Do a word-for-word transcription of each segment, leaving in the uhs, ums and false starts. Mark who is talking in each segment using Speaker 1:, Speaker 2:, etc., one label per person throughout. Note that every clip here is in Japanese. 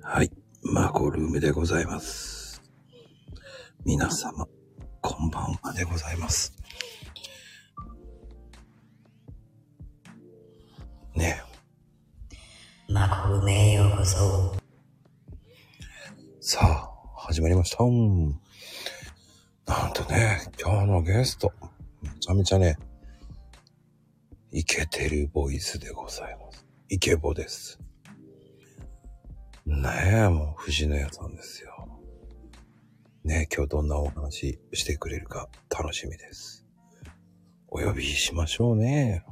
Speaker 1: はい。マコルームでございます。皆様、こんばんはでございます。ね
Speaker 2: え。マコルームへようこそ。
Speaker 1: さあ、始まりました。なんとね、今日のゲスト、めちゃめちゃね、イケてるボイスでございます。イケボです。ねえ、もう藤野屋さんですよ。ねえ、今日どんなお話してくれるか楽しみです。お呼びしましょうね。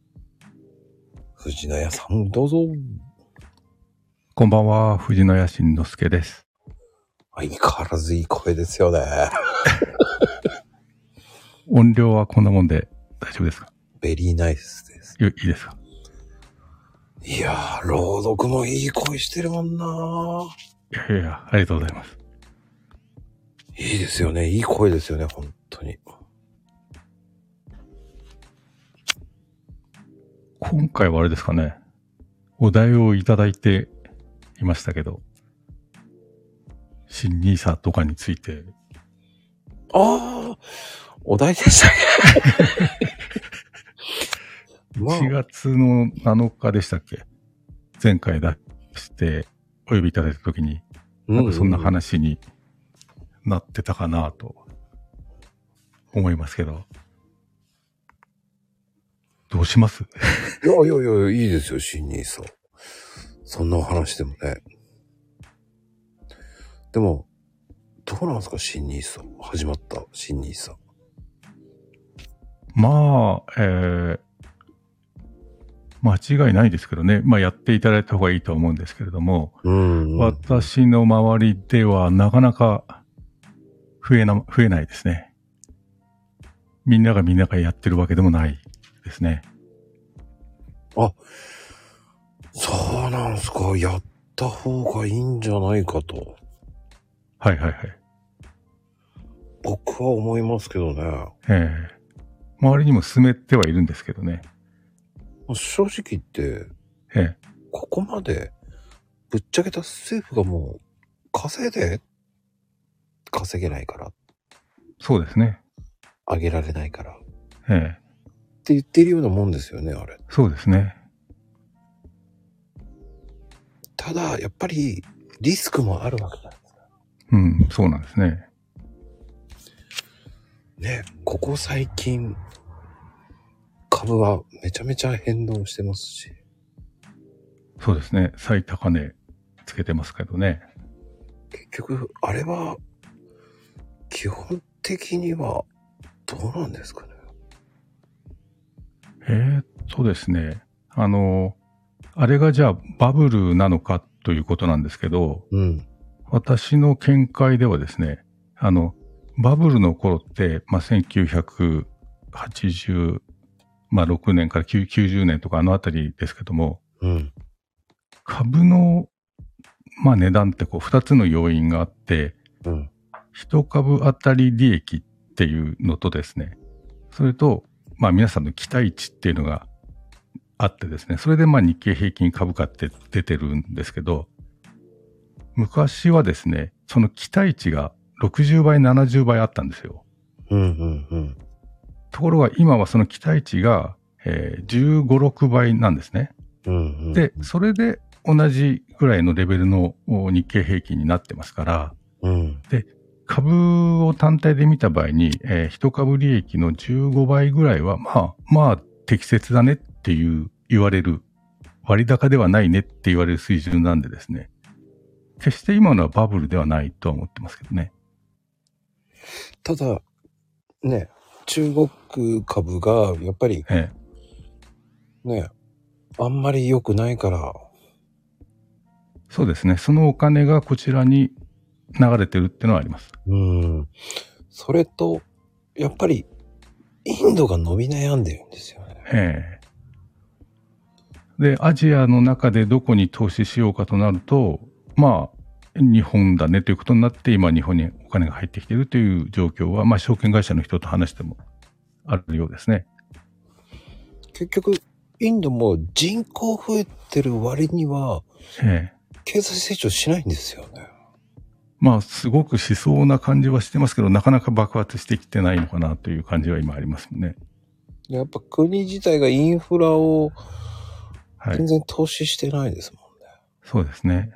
Speaker 1: 藤野屋さん、どうぞ。
Speaker 3: こんばんは、藤野屋慎之介です。
Speaker 1: 相変わらずいい声ですよね。
Speaker 3: 音量はこんなもんで大丈夫ですか？
Speaker 1: ベリーナイスです。
Speaker 3: いいですか？
Speaker 1: いやー、朗読もいい声してるもんな。
Speaker 3: いやいや、ありがとうございます。
Speaker 1: いいですよね。いい声ですよね、本当に。
Speaker 3: 今回はあれですかね。お題をいただいていましたけど、新ニーサとかについて。
Speaker 1: ああ、お題でしたね。
Speaker 3: まあ、しがつのなのかでしたっけ？前回出してお呼びいただいたときに、なんかそんな話になってたかなと思いますけど。どうします？
Speaker 1: いやいやいや、いいですよ、新ニーサ。そんなお話でもね。でも、どうなんですか、新ニーサ。始まった新ニーサ。
Speaker 3: まあ、えー、間違いないですけどね。まあやっていただいた方がいいと思うんですけれども、うんうん、私の周りではなかなか増えな、増えないですね。みんながみんながやってるわけでもないですね。
Speaker 1: あ、そうなんすか。やった方がいいんじゃないかと。
Speaker 3: はいはいはい。
Speaker 1: 僕は思いますけどね。
Speaker 3: ええ。周りにも進めてはいるんですけどね。
Speaker 1: 正直言って、
Speaker 3: ええ、
Speaker 1: ここまでぶっちゃけた政府がもう稼いで稼げないから。
Speaker 3: そうですね。
Speaker 1: 上げられないから。
Speaker 3: ええ。
Speaker 1: って言ってるようなもんですよね、あれ。
Speaker 3: そうですね。
Speaker 1: ただ、やっぱりリスクもあるわけじゃないですか。
Speaker 3: うん、そうなんですね。
Speaker 1: ね、ここ最近、株はめちゃめちゃ変動してますし。
Speaker 3: そうですね。最高値つけてますけどね。
Speaker 1: 結局、あれは、基本的には、どうなんですかね。
Speaker 3: えー、っとですね。あの、あれがじゃあバブルなのかということなんですけど、
Speaker 1: うん、
Speaker 3: 私の見解ではですね、あの、バブルの頃って、まあ、せんきゅうひゃくはちじゅうろくねんからきゅうじゅうねんとかあのあたりですけども、
Speaker 1: うん、
Speaker 3: 株の、まあ、値段ってこうふたつの要因があって、
Speaker 1: うん、
Speaker 3: いち株当たり利益っていうのとですね、それと、まあ皆さんの期待値っていうのがあってですね、それでまあ日経平均株価って出てるんですけど、昔はですね、その期待値がろくじゅうばい、ななじゅうばいあったんですよ。
Speaker 1: うん、うん、うん。
Speaker 3: ところが今はその期待値が、えー、じゅうご、ろくばいなんですね。
Speaker 1: うんうんうん、
Speaker 3: で、それで同じぐらいのレベルの日経平均になってますから、
Speaker 1: うん、
Speaker 3: で、株を単体で見た場合に、えー、一株利益のじゅうごばいぐらいは、まあ、まあ、適切だねっていう言われる、割高ではないねって言われる水準なんでですね、決して今のはバブルではないとは思ってますけどね。
Speaker 1: ただ、ね、中国株がやっぱり、
Speaker 3: え
Speaker 1: え、ね、あんまり良くないから。
Speaker 3: そうですね。そのお金がこちらに流れてるってのはあります。
Speaker 1: うん。それと、やっぱり、インドが伸び悩んでるんですよね。
Speaker 3: ええ。で、アジアの中でどこに投資しようかとなると、まあ、日本だねということになって、今日本にお金が入ってきているという状況は、まあ、証券会社の人と話してもあるようですね。
Speaker 1: 結局、インドも人口増えてる割には、
Speaker 3: ええ、
Speaker 1: 経済成長しないんですよね。
Speaker 3: まあ、すごくしそうな感じはしてますけど、なかなか爆発してきてないのかなという感じは今ありますね。
Speaker 1: やっぱ国自体がインフラを
Speaker 3: はい。
Speaker 1: 全然投資してないですもんね。
Speaker 3: そうですね。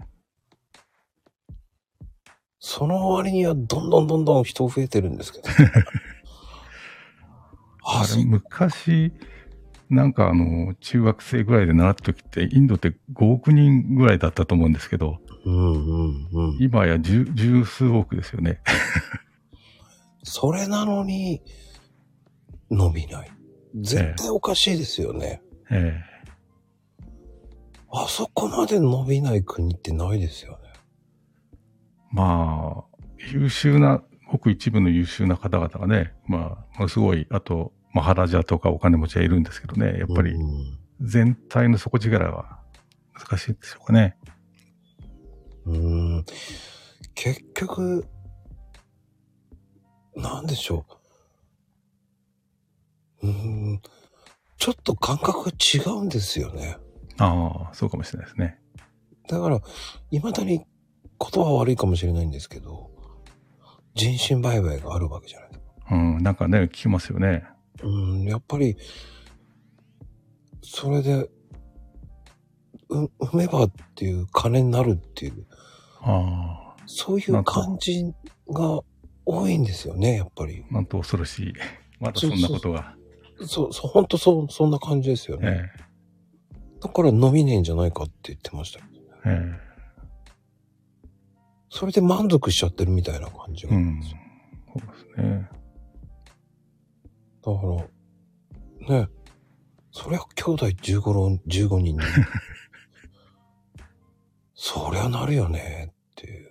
Speaker 1: その割にはどんどんどんどん人増えてるんですけど。
Speaker 3: あれ、昔、なんかあの、中学生ぐらいで習った時って、インドってごおくにんぐらいだったと思うんですけど、
Speaker 1: うんうんうん。
Speaker 3: 今や十、十数億ですよね。
Speaker 1: それなのに、伸びない。絶対おかしいですよね。
Speaker 3: ええ。
Speaker 1: あそこまで伸びない国ってないですよね。
Speaker 3: まあ、優秀な、ごく一部の優秀な方々がね、まあ、ものすごい、あと、マハラジャとかお金持ちはいるんですけどね、やっぱり全体の底力は難しいでしょうかね。
Speaker 1: うーん。結局、なんでしょう。うーん。ちょっと感覚が違うんですよね。
Speaker 3: ああ、そうかもしれないですね。
Speaker 1: だから、未だに言葉は悪いかもしれないんですけど、人身売買があるわけじゃないですか。
Speaker 3: うん、なんかね、聞きますよね。
Speaker 1: うん、やっぱり、それで、う、産めばっていう金になるっていう、
Speaker 3: ああ、
Speaker 1: そういう感じが多いんですよね、やっぱり。
Speaker 3: なんと恐ろしい。まだそんなことが。
Speaker 1: そう、そう、ほんとそう、そんな感じですよね。
Speaker 3: ええ、
Speaker 1: だから伸びねえんじゃないかって言ってましたけどね。
Speaker 3: ええ。
Speaker 1: それで満足しちゃってるみたいな感じが。
Speaker 3: うん。そうですね。
Speaker 1: だから、ね、そりゃ兄弟じゅうご、じゅうごにんに。そりゃなるよねっていう。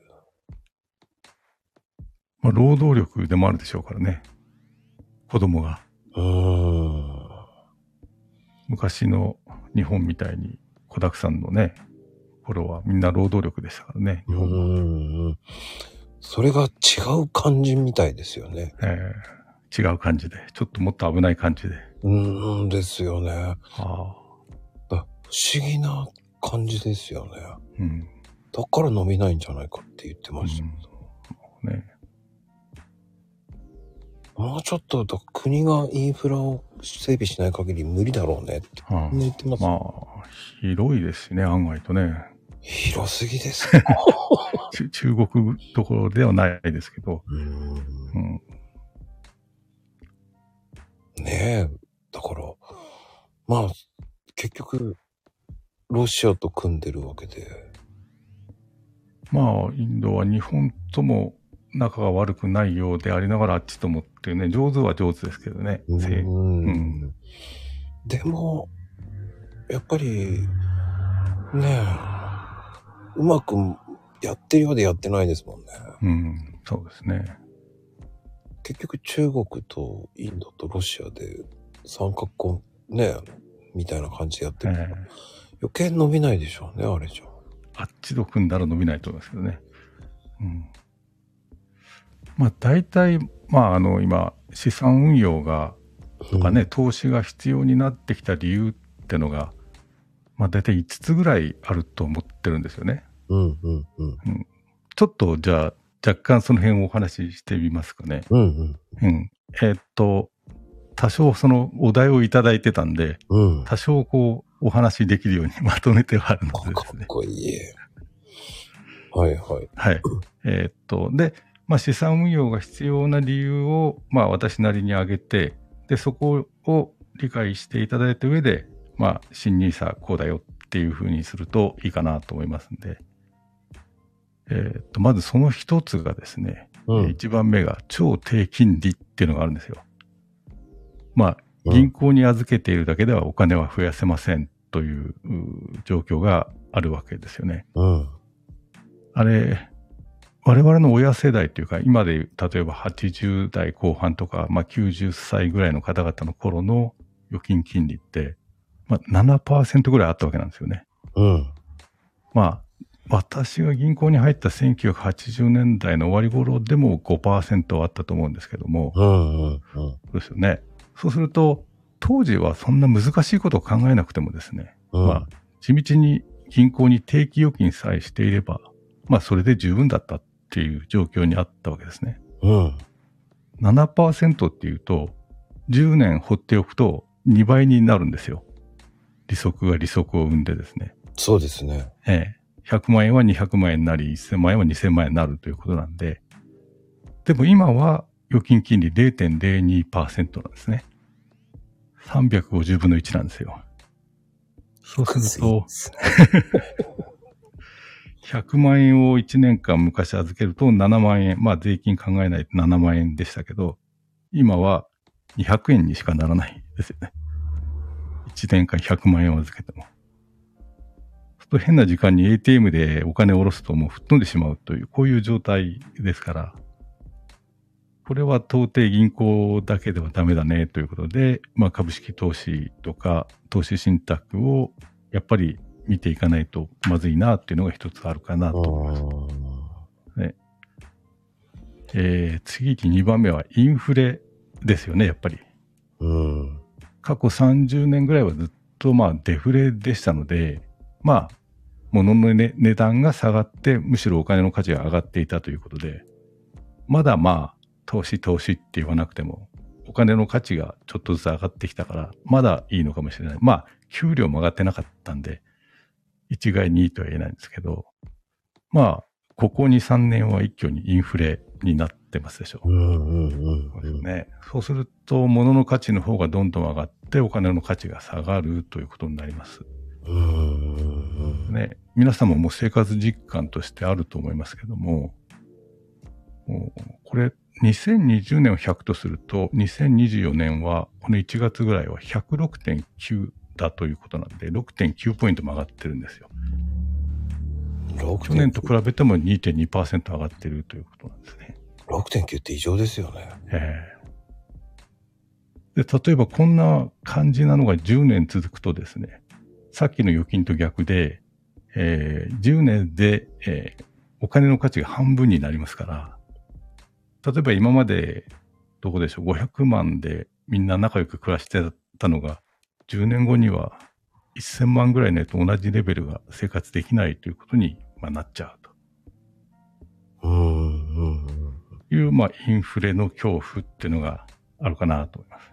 Speaker 3: まあ、労働力でもあるでしょうからね。子供が。
Speaker 1: うーん。
Speaker 3: 昔の日本みたいに子沢山のね、頃はみんな労働力でしたからね、日本は。
Speaker 1: うーん。それが違う感じみたいですよね。
Speaker 3: えー、違う感じで。ちょっともっと危ない感じで。
Speaker 1: うーんですよね。
Speaker 3: ああ。
Speaker 1: だ不思議な感じですよね。
Speaker 3: うん。
Speaker 1: だから伸びないんじゃないかって言ってました。
Speaker 3: うん、ね。
Speaker 1: もうちょっとだ国がインフラを整備しない限り無理だろうねって
Speaker 3: はあ、
Speaker 1: 言ってます。
Speaker 3: まあ、広いですしね、案外とね。
Speaker 1: 広すぎですよ。
Speaker 3: 中国どころではないですけど。
Speaker 1: うーん、
Speaker 3: うん、
Speaker 1: ねえ。だから、まあ、結局、ロシアと組んでるわけで。
Speaker 3: まあ、インドは日本とも仲が悪くないようでありながらあっちともっていうね、上手は上手ですけどね。
Speaker 1: うーん、
Speaker 3: うん、
Speaker 1: でも、やっぱり、ねえ、うまくやってるようでやってないですもんね。
Speaker 3: うん、そうですね。
Speaker 1: 結局中国とインドとロシアで三角婚ね、みたいな感じでやってる、えー、余計伸びないでしょうね、あれじゃ。
Speaker 3: あっちと組んだら伸びないと思いますけどね。うん。まあ大体、まああの今、資産運用が、とかね、うん、投資が必要になってきた理由ってのが、まあ大体いつつぐらいあると思ってるんですよね。
Speaker 1: うんうんうん。うん、
Speaker 3: ちょっとじゃあ、若干その辺をお話ししてみますかね。
Speaker 1: うんうん。
Speaker 3: うん。えー、っと、多少そのお題をいただいてたんで、
Speaker 1: うん、
Speaker 3: 多少こうお話しできるようにまとめてはあるのでですね。
Speaker 1: かっこいい。はいはい。
Speaker 3: はい。えー、っと、で、まあ資産運用が必要な理由を、まあ私なりに挙げて、で、そこを理解していただいた上で、まあ、新ニーサこうだよっていうふうにするといいかなと思いますんで、えー、っと、まずその一つがですね、うん、一番目が超低金利っていうのがあるんですよ。まあ、銀行に預けているだけではお金は増やせませんという状況があるわけですよね。
Speaker 1: うん、
Speaker 3: あれ、我々の親世代というか、今で例えばはちじゅう代後半とか、まあ、きゅうじゅっさいぐらいの方々の頃の預金金利って、まあ、ななパーセント ぐらいあったわけなんですよね。
Speaker 1: うん、
Speaker 3: まあ、私が銀行に入ったせんきゅうひゃくはちじゅうねんだいの終わり頃でも ごパーセント あったと思うんですけども、
Speaker 1: うんうんうん、
Speaker 3: そうですよね。そうすると、当時はそんな難しいことを考えなくてもですね、うん、まあ、地道に銀行に定期預金さえしていれば、まあそれで十分だったっていう状況にあったわけですね。
Speaker 1: うん。
Speaker 3: ななパーセント っていうと、じゅうねん放っておくとにばいになるんですよ。利息が利息を生んでですね。
Speaker 1: そうですね。
Speaker 3: ええ。ひゃくまんえんはにひゃくまんえんになり、せんまんえんはにせんまんえんになるということなんで、でも今は預金金利 ゼロてんゼロにパーセント なんですね。さんびゃくごじゅうぶんのいちなんですよ。そうすると、ひゃくまん円をいちねんかん昔預けるとななまんえん。まあ税金考えないとななまんえんでしたけど、今はにひゃくえんにしかならないですよね。いちねんかんひゃくまんえんを預けても。と変な時間に エーティーエム でお金を下ろすともう吹っ飛んでしまうという、こういう状態ですから、これは到底銀行だけではダメだねということで、まあ株式投資とか投資信託をやっぱり見ていかないとまずいなっていうのが一つあるかなと思います。ねえー、次ににばんめはインフレですよね、やっぱり。
Speaker 1: うん。
Speaker 3: 過去さんじゅうねんぐらいはずっとまあデフレでしたので、まあ、物の、ね、値段が下がって、むしろお金の価値が上がっていたということで、まだまあ、投資投資って言わなくても、お金の価値がちょっとずつ上がってきたから、まだいいのかもしれない。まあ、給料も上がってなかったんで、一概にいいとは言えないんですけど、まあ、ここに、さんねんは一挙にインフレになってますでしょう。
Speaker 1: うんうんうんうん、
Speaker 3: ね。そうすると、物の価値の方がどんどん上がって、お金の価値が下がるということになります。
Speaker 1: うんうんうん、
Speaker 3: ね、皆さんももう生活実感としてあると思いますけども、もうこれにせんにじゅうねんをひゃくとすると、にせんにじゅうよねんはこのいちがつぐらいは ひゃくろくてんきゅう だということなんで、ろくてんきゅうポイントも上がってるんですよ。去年と比べても にてんにパーセント 上がってるということなんですね。
Speaker 1: ろくてんきゅう って異常ですよね。
Speaker 3: えー、で、例えばこんな感じなのがじゅうねん続くとですね、さっきの預金と逆で、えー、じゅうねんで、えー、お金の価値が半分になりますから、例えば今まで、どこでしょう、ごひゃくまんでみんな仲良く暮らしてたのが、じゅうねんごにはせんまんぐらいないと同じレベルが生活できないということに、まあ、なっちゃうと。
Speaker 1: うんうんうん、
Speaker 3: いう、まあ、インフレの恐怖っていうのがあるかなと思います。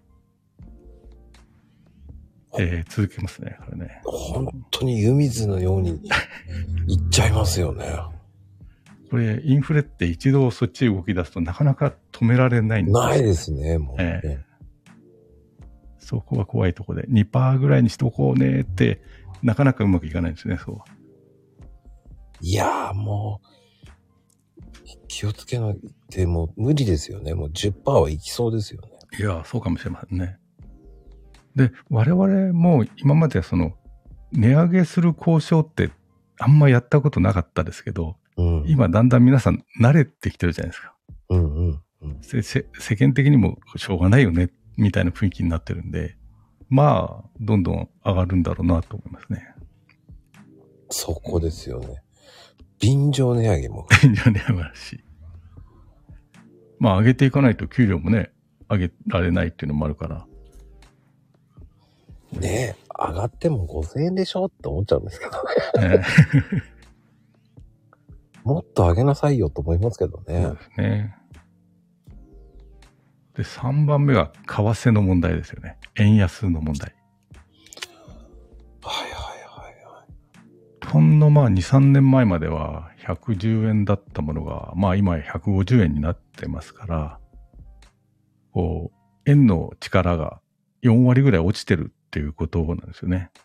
Speaker 3: えー、続けますね、これね。
Speaker 1: 本当に湯水のようにいっちゃいますよね。
Speaker 3: これ、インフレって一度そっち動き出すとなかなか止められないんですよ。
Speaker 1: ないですね、もうね、
Speaker 3: えー。そこは怖いところで、にパーセント ぐらいにしとこうねって、なかなかうまくいかないんですね、そう。
Speaker 1: いやーもう、気をつけないでもう無理ですよね。もう じゅっパーセント はいきそうですよね。
Speaker 3: いやー、そうかもしれませんね。で、我々も今までその、値上げする交渉ってあんまやったことなかったですけど、うん、今だんだん皆さん慣れてきてるじゃないですか。
Speaker 1: うんうんうん、
Speaker 3: せせ世間的にもしょうがないよね、みたいな雰囲気になってるんで、まあ、どんどん上がるんだろうなと思いますね。
Speaker 1: そこですよね。便乗値上げも。
Speaker 3: 便乗値上げもあるし。まあ、上げていかないと給料もね、上げられないっていうのもあるから。
Speaker 1: ねえ、上がってもごせんえんでしょって思っちゃうんですけどね。もっと上げなさいよと思いますけどね。
Speaker 3: そうですね。で、さんばんめは為替の問題ですよね。円安の問題。
Speaker 1: はいはいはいはい。
Speaker 3: ほんのまあに、さんねんまえまではひゃくじゅうえんだったものが、まあ今やひゃくごじゅうえんになってますから、こう、円の力がよんわりぐらい落ちてるっていうことなんですよね。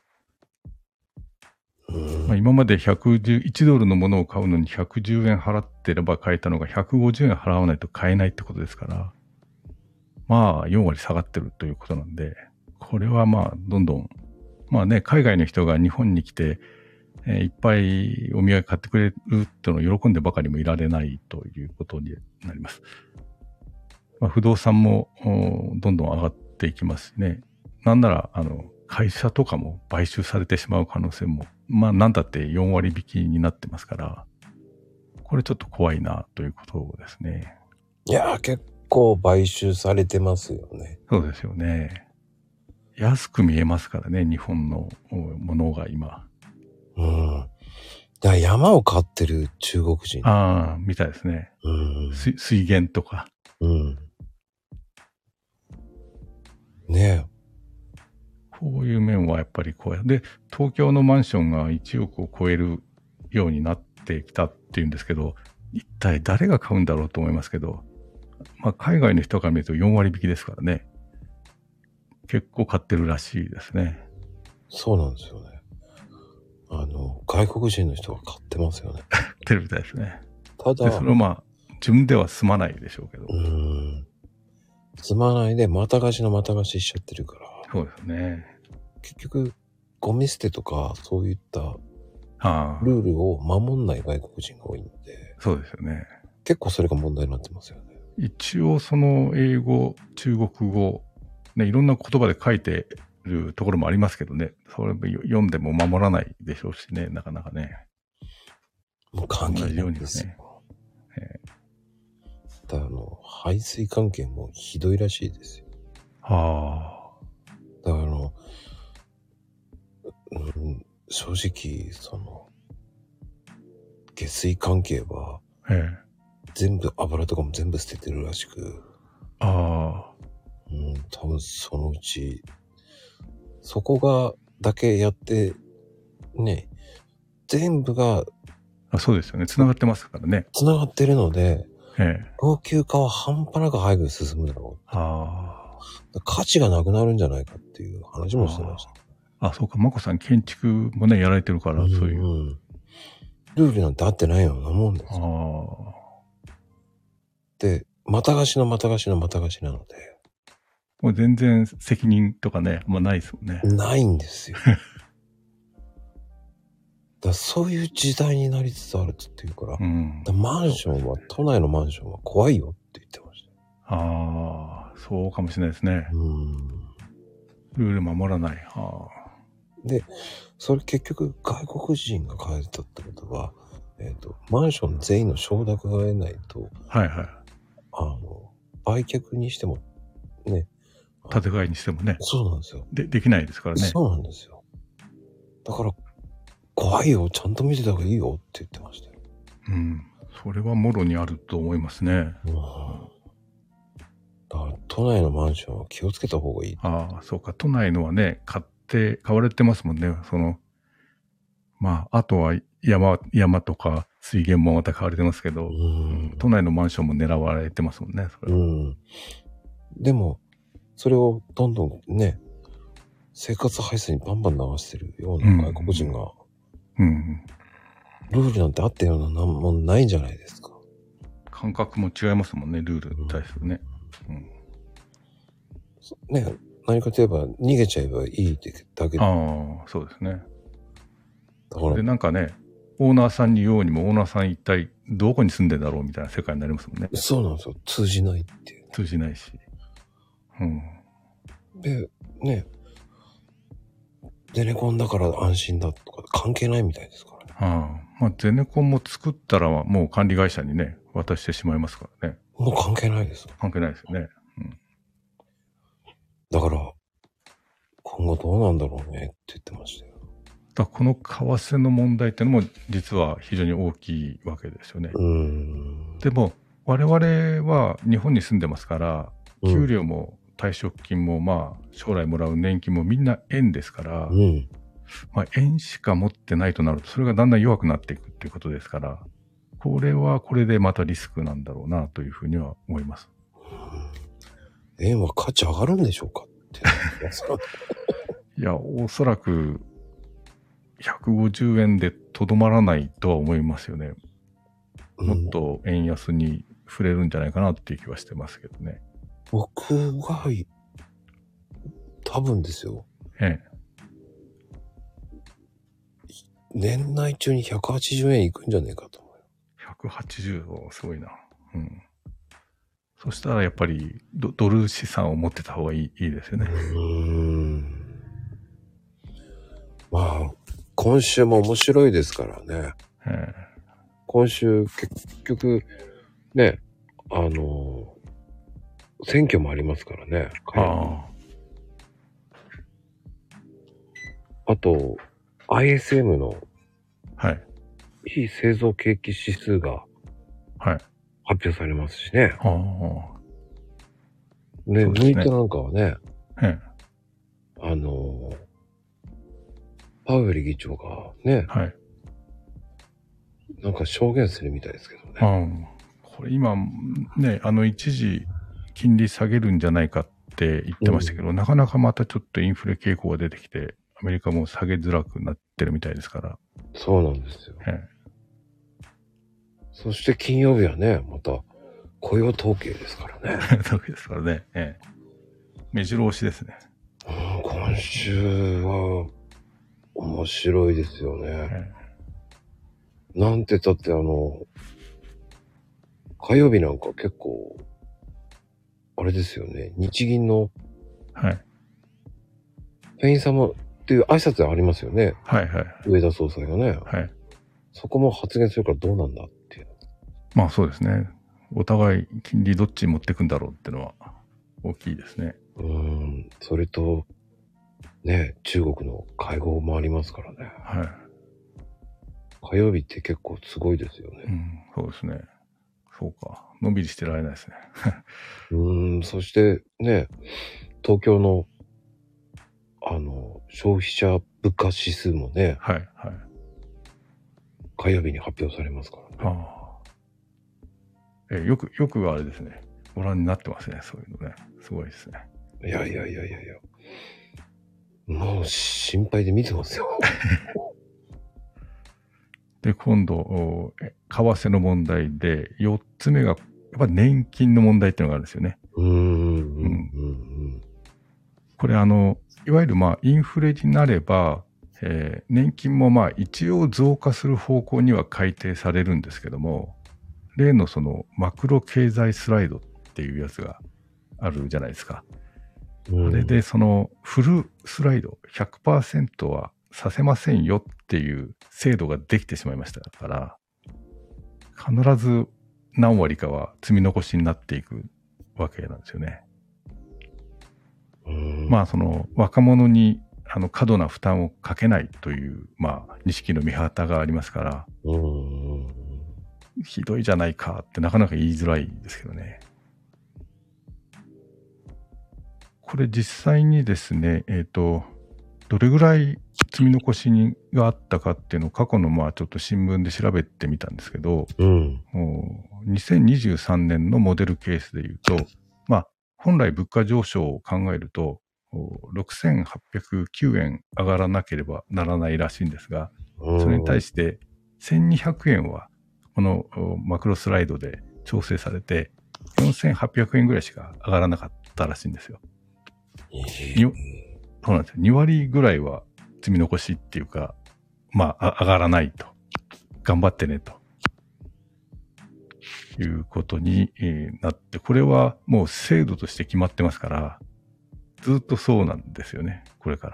Speaker 3: まあ、今までひゃくじゅういちドルのものを買うのにひゃくじゅうえん払ってれば買えたのがひゃくごじゅうえん払わないと買えないってことですから、まあよんわり下がってるということなんで、これはまあどんどん、まあね、海外の人が日本に来て、えー、いっぱいお土産買ってくれるっていうのを喜んでばかりもいられないということになります。まあ、不動産もどんどん上がっていきますね。なんなら、あの、会社とかも買収されてしまう可能性も、まあなんだってよんわり引きになってますから、これちょっと怖いなということですね。
Speaker 1: いやー、結構買収されてますよね。
Speaker 3: そうですよね。安く見えますからね、日本のものが今。
Speaker 1: ううん。だから山を飼ってる中国人。
Speaker 3: ああ、みたいですね。
Speaker 1: うん。
Speaker 3: 水、水源とか。
Speaker 1: うん。ねえ。
Speaker 3: こういう面はやっぱりこうや。で、東京のマンションがいちおくを超えるようになってきたっていうんですけど、一体誰が買うんだろうと思いますけど、まあ海外の人から見るとよんわり引きですからね。結構買ってるらしいですね。
Speaker 1: そうなんですよね。あの、外国人の人が買ってますよね。
Speaker 3: 買ってるみたいですね。
Speaker 1: ただ、
Speaker 3: で、それをまあ、自分では済まないでしょうけど。
Speaker 1: うーん。積まないで、また貸しのまた貸ししちゃってるから。
Speaker 3: そうですね。
Speaker 1: 結局、ゴミ捨てとか、そういった
Speaker 3: ああ、
Speaker 1: ルールを守んない外国人が多いんで、
Speaker 3: そうですよね。
Speaker 1: 結構それが問題になってますよね。
Speaker 3: 一応その英語、中国語、ね、いろんな言葉で書いてるところもありますけどね、それ読んでも守らないでしょうしね、なかなかね。
Speaker 1: もう関係ないんですよ。
Speaker 3: ねえ
Speaker 1: ー、だからあの、排水関係もひどいらしいですよ。
Speaker 3: はあ。
Speaker 1: だからあの、うん、正直、その、下水関係は、
Speaker 3: ええ、
Speaker 1: 全部油とかも全部捨ててるらしく、
Speaker 3: ああ。
Speaker 1: うん、多分そのうち、そこが、だけやって、ね、全部が
Speaker 3: あ、そうですよね。繋がってますからね。
Speaker 1: 繋がってるので、
Speaker 3: ええ。
Speaker 1: 老朽化は半端なく早く進むだろう。
Speaker 3: あ
Speaker 1: あ。価値がなくなるんじゃないかっていう話もしてました。
Speaker 3: あ。あ、そうか。まこさん建築もね、やられてるから、そういう。
Speaker 1: うんうん。ルールなんて合ってないようなもんです。
Speaker 3: ああ。
Speaker 1: で、また貸しのまた貸しのまた貸しなので。
Speaker 3: もう全然責任とかね、あんまないですもんね。
Speaker 1: ないんですよ。だそういう時代になりつつあるっていうから、
Speaker 3: うん、
Speaker 1: だマンションは、都内のマンションは怖いよって言ってました。
Speaker 3: ああ、そうかもしれないですね。
Speaker 1: うん
Speaker 3: ルール守らない。あ
Speaker 1: で、それ結局外国人が変えたってことは、えっと、マンション全員の承諾が得ないと、
Speaker 3: はいはい。
Speaker 1: あの、売却にしても、ね。
Speaker 3: 建て替えにしてもね。
Speaker 1: そうなんですよ。
Speaker 3: で、できないですからね。
Speaker 1: そうなんですよ。だから、怖いよ、ちゃんと見てた方がいいよって言ってましたよ。
Speaker 3: うん。それはもろにあると思いますね。うん。
Speaker 1: だから、都内のマンションは気をつけた方がいい。
Speaker 3: ああ、そうか。都内のはね、買って、買われてますもんね。その、まあ、あとは山、山とか水源もまた買われてますけど、うん、都内のマンションも狙われてますもんね。それは。うん。
Speaker 1: でも、それをどんどんね、生活排水にバンバン流してるような外国人が、うん、うん、ルールなんてあったようなもんないんじゃないですか。
Speaker 3: 感覚も違いますもんね、ルールに対するね。うん。うん、
Speaker 1: ね、何かといえば逃げちゃえばいいだけで。
Speaker 3: ああ、そうですね。
Speaker 1: だから
Speaker 3: で、なんかね、オーナーさんに言おうにも、オーナーさん一体どこに住んでんだろうみたいな世界になりますもんね。
Speaker 1: そうなんですよ。通じないっていう。
Speaker 3: 通じないし。うん。
Speaker 1: で、ね、ゼネコンだから安心だとか関係ないみたいですからね。
Speaker 3: ああ。まあ、ゼネコンも作ったらもう管理会社にね、渡してしまいますからね。
Speaker 1: もう関係ないです。
Speaker 3: 関係ないですよね。うん。
Speaker 1: だから、今後どうなんだろうねって言ってましたよ。
Speaker 3: だこの為替の問題っていうのも実は非常に大きいわけですよね。
Speaker 1: うーん。
Speaker 3: でも、我々は日本に住んでますから、給料も退職金もまあ将来もらう年金もみんな円ですから、うん、まあ円しか持ってないとなるとそれがだんだん弱くなっていくっていうことですから、これはこれでまたリスクなんだろうなというふうには思います。
Speaker 1: うん、円は価値上がるんでしょうかって。
Speaker 3: いや、おそらくひゃくごじゅうえんでとどまらないとは思いますよね。もっと円安に触れるんじゃないかなっていう気はしてますけどね。
Speaker 1: 僕が、多分ですよ。
Speaker 3: ええ。
Speaker 1: 年内中にひゃくはちじゅうえんいくんじゃねえかと思うよ。
Speaker 3: ひゃくはちじゅう、すごいな。うん。そしたらやっぱり ド, ドル資産を持ってた方がいい、いいですよね。
Speaker 1: うーん。まあ、今週も面白いですからね。ええ、今週結局、ね、あの、選挙もありますからね。ああ。あと、アイエスエム の
Speaker 3: はい。
Speaker 1: 非製造景気指数が
Speaker 3: はい。
Speaker 1: 発表されますしね。
Speaker 3: ああ。
Speaker 1: ね、
Speaker 3: そうですね
Speaker 1: むいかなんかはね、
Speaker 3: ええ。
Speaker 1: あのー、パウエル議長がね、
Speaker 3: はい。
Speaker 1: なんか証言するみたいですけどね。
Speaker 3: ああ。これ今、ね、あの、一時、金利下げるんじゃないかって言ってましたけど、うん、なかなかまたちょっとインフレ傾向が出てきて、アメリカも下げづらくなってるみたいですから。
Speaker 1: そうなんですよ。
Speaker 3: ええ、
Speaker 1: そして金曜日はね、また雇用統計ですからね。
Speaker 3: 統計ですからね。ええ、目白押しですね。
Speaker 1: うん、今週は面白いですよね。ええ、なんて言ったってあの、火曜日なんか結構、あれですよね、日銀の、
Speaker 3: はい。
Speaker 1: 店員様っていう挨拶ありますよね。
Speaker 3: はいはい。
Speaker 1: 上田総裁がね。
Speaker 3: はい。
Speaker 1: そこも発言するからどうなんだっていう。
Speaker 3: まあそうですね。お互い金利どっちに持っていくんだろうっていうのは大きいですね。
Speaker 1: うーん。それと、ね、中国の会合もありますからね。
Speaker 3: はい。
Speaker 1: 火曜日って結構すごいですよね。
Speaker 3: うん、そうですね。そうか。のんびりしてられないですね。
Speaker 1: うーん、そしてね、東京の、あの、消費者物価指数もね、
Speaker 3: はい、はい。
Speaker 1: 火曜日に発表されますからね。は
Speaker 3: あ、えよく、よくあれですね。ご覧になってますね、そういうのね。すごいですね。
Speaker 1: いやいやいやいやいや。もう心配で見てますよ。
Speaker 3: で、今度、為替の問題で、よっつめが、やっぱ年金の問題っていうのがあるんですよね。
Speaker 1: うーん、うん、うん。
Speaker 3: これあの、いわゆるまあ、インフレになれば、えー、年金もまあ、一応増加する方向には改定されるんですけども、例のその、マクロ経済スライドっていうやつがあるじゃないですか。うん、あれで、その、フルスライド ひゃくパーセント はさせませんよっていう制度ができてしまいましたから、必ず何割かは積み残しになっていくわけなんですよね。うん、まあその若者にあの過度な負担をかけないというまあ錦の御旗がありますから、うん、ひどいじゃないかってなかなか言いづらいですけどね。これ実際にですね、えっと、どれぐらい積み残しがあったかっていうのを過去のまあちょっと新聞で調べてみたんですけど、うん、にせんにじゅうさんねんのモデルケースでいうと、まあ本来物価上昇を考えるとろくせんはっぴゃくきゅうえん上がらなければならないらしいんですが、それに対してせんにひゃくえんはこのマクロスライドで調整されてよんせんはっぴゃくえんぐらいしか上がらなかったらしいんですよ。そうなんですよ。に割ぐらいは積み残しっていうか、まあ上がらないと。頑張ってねと。いうことになって、これはもう制度として決まってますから、ずっとそうなんですよね、これから。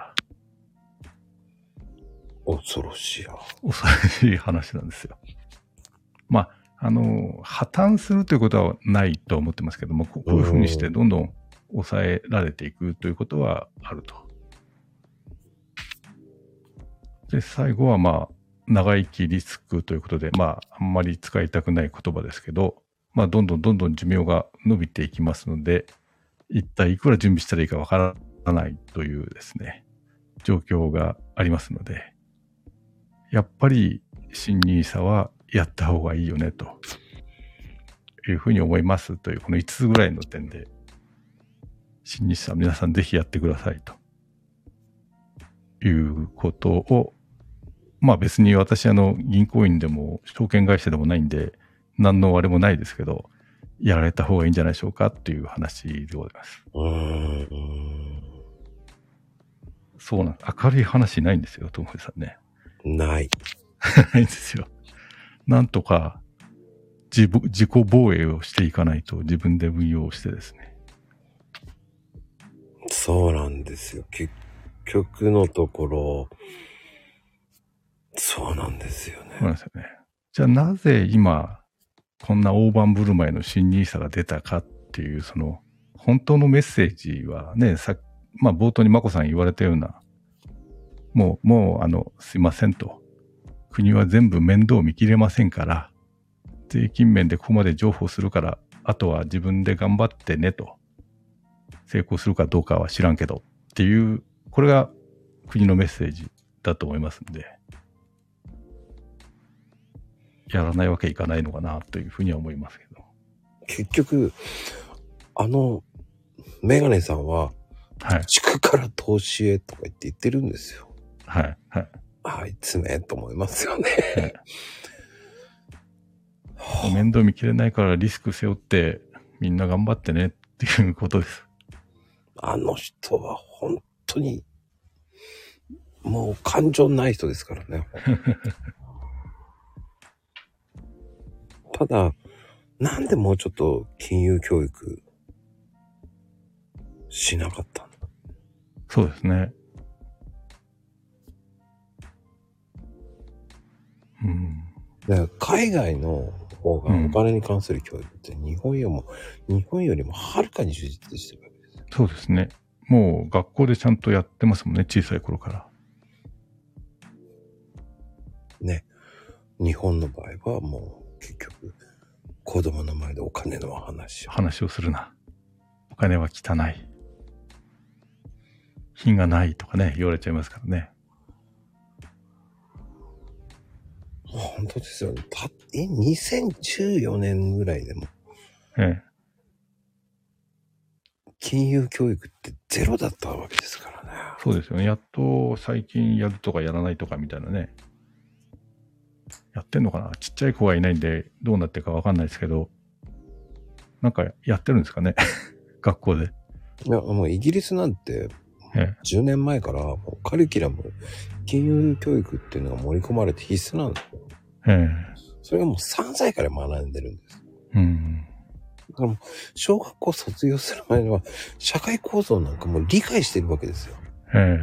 Speaker 1: 恐ろしいや。
Speaker 3: 恐ろしい話なんですよ。まあ、あの、破綻するということはないと思ってますけども、こういうふうにしてどんどん抑えられていくということはあると。で、最後はまあ、長生きリスクということで、まあ、あんまり使いたくない言葉ですけど、まあ、どんどんどんどん寿命が伸びていきますので、一体いくら準備したらいいかわからないというですね、状況がありますので、やっぱり新ニーサはやった方がいいよね、というふうに思いますという、このいつつぐらいの点で、新ニーサ皆さんぜひやってくださいということを、まあ別に私あの銀行員でも証券会社でもないんで、何のあれもないですけど、やられた方がいいんじゃないでしょうかっていう話でございます。うーん、そうなんです。明るい話ないんですよ、友部さんね。
Speaker 1: ない。
Speaker 3: ないんですよ。なんとか自、自己防衛をしていかないと自分で運用してですね。
Speaker 1: そうなんですよ。結局のところ、そうなんですよね。
Speaker 3: そうなんですよね。じゃあなぜ今、こんな大盤振る舞いの新ニーサが出たかっていう、その、本当のメッセージはね、さまあ冒頭にまこさん言われたような、もう、もう、あの、すいませんと。 国は全部面倒見きれませんから、税金面でここまで譲歩するから、あとは自分で頑張ってねと。成功するかどうかは知らんけどっていう、これが国のメッセージだと思いますんで、やらないわけいかないのかなというふうには思いますけど。
Speaker 1: 結局、あの、メガネさんは、
Speaker 3: はい。
Speaker 1: 地区から投資へとか言って言ってるんですよ。
Speaker 3: はい。はい。
Speaker 1: あいつめと思いますよね。
Speaker 3: はい、面倒見きれないからリスク背負ってみんな頑張ってねっていうことです。
Speaker 1: あの人は本当にもう感情ない人ですからね。ただ、なんでもうちょっと金融教育しなかったんだ。
Speaker 3: そうですね。うん。
Speaker 1: だから海外の方がお金に関する教育って日本よりも、うん、日本よりもはるかに充実してるわけですよ。
Speaker 3: そうですね。もう学校でちゃんとやってますもんね、小さい頃から。
Speaker 1: ね。日本の場合はもう結局子供の前でお金の話を。
Speaker 3: 話をするな。お金は汚い。品がないとかね、言われちゃいますからね。
Speaker 1: 本当ですよね。たえ、にせんじゅうよねんぐらいでも。
Speaker 3: ええ。
Speaker 1: 金融教育ってゼロだったわけですからね。
Speaker 3: そうですよね。やっと最近やるとかやらないとかみたいなね。やってんのかな？ちっちゃい子がいないんでどうなってるかわかんないですけど、なんかやってるんですかね学校で。
Speaker 1: いや、もうイギリスなんてじゅうねんまえからもうカリキュラム、金融教育っていうのが盛り込まれて必須なんですよ。
Speaker 3: ええ。
Speaker 1: それはもうさんさいから学んでるんです。
Speaker 3: うん。
Speaker 1: だからもう小学校卒業する前には社会構造なんかもう理解してるわけですよ。
Speaker 3: え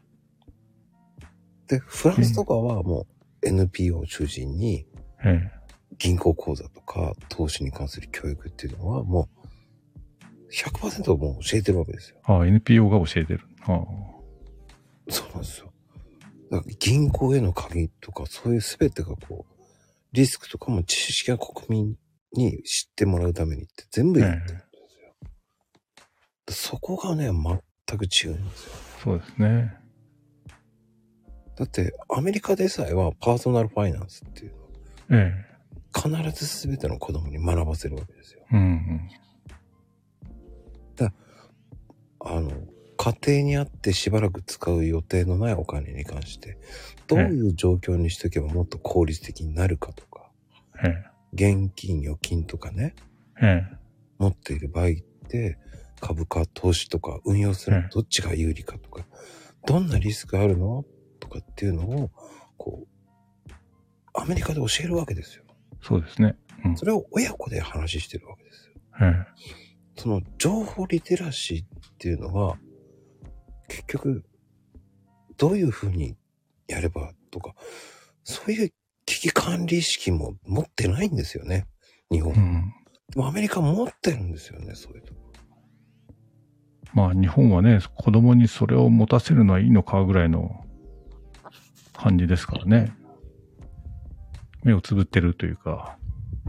Speaker 1: え。で、フランスとかはもう エヌピーオー を中心に、銀行口座とか投資に関する教育っていうのはもう ひゃくパーセント もう教えてるわけですよ。
Speaker 3: ああ、エヌピーオー が教えてる。ああ、
Speaker 1: そうなんですよ。だから銀行への鍵とかそういうすべてがこう、リスクとかも知識が国民に知ってもらうためにって全部やってるんですよ。ええ、そこがね、全く違うんですよ。
Speaker 3: そうですね。
Speaker 1: だってアメリカでさえはパーソナルファイナンスっていう
Speaker 3: の、ええ、
Speaker 1: 必ず全ての子供に学ばせるわけですよ。
Speaker 3: うんうん、
Speaker 1: だあの家庭にあってしばらく使う予定のないお金に関してどういう状況にしておけばもっと効率的になるかとか、ええ、現金預金とかね、ええ、持っている場合って株価投資とか運用するのどっちが有利かとか、ええ、どんなリスクあるのとかっていうのをこうアメリカで教えるわけですよ。
Speaker 3: そうですね。
Speaker 1: うん、それを親子で話してるわけですよ。
Speaker 3: ええ、
Speaker 1: その情報リテラシーっていうのは結局どういうふうにやればとかそういう危機管理意識も持ってないんですよね、日本。うん、でもアメリカ持ってるんですよね、そういうとこ。
Speaker 3: まあ日本はね、子供にそれを持たせるのはいいのかぐらいの感じですからね。目をつぶってるというか。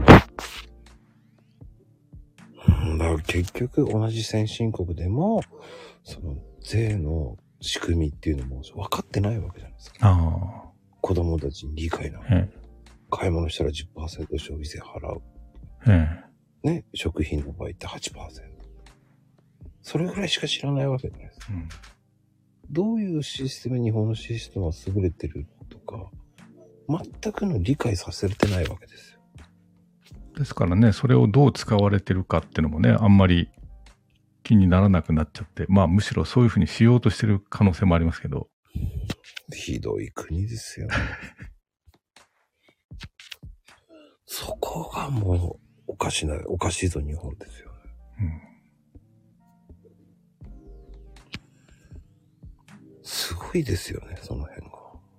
Speaker 1: うん、だから結局同じ先進国でもその税の仕組みっていうのも分かってないわけじゃないですか。ああ。子供たちに理解なの。ええ、買い物したら じゅっパーセント 消費税払う。ええ、ね、食品の場合って はちパーセント。それぐらいしか知らないわけじゃないですか。うん、どういうシステム、日本のシステムは優れてるとか、全くの理解させれてないわけですよ。
Speaker 3: ですからね、それをどう使われてるかっていうのもね、あんまり気にならなくなっちゃって、まあむしろそういうふうにしようとしてる可能性もありますけど。
Speaker 1: ひどい国ですよね。そこがもうおかしな、おかしいぞ日本ですよね。うん、すごいですよね、その辺が。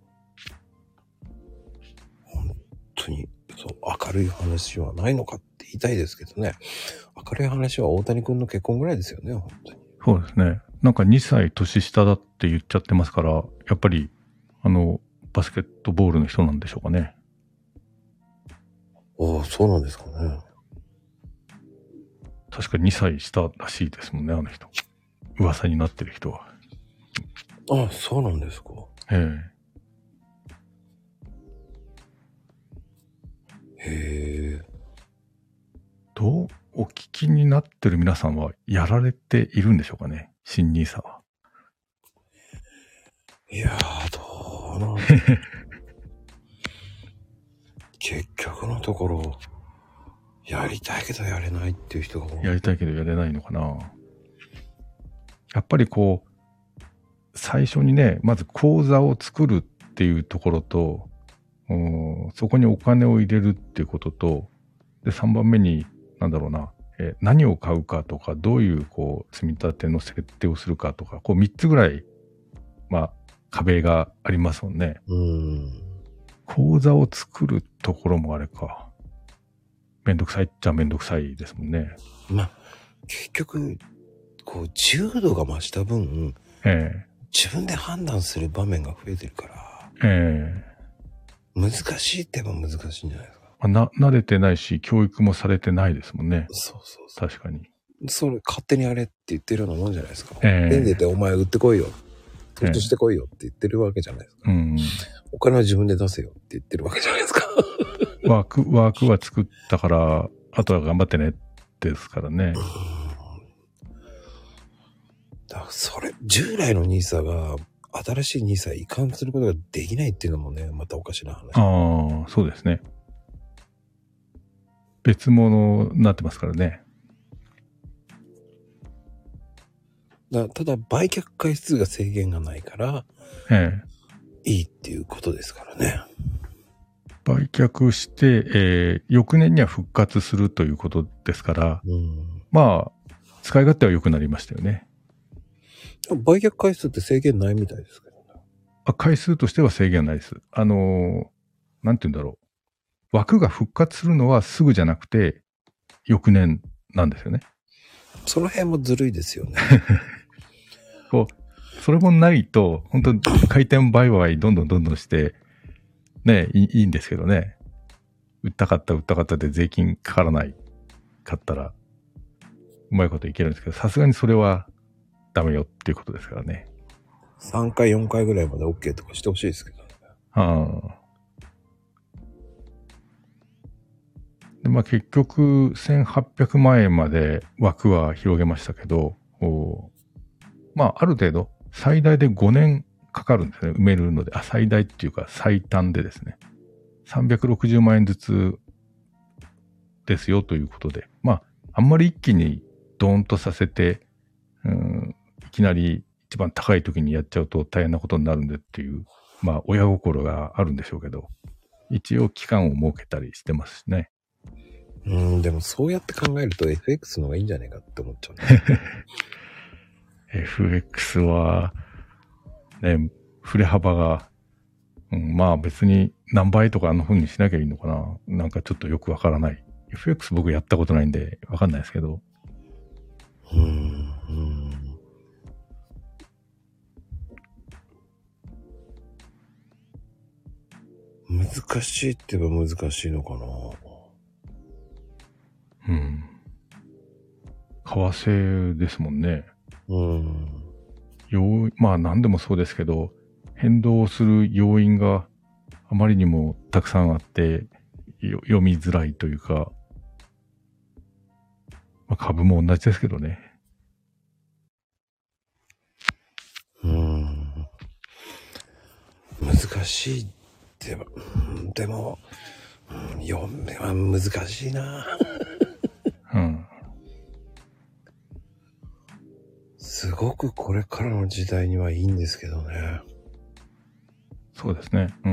Speaker 1: 本当にそう明るい話はないのかって言いたいですけどね。明るい話は大谷君の結婚ぐらいですよね、本当に。
Speaker 3: そうですね。なんかにさい年下だって言っちゃってますから、やっぱりあのバスケットボールの人なんでしょうかね。
Speaker 1: ああ、そうなんですかね。
Speaker 3: 確かにさい下らしいですもんね、あの人。噂になってる人は。
Speaker 1: ああ、そうなんですか。
Speaker 3: え
Speaker 1: え。へえ。
Speaker 3: どうお聞きになってる皆さんはやられているんでしょうかね、新ニーサは。
Speaker 1: いやー、どうなん結局のところ、やりたいけどやれないっていう人が多い。
Speaker 3: やりたいけどやれないのかな。やっぱりこう、最初にね、まず口座を作るっていうところと、そこにお金を入れるっていうことと、で、さんばんめに、なんだろうな、えー、何を買うかとか、どういうこう、積み立ての設定をするかとか、こうみっつぐらい、まあ、壁がありますもんね。
Speaker 1: うん。
Speaker 3: 口座を作るところもあれか。めんどくさいっちゃめんどくさいですもんね。
Speaker 1: まあ、結局、こう、重度が増した分、
Speaker 3: ええ、
Speaker 1: 自分で判断する場面が増えてるから、
Speaker 3: ええ、
Speaker 1: 難しいって言えば難しいんじゃないですか。
Speaker 3: まあ、な、慣れてないし、教育もされてないですもんね。
Speaker 1: そうそうそう。
Speaker 3: 確かに。
Speaker 1: それ、勝手にやれって言ってるようなもんじゃないですか。
Speaker 3: ええ。
Speaker 1: 手に出てお前売ってこいよ。投資してこいよって言ってるわけじゃないですか。
Speaker 3: うん。
Speaker 1: お金は自分で出せよって言ってるわけじゃないですか。
Speaker 3: ワーク、ワークは作ったから、あとは頑張ってね、ですからね。
Speaker 1: だからそれ、従来のニーサが、新しいニーサ移管することができないっていうのもね、またおかしな話。
Speaker 3: ああ、そうですね。別物になってますからね。
Speaker 1: だただ、売却回数が制限がないから、
Speaker 3: え
Speaker 1: え、いいっていうことですからね。
Speaker 3: 売却して、えー、翌年には復活するということですから、
Speaker 1: うん、
Speaker 3: まあ、使い勝手は良くなりましたよね。
Speaker 1: 売却回数って制限ないみたいですけどね。
Speaker 3: あ、回数としては制限はないです。あのー、なんて言うんだろう。枠が復活するのはすぐじゃなくて、翌年なんですよね。
Speaker 1: その辺もずるいですよね。
Speaker 3: こう、それもないと、本当回転売買どんどんどんどんして、ねいい、いいんですけどね。売ったかった売ったかったで税金かからないかったら、うまいこといけるんですけど、さすがにそれはダメよっていうことですからね。
Speaker 1: さんかいよんかいぐらいまで OK とかしてほしいですけどね。
Speaker 3: ああ。で、まあ結局せんはっぴゃくまんえんまで枠は広げましたけど、まあある程度最大でごねんかかるんですね。埋めるので、あ、最大っていうか最短でですね。さんびゃくろくじゅうまんえんずつですよということで。まあ、あんまり一気にドーンとさせて、うん、いきなり一番高い時にやっちゃうと大変なことになるんでっていう、まあ親心があるんでしょうけど、一応期間を設けたりしてますしね。
Speaker 1: うん、でもそうやって考えると エフエックス の方がいいんじゃないかって思っちゃう、ね。
Speaker 3: エフエックス は、ね、振れ幅が、うん、まあ別に何倍とかあの風にしなきゃいいのかな。なんかちょっとよくわからない。エフエックス 僕やったことないんでわかんないですけど。
Speaker 1: うん、うん難しいって言えば難しいのかな。
Speaker 3: うん。為替ですもんね。
Speaker 1: うん。
Speaker 3: 要まあ何でもそうですけど、変動する要因があまりにもたくさんあって、読みづらいというか、まあ、株も同じですけどね。
Speaker 1: うん。難しいって言えば、うん、でも、うん、読めは難しいな。
Speaker 3: うん。
Speaker 1: すごくこれからの時代にはいいんですけどね。
Speaker 3: そうですね。うん。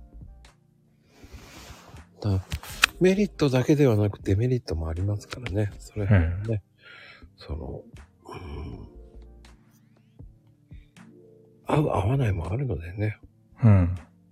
Speaker 1: だメリットだけではなくデメリットもありますからね。それはね、ええ、その、うん、合う合わないもあるのでね。
Speaker 3: うん。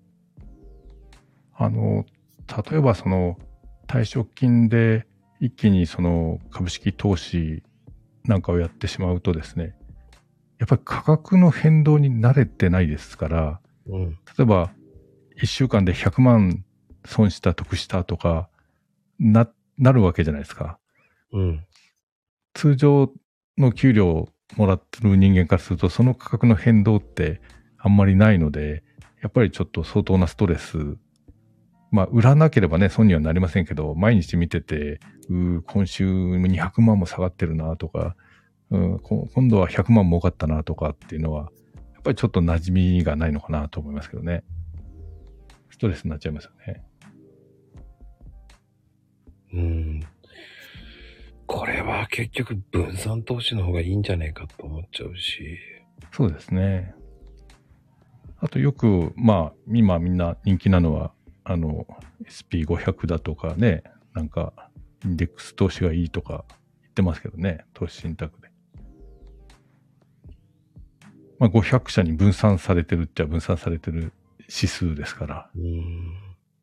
Speaker 3: あの、例えばその退職金で一気にその株式投資なんかをやってしまうとですね、やっぱり価格の変動に慣れてないですから、
Speaker 1: うん。
Speaker 3: 例えば、いっしゅうかんでひゃくまん損した、得したとか、な、なるわけじゃないですか。
Speaker 1: うん。
Speaker 3: 通常の給料をもらってる人間からすると、その価格の変動ってあんまりないので、やっぱりちょっと相当なストレス。まあ、売らなければね、損にはなりませんけど、毎日見てて、うー今週にひゃくまんも下がってるなとか、うん、こ今度はひゃくまん儲かったなとかっていうのは、やっぱりちょっと馴染みがないのかなと思いますけどね。ストレスになっちゃいますよね。
Speaker 1: うん。これは結局分散投資の方がいいんじゃねえかと思っちゃうし。
Speaker 3: そうですね。あとよく、まあ、今みんな人気なのは、あの、エスピーごひゃく だとかね、なんか、インデックス投資がいいとか言ってますけどね、投資信託で。まあ、ごひゃく社に分散されてるっちゃ分散されてる指数ですから。
Speaker 1: うん。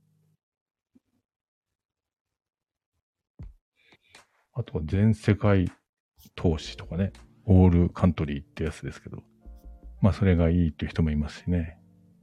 Speaker 3: あとは全世界投資とかね、オールカントリーってやつですけど、まあそれがいいっていう人もいますしね。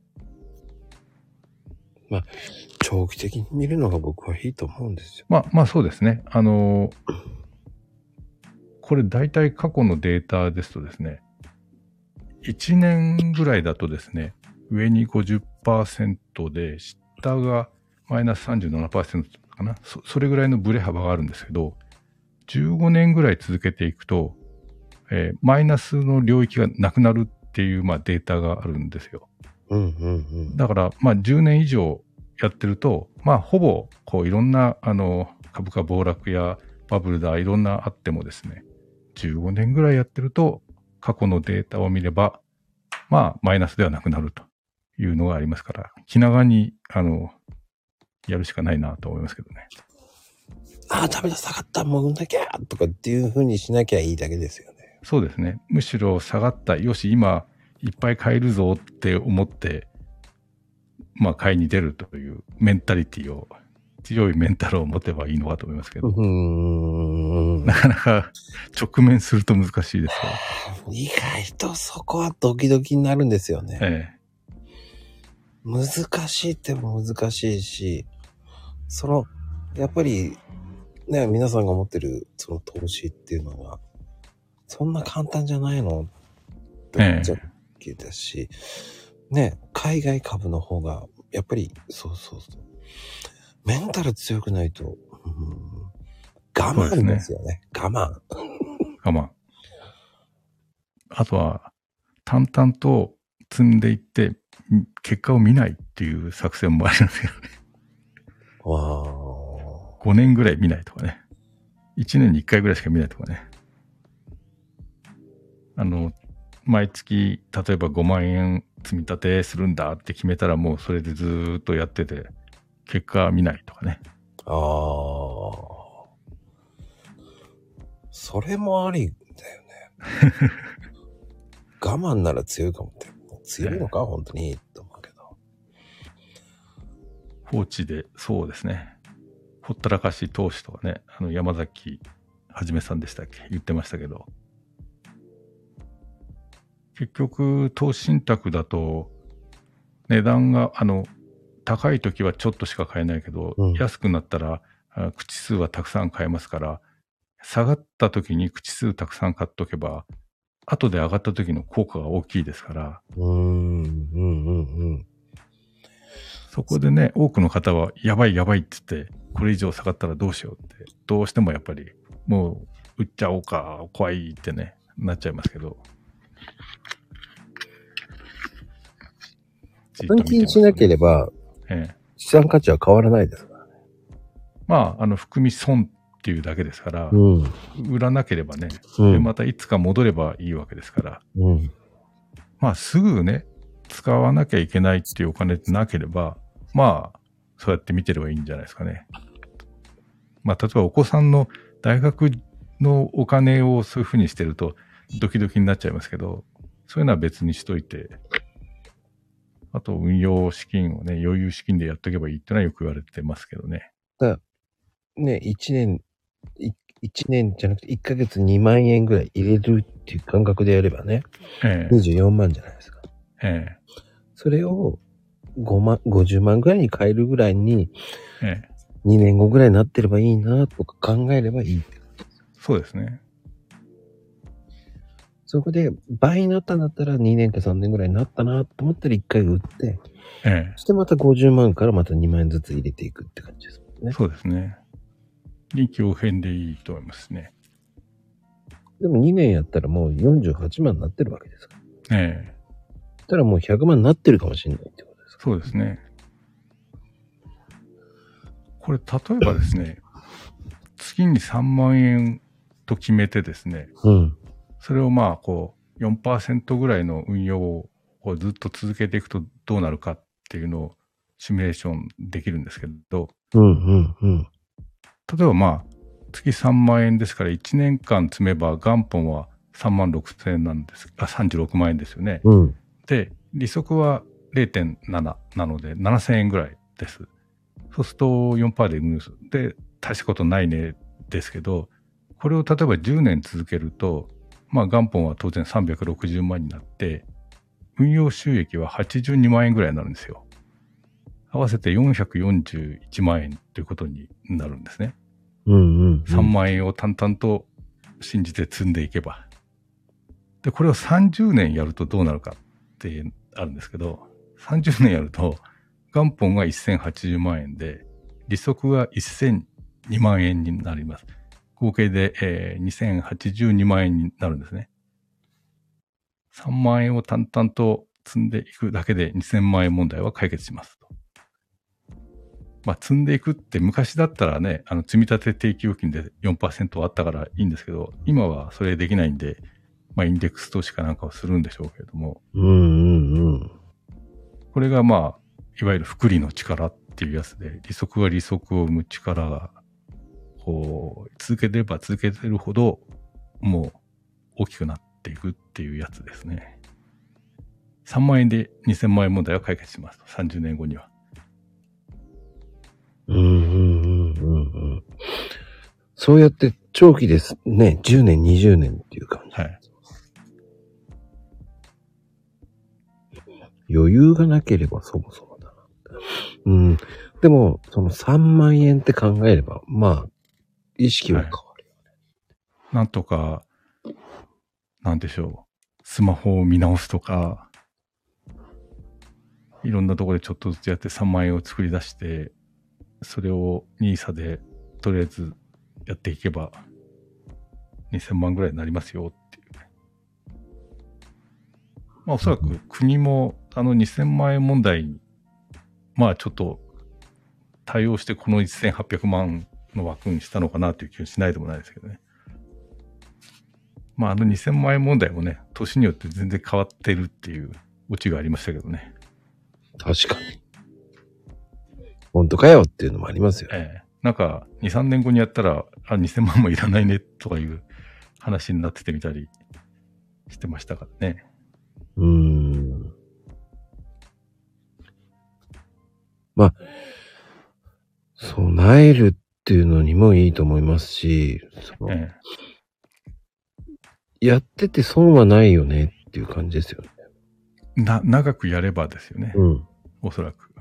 Speaker 1: まあ、長期的に見るのが僕はいいと思うんですよ。
Speaker 3: まあまあそうですね。あの、これ大体過去のデータですとですね、いちねんぐらいだとですね、上に ごじゅっパーセント で、下がマイナス さんじゅうななパーセント かな。そ、それぐらいのブレ幅があるんですけど、じゅうごねんぐらい続けていくと、えー、マイナスの領域がなくなるっていう、まあ、データがあるんですよ。
Speaker 1: うんうんうん。
Speaker 3: だから、まあ、じゅうねん以上やってると、まあ、ほぼ、こう、いろんな、あの、株価暴落やバブルだ、いろんなあってもですね、じゅうごねんぐらいやってると、過去のデータを見れば、まあ、マイナスではなくなるというのがありますから、気長に、あの、やるしかないなと思いますけどね。
Speaker 1: ああ、ダメだ、下がった、もううんだきゃとかっていう風にしなきゃいいだけですよね。
Speaker 3: そうですね。むしろ下がった、よし、今、いっぱい買えるぞって思って、まあ、買いに出るというメンタリティを、強いメンタルを持てばいいのかと思いますけど、
Speaker 1: うーん。
Speaker 3: なかなか直面すると難しいですよ。
Speaker 1: 意外とそこはドキドキになるんですよね。
Speaker 3: ええ。
Speaker 1: 難しいっても難しいし、その、やっぱり、ね、皆さんが持ってるその投資っていうのが、そんな簡単じゃないのって思っちゃうけだし、ね、海外株の方が、やっぱり、そうそうそう。メンタル強くないと、うん、我慢ですよね。我慢。
Speaker 3: 我慢。あとは、淡々と積んでいって、結果を見ないっていう作戦もありますけどね。
Speaker 1: わー。
Speaker 3: ごねんぐらい見ないとかね。いちねんにいっかいぐらいしか見ないとかね。あの、毎月、例えばごまんえん積み立てするんだって決めたらもうそれでずーっとやってて、結果見ないとかね。
Speaker 1: あー。それもありだよね。我慢なら強いかもって。強いのか、本当にと思うけど。
Speaker 3: 放置で、そうですね。ほったらかし投資とかね、あの山崎はじめさんでしたっけ言ってましたけど、結局投資信託だと値段があの高い時はちょっとしか買えないけど、うん、安くなったら口数はたくさん買えますから、下がった時に口数たくさん買っとけば後で上がった時の効果が大きいですから、
Speaker 1: うーん、うんうんうん。
Speaker 3: そこでね、多くの方はやばいやばいって言って、これ以上下がったらどうしようって、どうしてもやっぱりもう売っちゃおうか、怖いってね、なっちゃいますけど。
Speaker 1: 換金しなければ、ええ、資産価値は変わらないですからね。
Speaker 3: まあ、あの、含み損っていうだけですから、うん、売らなければね、うん、で、またいつか戻ればいいわけですから、うん、まあ、すぐね、使わなきゃいけないっていうお金ってなければ、まあ、そうやって見てればいいんじゃないですかね。まあ、例えばお子さんの大学のお金をそういうふうにしてると、ドキドキになっちゃいますけど、そういうのは別にしといて、あと運用資金をね、余裕資金でやっとけばいいってのはよく言われてますけどね。
Speaker 1: だね、いちねん、いちねんじゃなくていっかげつにまんえんぐらい入れるっていう感覚でやればね、ええ、にじゅうよんまんじゃないですか。ええ。 それをごまん、ごじゅうまんぐらいに変えるぐらいに、
Speaker 3: ええ、
Speaker 1: にねんごぐらいになってればいいなとか考えればいいってことですよ。
Speaker 3: そうですね。
Speaker 1: そこで倍になったんだったらにねんかさんねんぐらいになったなと思ったらいっかい売って、
Speaker 3: ええ、
Speaker 1: そしてまたごじゅうまんからまたにまん円ずつ入れていくって感じですもんね。
Speaker 3: そうですね。臨機応変でいいと思いますね。
Speaker 1: でもにねんやったらもうよんじゅうはちまんになってるわけですから。
Speaker 3: ええ。
Speaker 1: たらもうひゃくまんになってるかもしれないってことですか。
Speaker 3: そうですね。これ例えばですね、月にさんまん円と決めてですね、
Speaker 1: うん。
Speaker 3: それをまあこう よんパーセント ぐらいの運用をずっと続けていくとどうなるかっていうのをシミュレーションできるんですけど、
Speaker 1: うんうんうん。
Speaker 3: 例えばまあ月さんまん円ですからいちねんかん積めば元本はさんまんろくせんえんなんです。あ、さんじゅうろくまん円ですよね。
Speaker 1: うん。
Speaker 3: で、利息は れいてんなな なのでななせんえんぐらいです。そうすると よんパーセント で運用する。で、大したことないねですけど、これを例えばじゅうねん続けると、まあ元本は当然さんびゃくろくじゅうまんになって、運用収益ははちじゅうにまん円ぐらいになるんですよ。合わせてよんひゃくよんじゅういちまん円ということになるんですね。
Speaker 1: うんうん、うん。
Speaker 3: さんまん円を淡々と信じて積んでいけば。で、これをさんじゅうねんやるとどうなるかってあるんですけど、さんじゅうねんやると元本がせんはちじゅうまん円で、利息がせんにまん円になります。合計で、えー、にせんはちじゅうにまん円になるんですね。さんまん円を淡々と積んでいくだけでにせんまん円問題は解決しますと。まあ、積んでいくって昔だったらね、あの積立定期預金で よんパーセント あったからいいんですけど、今はそれできないんで、まあ、インデックス投資かなんかをするんでしょうけれども、
Speaker 1: うんうんうん。
Speaker 3: これがまあ、いわゆる複利の力っていうやつで、利息は利息を生む力が、こう、続ければ続けてるほど、もう大きくなっていくっていうやつですね。さんまん円でにせんまん円問題は解決しますと。さんじゅうねんごには。
Speaker 1: うんうんうんうんうん。そうやって長期ですね、じゅうねん、にじゅうねんっていう感じ。
Speaker 3: はい。
Speaker 1: 余裕がなければそもそもだな。うん。でも、そのさんまん円って考えれば、まあ、意識は変わるよね。
Speaker 3: はい、なんとか、なんでしょう。スマホを見直すとか、いろんなところでちょっとずつやってさんまん円を作り出して、それをニーサでとりあえずやっていけばにせんまんぐらいになりますよっていうね。まあおそらく国もあのにせんまん円問題にまあちょっと対応してこのせんはっぴゃくまんの枠にしたのかなという気はしないでもないですけどね。まああのにせんまん円問題もね、年によって全然変わってるっていうオチがありましたけどね。
Speaker 1: 確かに。本当かよっていうのもありますよ。
Speaker 3: ええ。なんかに、さんねんごにやったら、あ、にせんまんもいらないねとかいう話になっててみたりしてましたからね。
Speaker 1: うーん。まあ、備えるっていうのにもいいと思いますし、その
Speaker 3: え
Speaker 1: え、やってて損はないよねっていう感じですよね。
Speaker 3: な、長くやればですよね。
Speaker 1: うん。
Speaker 3: おそらく。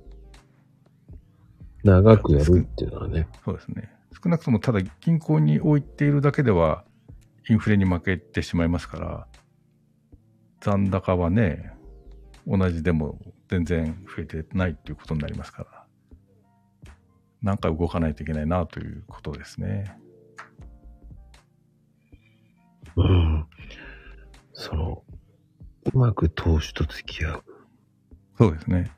Speaker 1: 長くやるっていうのはね。
Speaker 3: そうですね。少なくともただ銀行に置いているだけではインフレに負けてしまいますから、残高はね、同じでも全然増えてないっていうことになりますから、なんか動かないといけないなということですね。
Speaker 1: うん。その、うまく投資と付き合う。
Speaker 3: そうですね。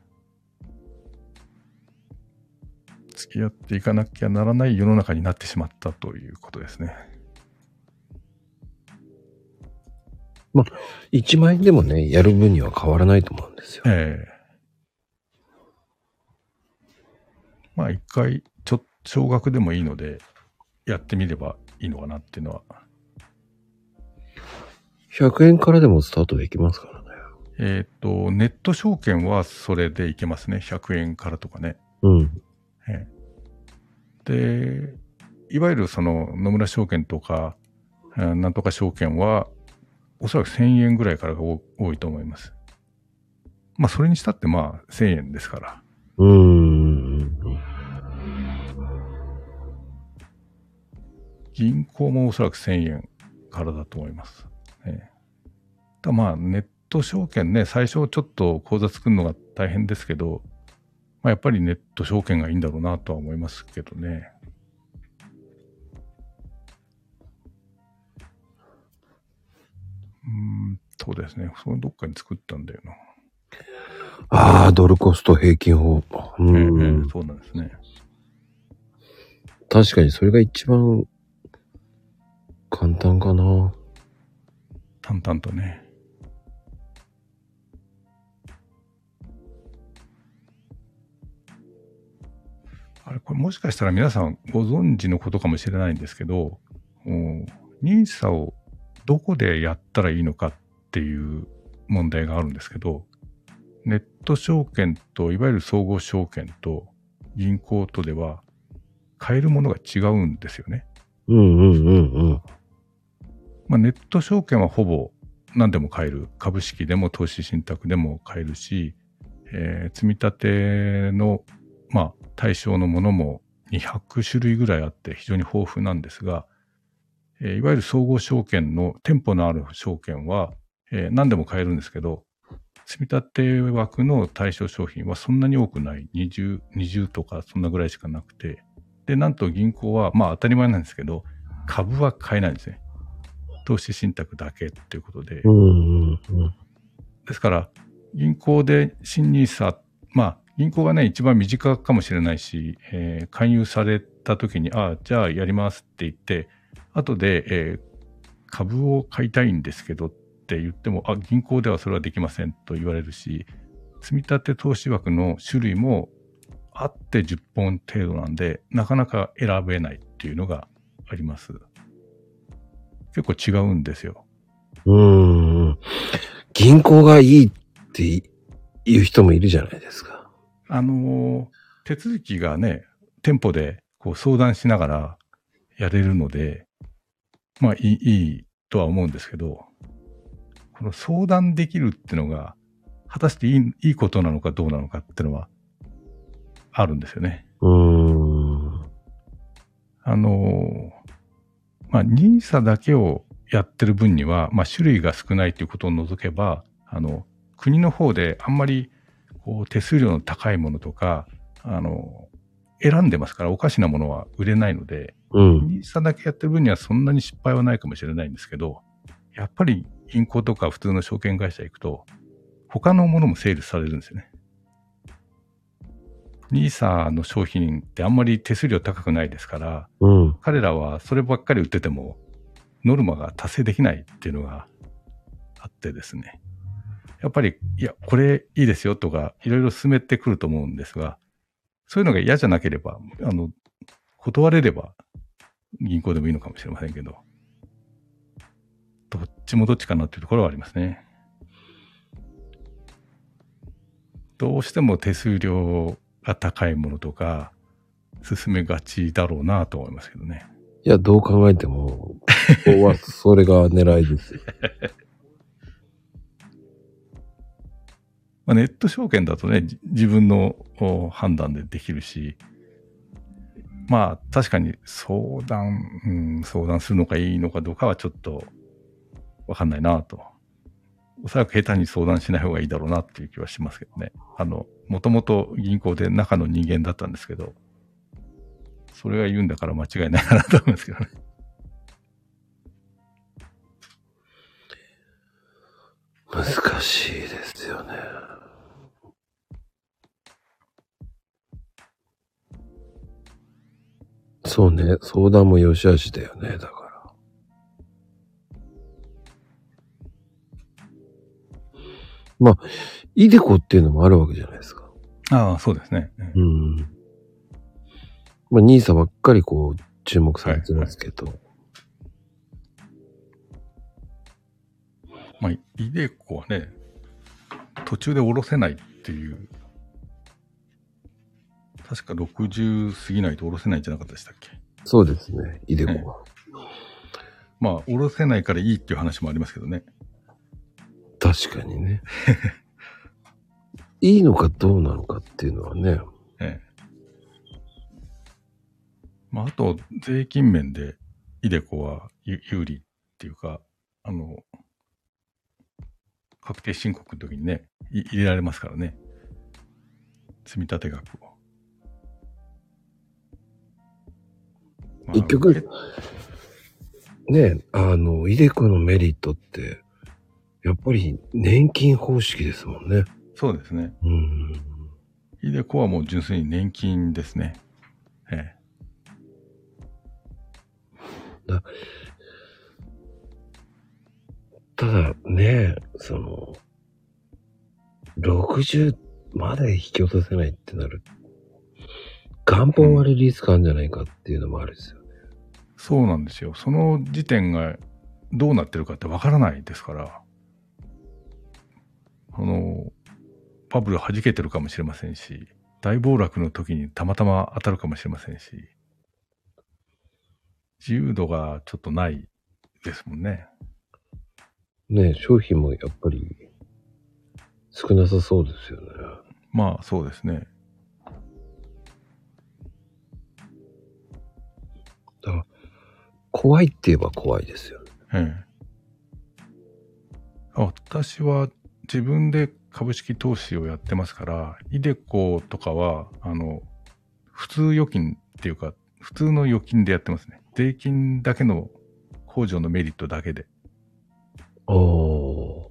Speaker 3: 付き合っていかなきゃならない世の中になってしまったということですね。
Speaker 1: まあ、いちまん円でもね、やる分には変わらないと思うんですよ。
Speaker 3: ええ。まあ一回、ちょっと少額でもいいので、やってみればいいのかなっていうのは。
Speaker 1: ひゃくえんからでもスタートできますからね。
Speaker 3: えっと、ネット証券はそれでいけますね。ひゃくえんからとかね。
Speaker 1: うん。
Speaker 3: ええ、で、いわゆるその野村証券とか、なんとか証券は、おそらくせんえんぐらいからが多いと思います。 まあそれにしたってまあせんえんですから。
Speaker 1: うーん。
Speaker 3: 銀行もおそらくせんえんからだと思います。ね、だまあネット証券ね、最初ちょっと口座作るのが大変ですけど、まあ、やっぱりネット証券がいいんだろうなとは思いますけどね。うーんとですね、そのどっかに作ったんだよな。
Speaker 1: ああ、ドルコスト平均法。うん、
Speaker 3: ええええ、そうなんですね。
Speaker 1: 確かにそれが一番簡単かな。
Speaker 3: 淡々とね。あれ、これもしかしたら皆さんご存知のことかもしれないんですけど、ニーサをどこでやったらいいのかっていう問題があるんですけど、ネット証券といわゆる総合証券と銀行とでは買えるものが違うんですよね。
Speaker 1: うんうんうんうん。
Speaker 3: まあ、ネット証券はほぼ何でも買える。株式でも投資信託でも買えるし、えー、積み立ての、まあ、対象のものもにひゃくしゅるいぐらいあって非常に豊富なんですが、えー、いわゆる総合証券の店舗のある証券は、えー、何でも買えるんですけど、積み立て枠の対象商品はそんなに多くない。にじゅう、にじゅうとかそんなぐらいしかなくて。で、なんと銀行は、まあ当たり前なんですけど、株は買えないんですね。投資信託だけっていうことで。
Speaker 1: うんうんうん、
Speaker 3: ですから、銀行で新ニーサ、まあ銀行がね、一番身近かもしれないし、えー、勧誘された時に、ああ、じゃあやりますって言って、後で、えー、株を買いたいんですけど、って言っても、あ、銀行ではそれはできませんと言われるし、積立投資枠の種類もあってじゅっぽん程度なんで、なかなか選べないっていうのがあります。結構違うんですよ。
Speaker 1: うーん。銀行がいいっていう人もいるじゃないですか。
Speaker 3: あの、手続きがね、店舗でこう相談しながらやれるので、まあいい、いいとは思うんですけど、この相談できるっていうのが、果たしていい、いいことなのかどうなのかっていうのはあるんですよね。
Speaker 1: うーん。
Speaker 3: あの、まあ、ニーサだけをやってる分には、まあ、種類が少ないということを除けば、あの、国の方であんまりこう手数料の高いものとか、あの、選んでますから、おかしなものは売れないので、
Speaker 1: うん。
Speaker 3: ニーサだけやってる分にはそんなに失敗はないかもしれないんですけど、やっぱり銀行とか普通の証券会社行くと、他のものもセールされるんですよね。ニーサの商品ってあんまり手数料高くないですから、
Speaker 1: うん、
Speaker 3: 彼らはそればっかり売っててもノルマが達成できないっていうのがあってですね。やっぱり、いや、これいいですよとか、いろいろ進めてくると思うんですが、そういうのが嫌じゃなければ、あの、断れれば銀行でもいいのかもしれませんけど、どっちもどっちかなっていうところはありますね。どうしても手数料が高いものとか、進めがちだろうなと思いますけどね。
Speaker 1: いや、どう考えても、ここはそれが狙いです。
Speaker 3: まあ、ネット証券だとね、自分の判断でできるし、まあ確かに相談、うん、相談するのかいいのかどうかはちょっとわかんないなと。おそらく下手に相談しない方がいいだろうなっていう気はしますけどね。あの、もともと銀行で中の人間だったんですけど、それが言うんだから間違いないかなと思いますけどね。
Speaker 1: 難しいですよね。そうね、相談も良し悪しだよね、だから。まあ、イデコっていうのもあるわけじゃないですか。
Speaker 3: ああ、そうですね。
Speaker 1: うん。まあ、ニーサばっかりこう、注目されてますけど。はい
Speaker 3: はい、まあ、イデコはね、途中で下ろせないっていう、確かろくじゅう過ぎないと下ろせないんじゃなかったでしたっけ？
Speaker 1: そうですね、イデコは。
Speaker 3: まあ、下ろせないからいいっていう話もありますけどね。
Speaker 1: 確かにね。 いいのかどうなのかっていうのはね。
Speaker 3: ええ。まあ、あと、税金面で、イデコは有利っていうか、あの、確定申告の時にね、入れられますからね。積立額を。まあ、
Speaker 1: 結局、ね、あの、イデコのメリットって、やっぱり年金方式ですもんね。
Speaker 3: そうですね。
Speaker 1: うん。
Speaker 3: イデコはもう純粋に年金ですね。ええ。
Speaker 1: だただね、その、ろくじゅうまで引き落とせないってなる。元本割れリスクあるんじゃないかっていうのもあるんですよね。
Speaker 3: そうなんですよ。その時点がどうなってるかってわからないですから、あの、バブル弾けてるかもしれませんし、大暴落の時にたまたま当たるかもしれませんし、自由度がちょっとないですもんね。
Speaker 1: ね、商品もやっぱり少なさそうですよね。
Speaker 3: まあそうですね。
Speaker 1: だから怖いって言えば怖いですよね。
Speaker 3: ええ。私は自分で株式投資をやってますから、イデコとかは、あの、普通預金っていうか、普通の預金でやってますね。税金だけの控除のメリットだけで。
Speaker 1: おー。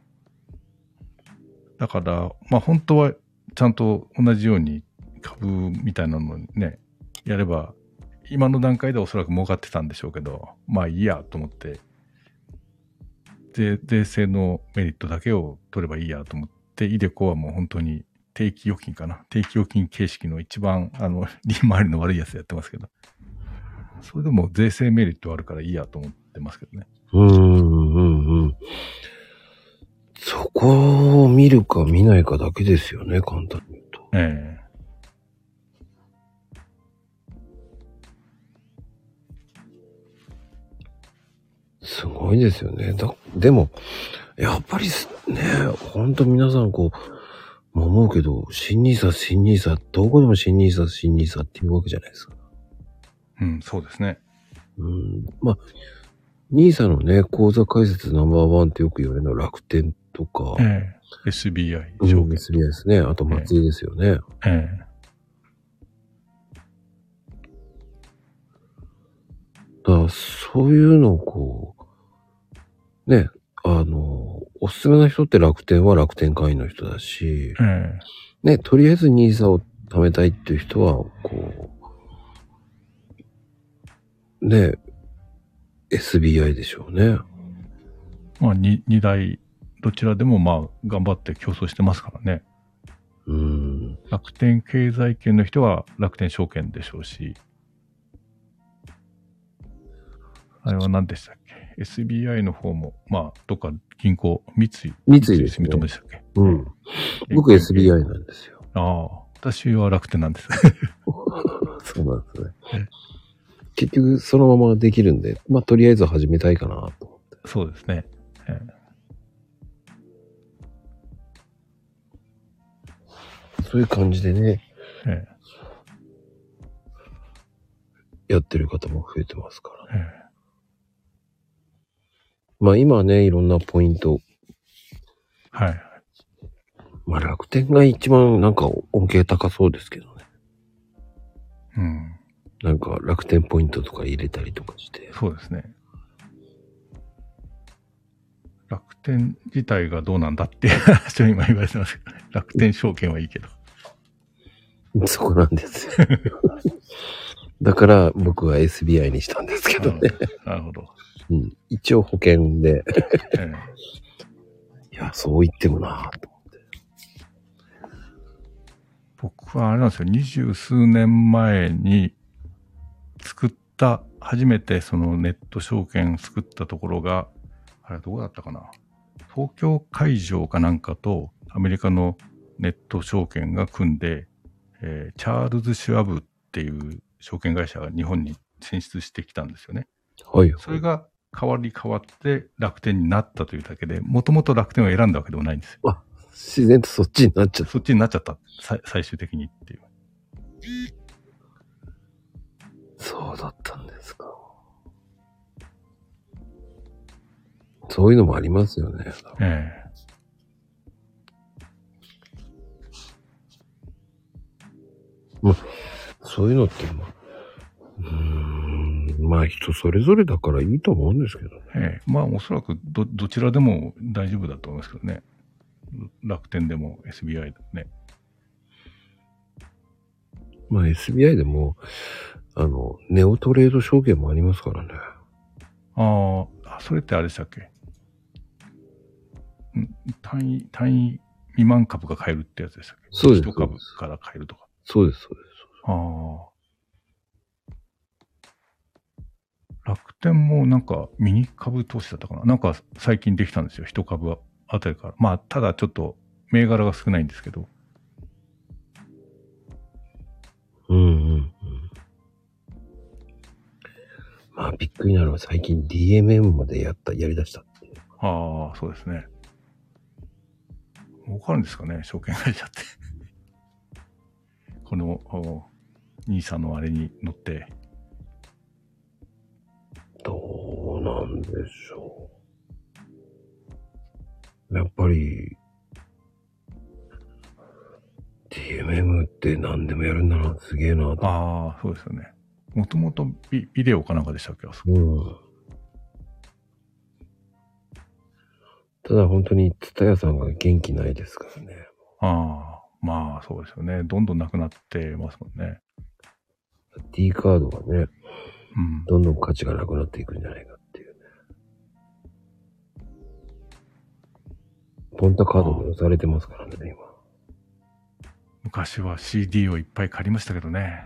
Speaker 3: だから、まあ本当はちゃんと同じように株みたいなのにね、やれば、今の段階でおそらく儲かってたんでしょうけど、まあいいやと思って、税、税制のメリットだけを取ればいいやと思って、イデコはもう本当に定期預金かな。定期預金形式の一番、あの、利回りの悪いやつやってますけど。それでも税制メリットあるからいいやと思ってますけどね。
Speaker 1: うーん、うん、うん。そこを見るか見ないかだけですよね、簡単に言うと。
Speaker 3: ええ
Speaker 1: すごいですよね。だでも、やっぱりね、ほんと皆さんこう、思うけど、新ニーサ、新ニーサ、どこでも新ニーサ、新ニーサっていうわけじゃないですか。
Speaker 3: うん、そうですね。
Speaker 1: うん。まあ、ニーサのね、口座開設ナンバーワンってよく言われるのは楽天とか、
Speaker 3: ええ エスビーアイ
Speaker 1: うん、
Speaker 3: 証券。
Speaker 1: エスビーアイ ですね。あと松井ですよね。
Speaker 3: ええ
Speaker 1: だからそういうのをこう、ね、あの、おすすめな人って楽天は楽天会員の人だし、
Speaker 3: ええ
Speaker 1: ね、とりあえずニーサを貯めたいっていう人は、こう、ね、エスビーアイ でしょうね。
Speaker 3: まあ、に、二大、どちらでもまあ、頑張って競争してますからね。
Speaker 1: うん。
Speaker 3: 楽天経済圏の人は楽天証券でしょうし、あれは何でしたっけ ?エスビーアイ の方も、まあ、どっか銀行、三井。
Speaker 1: 三井ですね。
Speaker 3: 住友でしたっけ
Speaker 1: うん。僕 エスビーアイ なんですよ。
Speaker 3: ああ、私は楽天なんです。
Speaker 1: そうなんですね。結局、そのままできるんで、まあ、とりあえず始めたいかなと思って。
Speaker 3: そうですね。え
Speaker 1: え、そういう感じでね、
Speaker 3: え
Speaker 1: やってる方も増えてますからね。
Speaker 3: ええ
Speaker 1: まあ今はね、いろんなポイント。
Speaker 3: はい。
Speaker 1: まあ楽天が一番なんか恩恵高そうですけどね。
Speaker 3: うん。
Speaker 1: なんか楽天ポイントとか入れたりとかして。
Speaker 3: そうですね。楽天自体がどうなんだっていう話を今言われてますけどね。楽天証券はいいけど。
Speaker 1: そこなんですよ。だから僕は エスビーアイ にしたんですけどね。
Speaker 3: なるほど。
Speaker 1: うん、一応保険で。
Speaker 3: え
Speaker 1: え、いや、そう言ってもなぁと思って。
Speaker 3: 僕はあれなんですよ。二十数年前に作った、初めてそのネット証券作ったところが、あれどこだったかな。東京海上かなんかとアメリカのネット証券が組んで、えー、チャールズ・シュワブっていう証券会社が日本に進出してきたんですよね。
Speaker 1: はい、はい。
Speaker 3: それが変わり変わって楽天になったというだけで、もともと楽天を選んだわけではないんですよ。
Speaker 1: あ、 自然とそっちになっちゃった。
Speaker 3: そっちになっちゃった。最終的にっていう。
Speaker 1: そうだったんですか。そういうのもありますよね。
Speaker 3: ええ。
Speaker 1: まあ、そういうのって、まあ、うーん、まあ人それぞれだからいいと思うんですけどね。
Speaker 3: ええ。まあおそらく ど, どちらでも大丈夫だと思いますけどね。楽天でも エスビーアイ でもね。
Speaker 1: まあ エスビーアイ でも、あの、ネオトレード証券もありますからね。
Speaker 3: ああ、それってあれでしたっけ？ん単位、単位未満株が買えるってやつでしたっけ？
Speaker 1: そうです。
Speaker 3: 一株から買えるとか。
Speaker 1: そうです、そうです。
Speaker 3: ああ。楽天もなんかミニ株投資だったかな？なんか最近できたんですよ。一株あたりから。まあ、ただちょっと銘柄が少ないんですけど。
Speaker 1: うんうんうん。まあびっくりなのは最近 ディーエムエム までやった、やり出したっていう。
Speaker 3: ああ、そうですね。わかるんですかね、証券会社って。この、ニーサのあれに乗って。
Speaker 1: どうなんでしょう。やっぱり、ディーエムエム って何でもやるんだな、すげえなと。
Speaker 3: ああ、そうですよね。もともとビビデオかなんかでしたっけ？あそこ。
Speaker 1: うん。ただ本当にツタヤさんが元気ないですからね。
Speaker 3: ああ、まあそうですよね。どんどんなくなってますもんね。
Speaker 1: D カードがね、
Speaker 3: うん、
Speaker 1: どんどん価値がなくなっていくんじゃないかっていうね。ポンタカードも押されてますからね、今。
Speaker 3: 昔は シーディー をいっぱい借りましたけどね。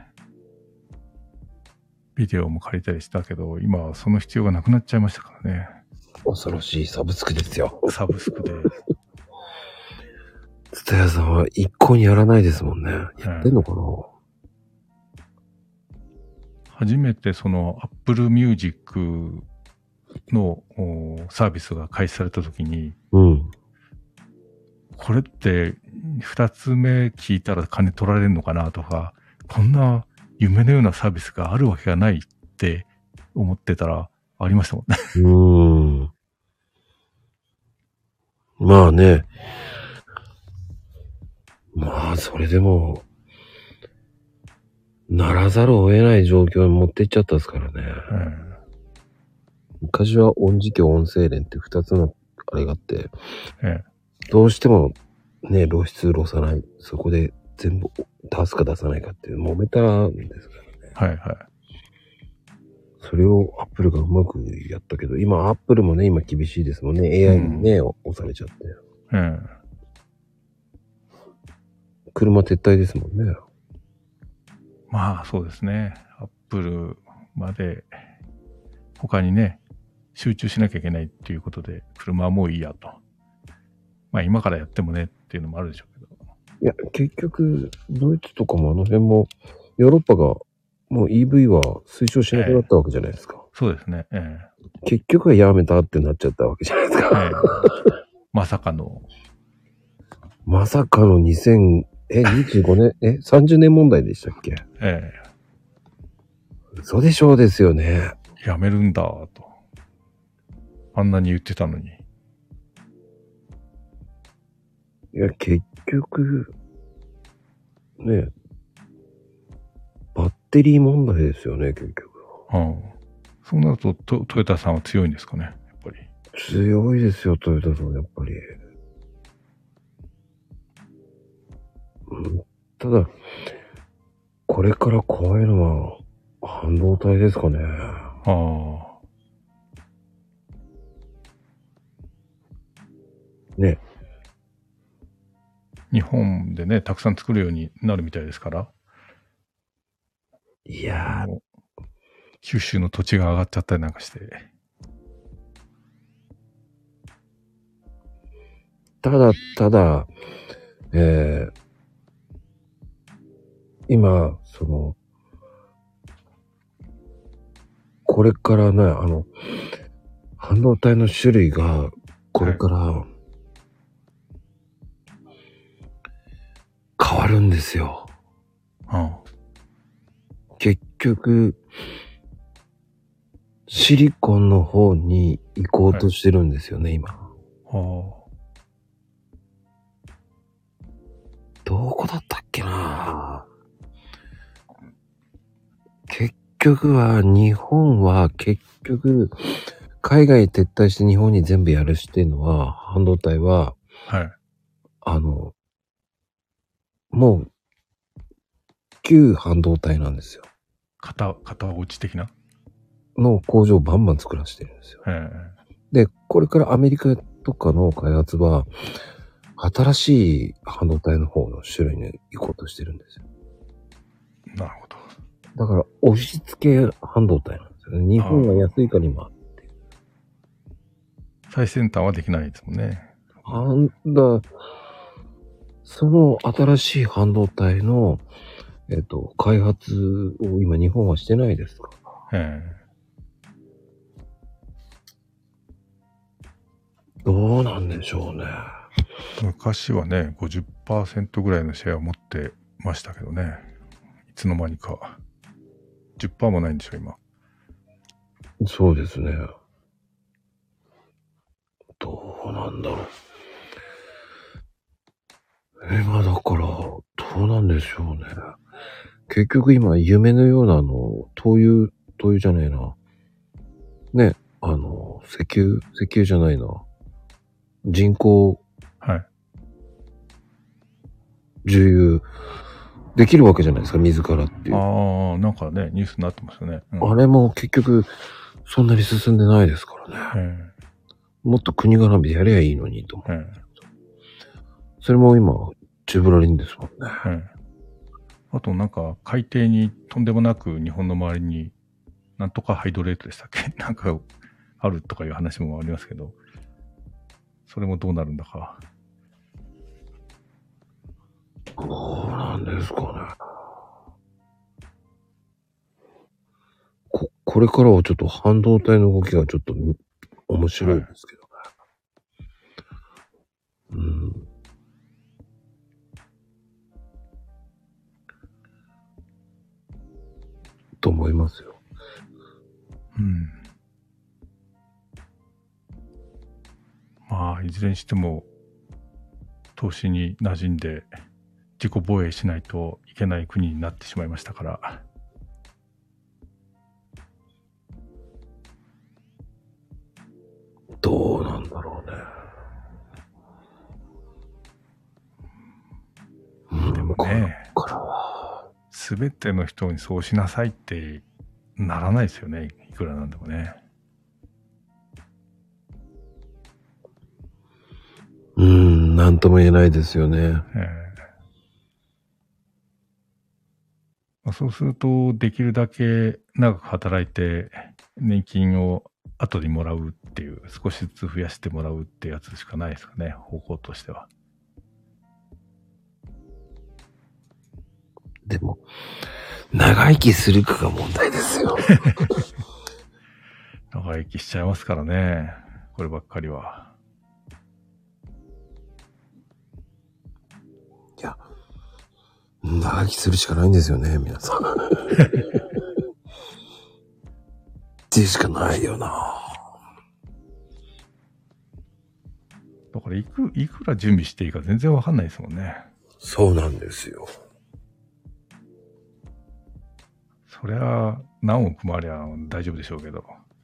Speaker 3: ビデオも借りたりしたけど、今はその必要がなくなっちゃいましたからね。
Speaker 1: 恐ろしいサブスクですよ。
Speaker 3: サブスクで。
Speaker 1: ツタヤさんは一向にやらないですもんね。やってんのかな、うん、
Speaker 3: 初めてその Apple Music のサービスが開始された時に、
Speaker 1: うん、
Speaker 3: これって二つ目聞いたら金取られるのかなとか、こんな夢のようなサービスがあるわけがないって思ってたらありましたもんね。
Speaker 1: うーん。まあね。まあそれでも、ならざるを得ない状況に持っていっちゃったですからね。うん、昔は音磁気音声連って二つのあれがあって、ええ、どうしてもね、露出露さない、そこで全部出すか出さないかっていう揉めたんですからね。はいはい。それをアップルがうまくやったけど、今アップルもね、今厳しいですもんね。エーアイ にね、うん、押されちゃって。うん。車撤退ですもんね。
Speaker 3: まあそうですね。アップルまで他にね、集中しなきゃいけないっていうことで、車はもういいやと。まあ今からやってもねっていうのもあるでしょうけど。
Speaker 1: いや、結局、ドイツとかもあの辺も、ヨーロッパがもう イーブイ は推奨しなくなったわけじゃないですか。え
Speaker 3: ー、そうですね。え
Speaker 1: ー、結局はやめたってなっちゃったわけじゃないですか。えー、
Speaker 3: まさかの。
Speaker 1: まさかのにせん、え、にじゅうごねん、え、さんじゅうねん問題でしたっけ？ええー。嘘でしょうですよね。
Speaker 3: やめるんだと。あんなに言ってたのに。
Speaker 1: いや、結局、ね、バッテリー問題ですよね、結局。
Speaker 3: うん。そうなるとト、トヨタさんは強いんですかね、やっぱり。
Speaker 1: 強いですよ、トヨタさん、やっぱり。うん、ただ、これから怖いのは、半導体ですかね。ああ。ね。
Speaker 3: 日本でね、たくさん作るようになるみたいですから。
Speaker 1: いやー。
Speaker 3: 九州の土地が上がっちゃったりなんかして。
Speaker 1: ただ、ただ、えー、今、その、これからね、あの、半導体の種類が、これから、 あるんですよ。
Speaker 3: あ
Speaker 1: 結局、シリコンの方に行こうとしてるんですよね、はい、今。ああ。どこだったっけな。結局は、日本は結局、海外撤退して日本に全部やるしていうのは、半導体は、
Speaker 3: はい。
Speaker 1: あの、もう、旧半導体なんですよ。
Speaker 3: 型、型落ち的な
Speaker 1: の工場をバンバン作らせてるんですよ。で、これからアメリカとかの開発は、新しい半導体の方の種類に行こうとしてるんですよ。
Speaker 3: なるほど。
Speaker 1: だから、押し付け半導体なんですよね。日本が安いから今あって。
Speaker 3: 最先端はできないですもんね。
Speaker 1: あんだ、その新しい半導体の、えっと、開発を今日本はしてないですから。へえ。どうなんでしょうね。
Speaker 3: 昔はね、ごじゅっパーセント ぐらいのシェアを持ってましたけどね。いつの間にか。じゅっパーセント もないんでしょ、今。
Speaker 1: そうですね。どうなんだろう。今だから、どうなんでしょうね。結局今、夢のようなあの、灯油、灯油じゃねえな。ね、あの、石油、石油じゃないな。人工、
Speaker 3: はい。
Speaker 1: 重油、できるわけじゃないですか、自らっていう。
Speaker 3: ああ、なんかね、ニュースになってますよね。
Speaker 1: うん、あれも結局、そんなに進んでないですからね。もっと国絡みでやりゃいいのにと思う。それも今、ジュブラリンですもんね。
Speaker 3: あとなんか、海底にとんでもなく日本の周りに、なんとかハイドレートでしたっけなんか、あるとかいう話もありますけど、それもどうなるんだか。
Speaker 1: どうなんですかね。こ、これからはちょっと半導体の動きがちょっと面白いですけどね。はい、うん。と思いますよ。
Speaker 3: うん。まあ、いずれにしても、投資に馴染んで、自己防衛しないといけない国になってしまいましたから。
Speaker 1: どうなんだろうね。
Speaker 3: でもね、すべての人にそうしなさいってならないですよね。いくらなんでもね。
Speaker 1: うーん、なんとも言えないですよね。え
Speaker 3: ー、そうすると、できるだけ長く働いて、年金を後にもらうっていう、少しずつ増やしてもらうってやつしかないですかね、方向としては。
Speaker 1: でも、長生きするかが問題ですよ。
Speaker 3: 長生きしちゃいますからね、こればっかりは。
Speaker 1: いや、長生きするしかないんですよね、皆さん。っていうしかないよな。
Speaker 3: だからいく、いくら準備していいか全然わかんないですもんね。
Speaker 1: そうなんですよ。
Speaker 3: そりゃ、何億もありゃ大丈夫でしょうけど。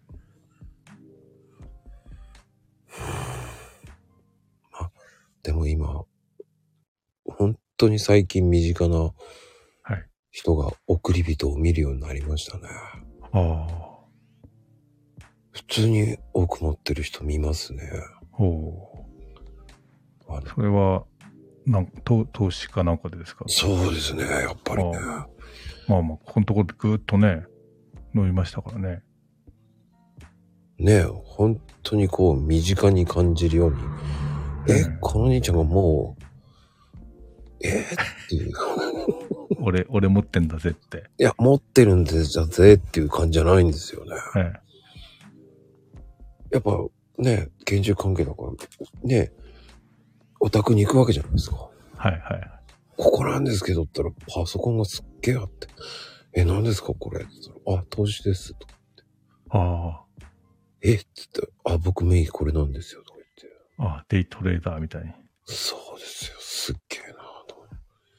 Speaker 1: あ、でも今、本当に最近身近な人が送り人を見るようになりましたね。
Speaker 3: ああ。
Speaker 1: 普通に多く持ってる人見ますね。
Speaker 3: ほう。それは、なん投投資かなんかでですか？
Speaker 1: そうですね、やっぱりね。
Speaker 3: あまあまあ、ここのところでぐーっとね、伸びましたからね。
Speaker 1: ねえ、本当にこう、身近に感じるように。え、うん、この兄ちゃんがもう、えっていう。
Speaker 3: 俺、俺持ってんだぜって。
Speaker 1: いや、持ってるんでじゃぜっていう感じじゃないんですよね。ええ、やっぱね、現住関係だから、ね、お宅に行くわけじゃないですか。
Speaker 3: はいはい。
Speaker 1: ここなんですけどって言ったら、パソコンがすっげえあって、え、何ですかこれって言ったら、あ、投資ですと。
Speaker 3: あ
Speaker 1: えって言って、あ、僕名義これなんですよとか言って。
Speaker 3: あ、あデイトレーダーみたいに。
Speaker 1: そうですよ、すっげえなと思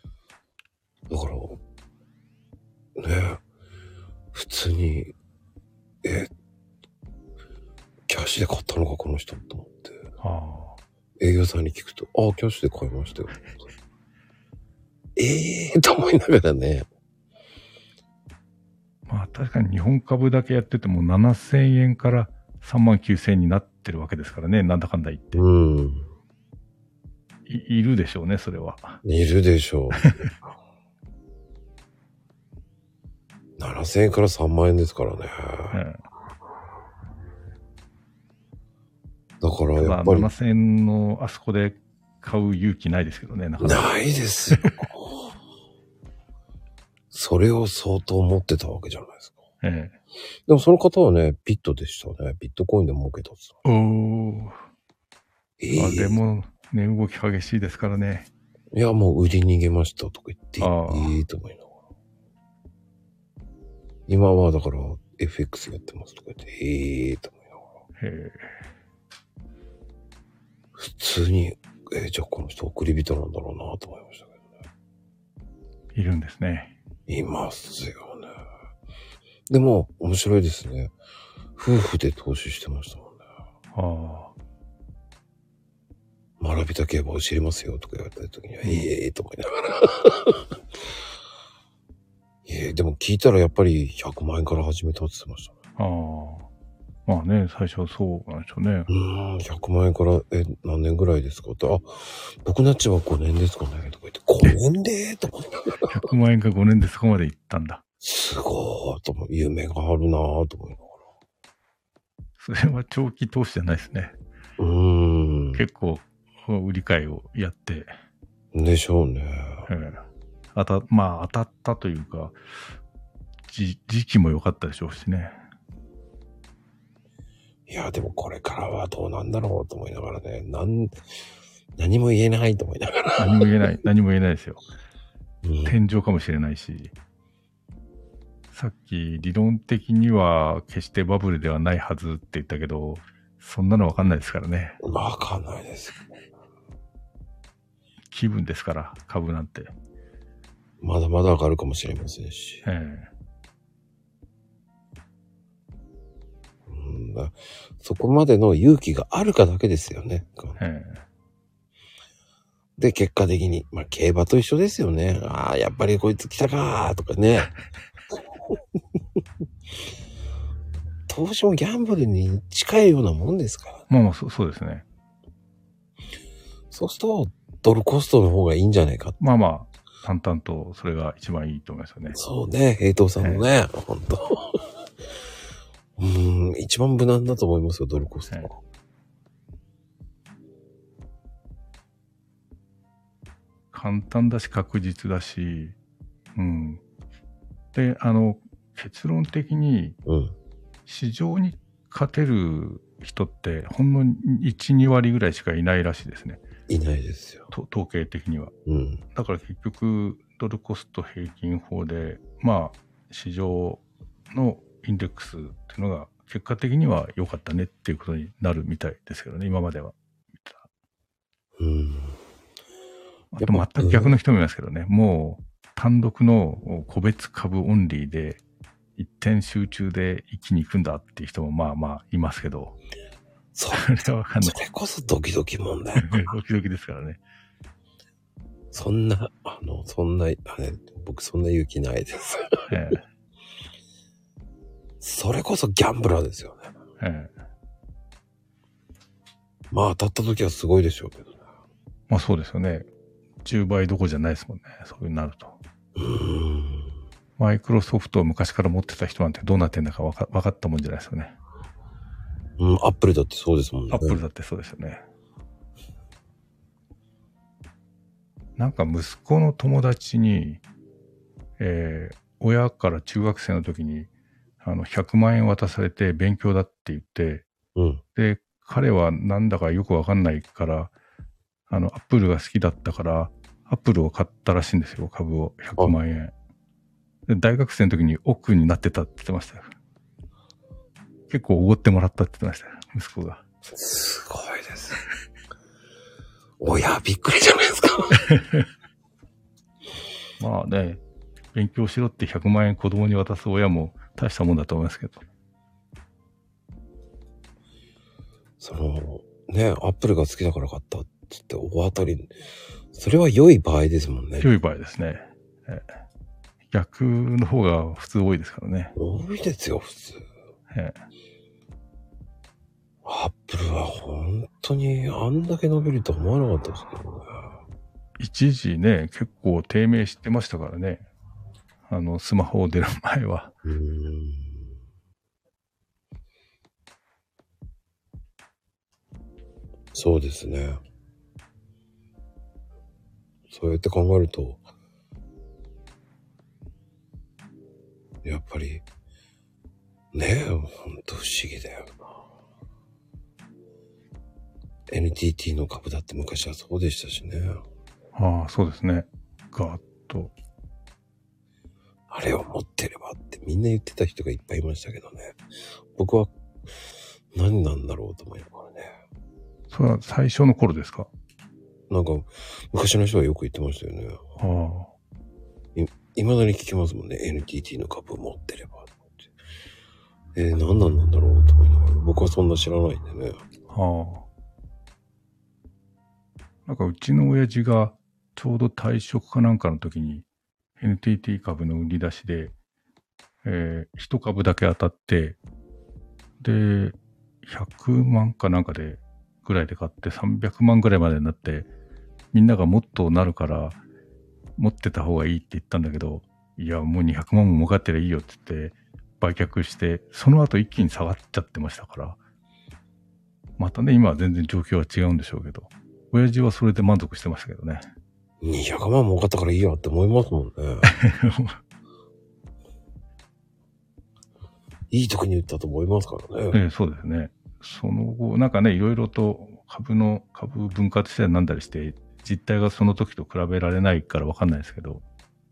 Speaker 1: って。だから、ね、普通に、え、キャッシュで買ったのかこの人と思って。
Speaker 3: ああ。
Speaker 1: 営業さんに聞くと、あ、キャッシュで買いましたよ。ええー、と思いながらね。
Speaker 3: まあ確かに日本株だけやっててもななせんえんからさんまんきゅうせんえんになってるわけですからね、なんだかんだ言って。
Speaker 1: うん。
Speaker 3: い, いるでしょうね、それは。
Speaker 1: いるでしょう。ななせんえんからさんまんえんですからね。
Speaker 3: うん、
Speaker 1: だからやっぱり。
Speaker 3: ななせんえんのあそこで買う勇気ないですけどね、なかなか。
Speaker 1: ないですよ。それを相当持ってたわけじゃないですか。
Speaker 3: ええ、
Speaker 1: でもその方はね、ビットでしたね。ビットコインで儲けたっつ。
Speaker 3: おー。
Speaker 1: えー、
Speaker 3: あれも値動き激しいですからね。
Speaker 1: いや、もう売り逃げましたとか言って、
Speaker 3: あ
Speaker 1: ええー、と思いながら。今はだから エフエックス やってますとか言って、ええー、と思いながら。
Speaker 3: へえ。
Speaker 1: 普通に、えー、じゃあこの人送り人なんだろうなと思いましたけどね。
Speaker 3: いるんですね。
Speaker 1: いますよね。でも、面白いですね。夫婦で投資してましたもんね。
Speaker 3: ああ。
Speaker 1: 学びたければ教えますよとか言われた時には、うん、ええー、と思いながら。ええ、でも聞いたらやっぱりひゃくまんえんから始めたって言ってましたね。
Speaker 3: ああ。まあね、最初はそうなんでしょうね。
Speaker 1: うーん、ひゃくまんえんから、え、何年ぐらいですかって、あ、僕なっちはごねんですかねとか言って、ごねんでと思いながら。
Speaker 3: ひゃくまんえんかごねんでそこまで行ったんだ。
Speaker 1: すごーと思う。夢があるなーと思いながら。
Speaker 3: それは長期投資じゃないですね。
Speaker 1: うーん。
Speaker 3: 結構、売り買いをやって。
Speaker 1: でしょうね。
Speaker 3: ええ、当た、まあ当たったというか、じ、時期も良かったでしょうしね。
Speaker 1: いや、でもこれからはどうなんだろうと思いながらね、なん、何も言えないと思いながら。
Speaker 3: 何も言えない、何も言えないですよ。
Speaker 1: うん、
Speaker 3: 天井かもしれないし。さっき理論的には決してバブルではないはずって言ったけど、そんなのわかんないですからね。
Speaker 1: わかんないです。
Speaker 3: 気分ですから、株なんて。
Speaker 1: まだまだ上がるかもしれませんし。
Speaker 3: ええ、
Speaker 1: うん、だそこまでの勇気があるかだけですよね。
Speaker 3: ええ、
Speaker 1: で、結果的に、まあ、競馬と一緒ですよね。ああ、やっぱりこいつ来たかーとかね。投資もギャンブルに近いようなもんですから。
Speaker 3: まあまあそ、そうですね。
Speaker 1: そうすると、ドルコストの方がいいんじゃないか。
Speaker 3: まあまあ、淡々とそれが一番いいと思いますよね。
Speaker 1: そうね、平等さんもね、えー、本当うーん、一番無難だと思いますよ、ドルコストは。えー
Speaker 3: 簡単だし確実だし、うん。で、あの、結論的に、市場に勝てる人ってほんのいち、に割ぐらいしかいないらしいですね。
Speaker 1: いないですよ。
Speaker 3: と統計的には。
Speaker 1: うん。
Speaker 3: だから結局、ドルコスト平均法で、まあ、市場のインデックスっていうのが結果的には良かったねっていうことになるみたいですけどね、今までは。
Speaker 1: うん。
Speaker 3: あと全く逆の人もいますけどね、もう単独の個別株オンリーで一点集中で一気に行くんだっていう人もまあまあいますけど、
Speaker 1: そ
Speaker 3: れはわかんない。
Speaker 1: それこそドキドキ問題。
Speaker 3: ドキドキですからね。
Speaker 1: そんな、あの、そんな、あれ、僕そんな勇気ないです。ええ、それこそギャンブラーですよね。ええ、まあ当たった時はすごいでしょうけどね。
Speaker 3: まあそうですよね。じゅうばいどころじゃないですもんね。そういうなると。うーん。マイクロソフトを昔から持ってた人なんてどうなってんだか分か、分かったもんじゃないですよね。
Speaker 1: うん、アップルだってそうですもんね。
Speaker 3: アップルだってそうですよね。なんか息子の友達に、えー、親から中学生の時にあのひゃくまんえん渡されて勉強だって言って、うん、で、彼はなんだかよくわかんないから、あの、アップルが好きだったから、 アップルを買ったらしいんですよ、株をひゃくまんえん。で大学生の時に億になってたって言ってましたよ。結構おごってもらったって言ってましたよ、息子が。
Speaker 1: すごいです。親びっくりじゃないですか。
Speaker 3: まあね、勉強しろってひゃくまんえん子供に渡す親も大したもんだと思いますけど。
Speaker 1: その、ね、アップルが好きだから買ったって言って大当たり、それは良い場合ですもんね。
Speaker 3: 良い場合ですね。え逆の方が普通多いですからね。
Speaker 1: 多いですよ、普通。
Speaker 3: え
Speaker 1: アップルは本当にあんだけ伸びるとは思わなかったですけどね。
Speaker 3: 一時ね、結構低迷してましたからね。あの、スマホ出る前は。
Speaker 1: うーん。そうですね。そうやって考えると、やっぱり、ねえ、ほんと不思議だよな。エヌティーティー の株だって昔はそうでしたしね。
Speaker 3: ああ、そうですね。ガーッと。
Speaker 1: あれを持ってればってみんな言ってた人がいっぱいいましたけどね。僕は何なんだろうと思いながらね。
Speaker 3: それは最初の頃ですか？
Speaker 1: なんか昔の人はよく言ってましたよね。
Speaker 3: ああ。
Speaker 1: い、未だに聞きますもんね。エヌティーティー の株を持ってればって。えー、何なんなんだろうと思いながら。僕はそんな知らないんでね。
Speaker 3: はあ。なんかうちの親父がちょうど退職かなんかの時に エヌティーティー 株の売り出しで、えー、一株だけ当たって、で、ひゃくまんかなんかで、ぐらいで買ってさんびゃくまんぐらいまでになって、みんながもっとなるから持ってた方がいいって言ったんだけど、いや、もうにひゃくまんも儲かってりゃいいよって言って売却して、その後一気に下がっちゃってましたから、またね、今は全然状況は違うんでしょうけど、親父はそれで満足してましたけどね。
Speaker 1: にひゃくまん儲かったからいいやって思いますもんね。いい時に売ったと思いますからね。
Speaker 3: ええ、そうですね。その後、なんかね、いろいろと株の、株分割したりなんだりして、実態がその時と比べられないから分かんないですけど、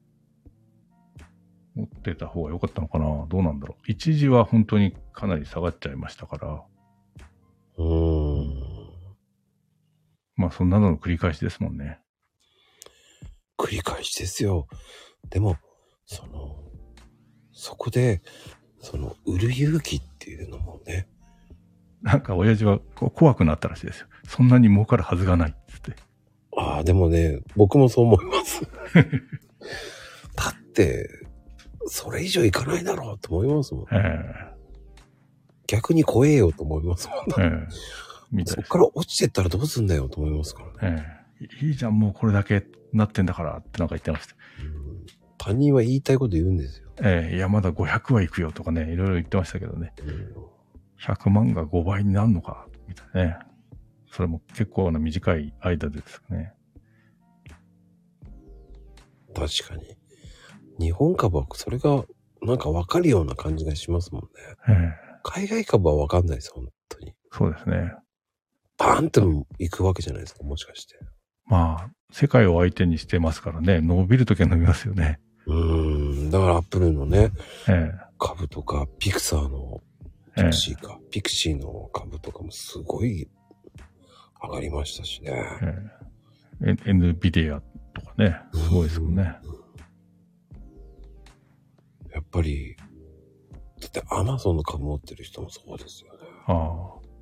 Speaker 3: 持ってた方が良かったのかな？どうなんだろう。一時は本当にかなり下がっちゃいましたから。
Speaker 1: うーん。
Speaker 3: まあそんなのの繰り返しですもんね。
Speaker 1: 繰り返しですよ。でも、その、そこで、その、売る勇気っていうのもね。
Speaker 3: なんか親父はこう怖くなったらしいですよ。そんなに儲かるはずがないっつって。
Speaker 1: ああ、でもね、僕もそう思います。だって、それ以上いかないだろうと思いますもん。
Speaker 3: ええ、
Speaker 1: 逆に怖えよと思いますもん。
Speaker 3: ええ、みたいです。
Speaker 1: そっから落ちてったらどうすんだよと思いますからね。
Speaker 3: ええ、いいじゃん、もうこれだけなってんだからってなんか言ってました。
Speaker 1: うん、他人は言いたいこと言うんですよ。
Speaker 3: ええ、いやまだごひゃくはいくよとかね、いろいろ言ってましたけどね。
Speaker 1: うん、
Speaker 3: ひゃくまんがごばいになるのかみたいなね。それも結構な短い間ですね。
Speaker 1: 確かに。日本株はそれがなんか分かるような感じがしますもんね。
Speaker 3: ええ、
Speaker 1: 海外株は分かんないです、本当に。
Speaker 3: そうですね。
Speaker 1: バーンって行くわけじゃないですか、もしかして。
Speaker 3: まあ、世界を相手にしてますからね、伸びるときは伸びますよね。
Speaker 1: うーん、だからアップルのね、
Speaker 3: ええ、
Speaker 1: 株とか、ピクサーの、ピクシーか、ええ、ピクシーの株とかもすごい上がりましたしね。
Speaker 3: ええ、エヌビディアとかね、すごいですもんね。
Speaker 1: やっぱり、だってアマゾンの株持ってる人もそうですよね。
Speaker 3: ああ。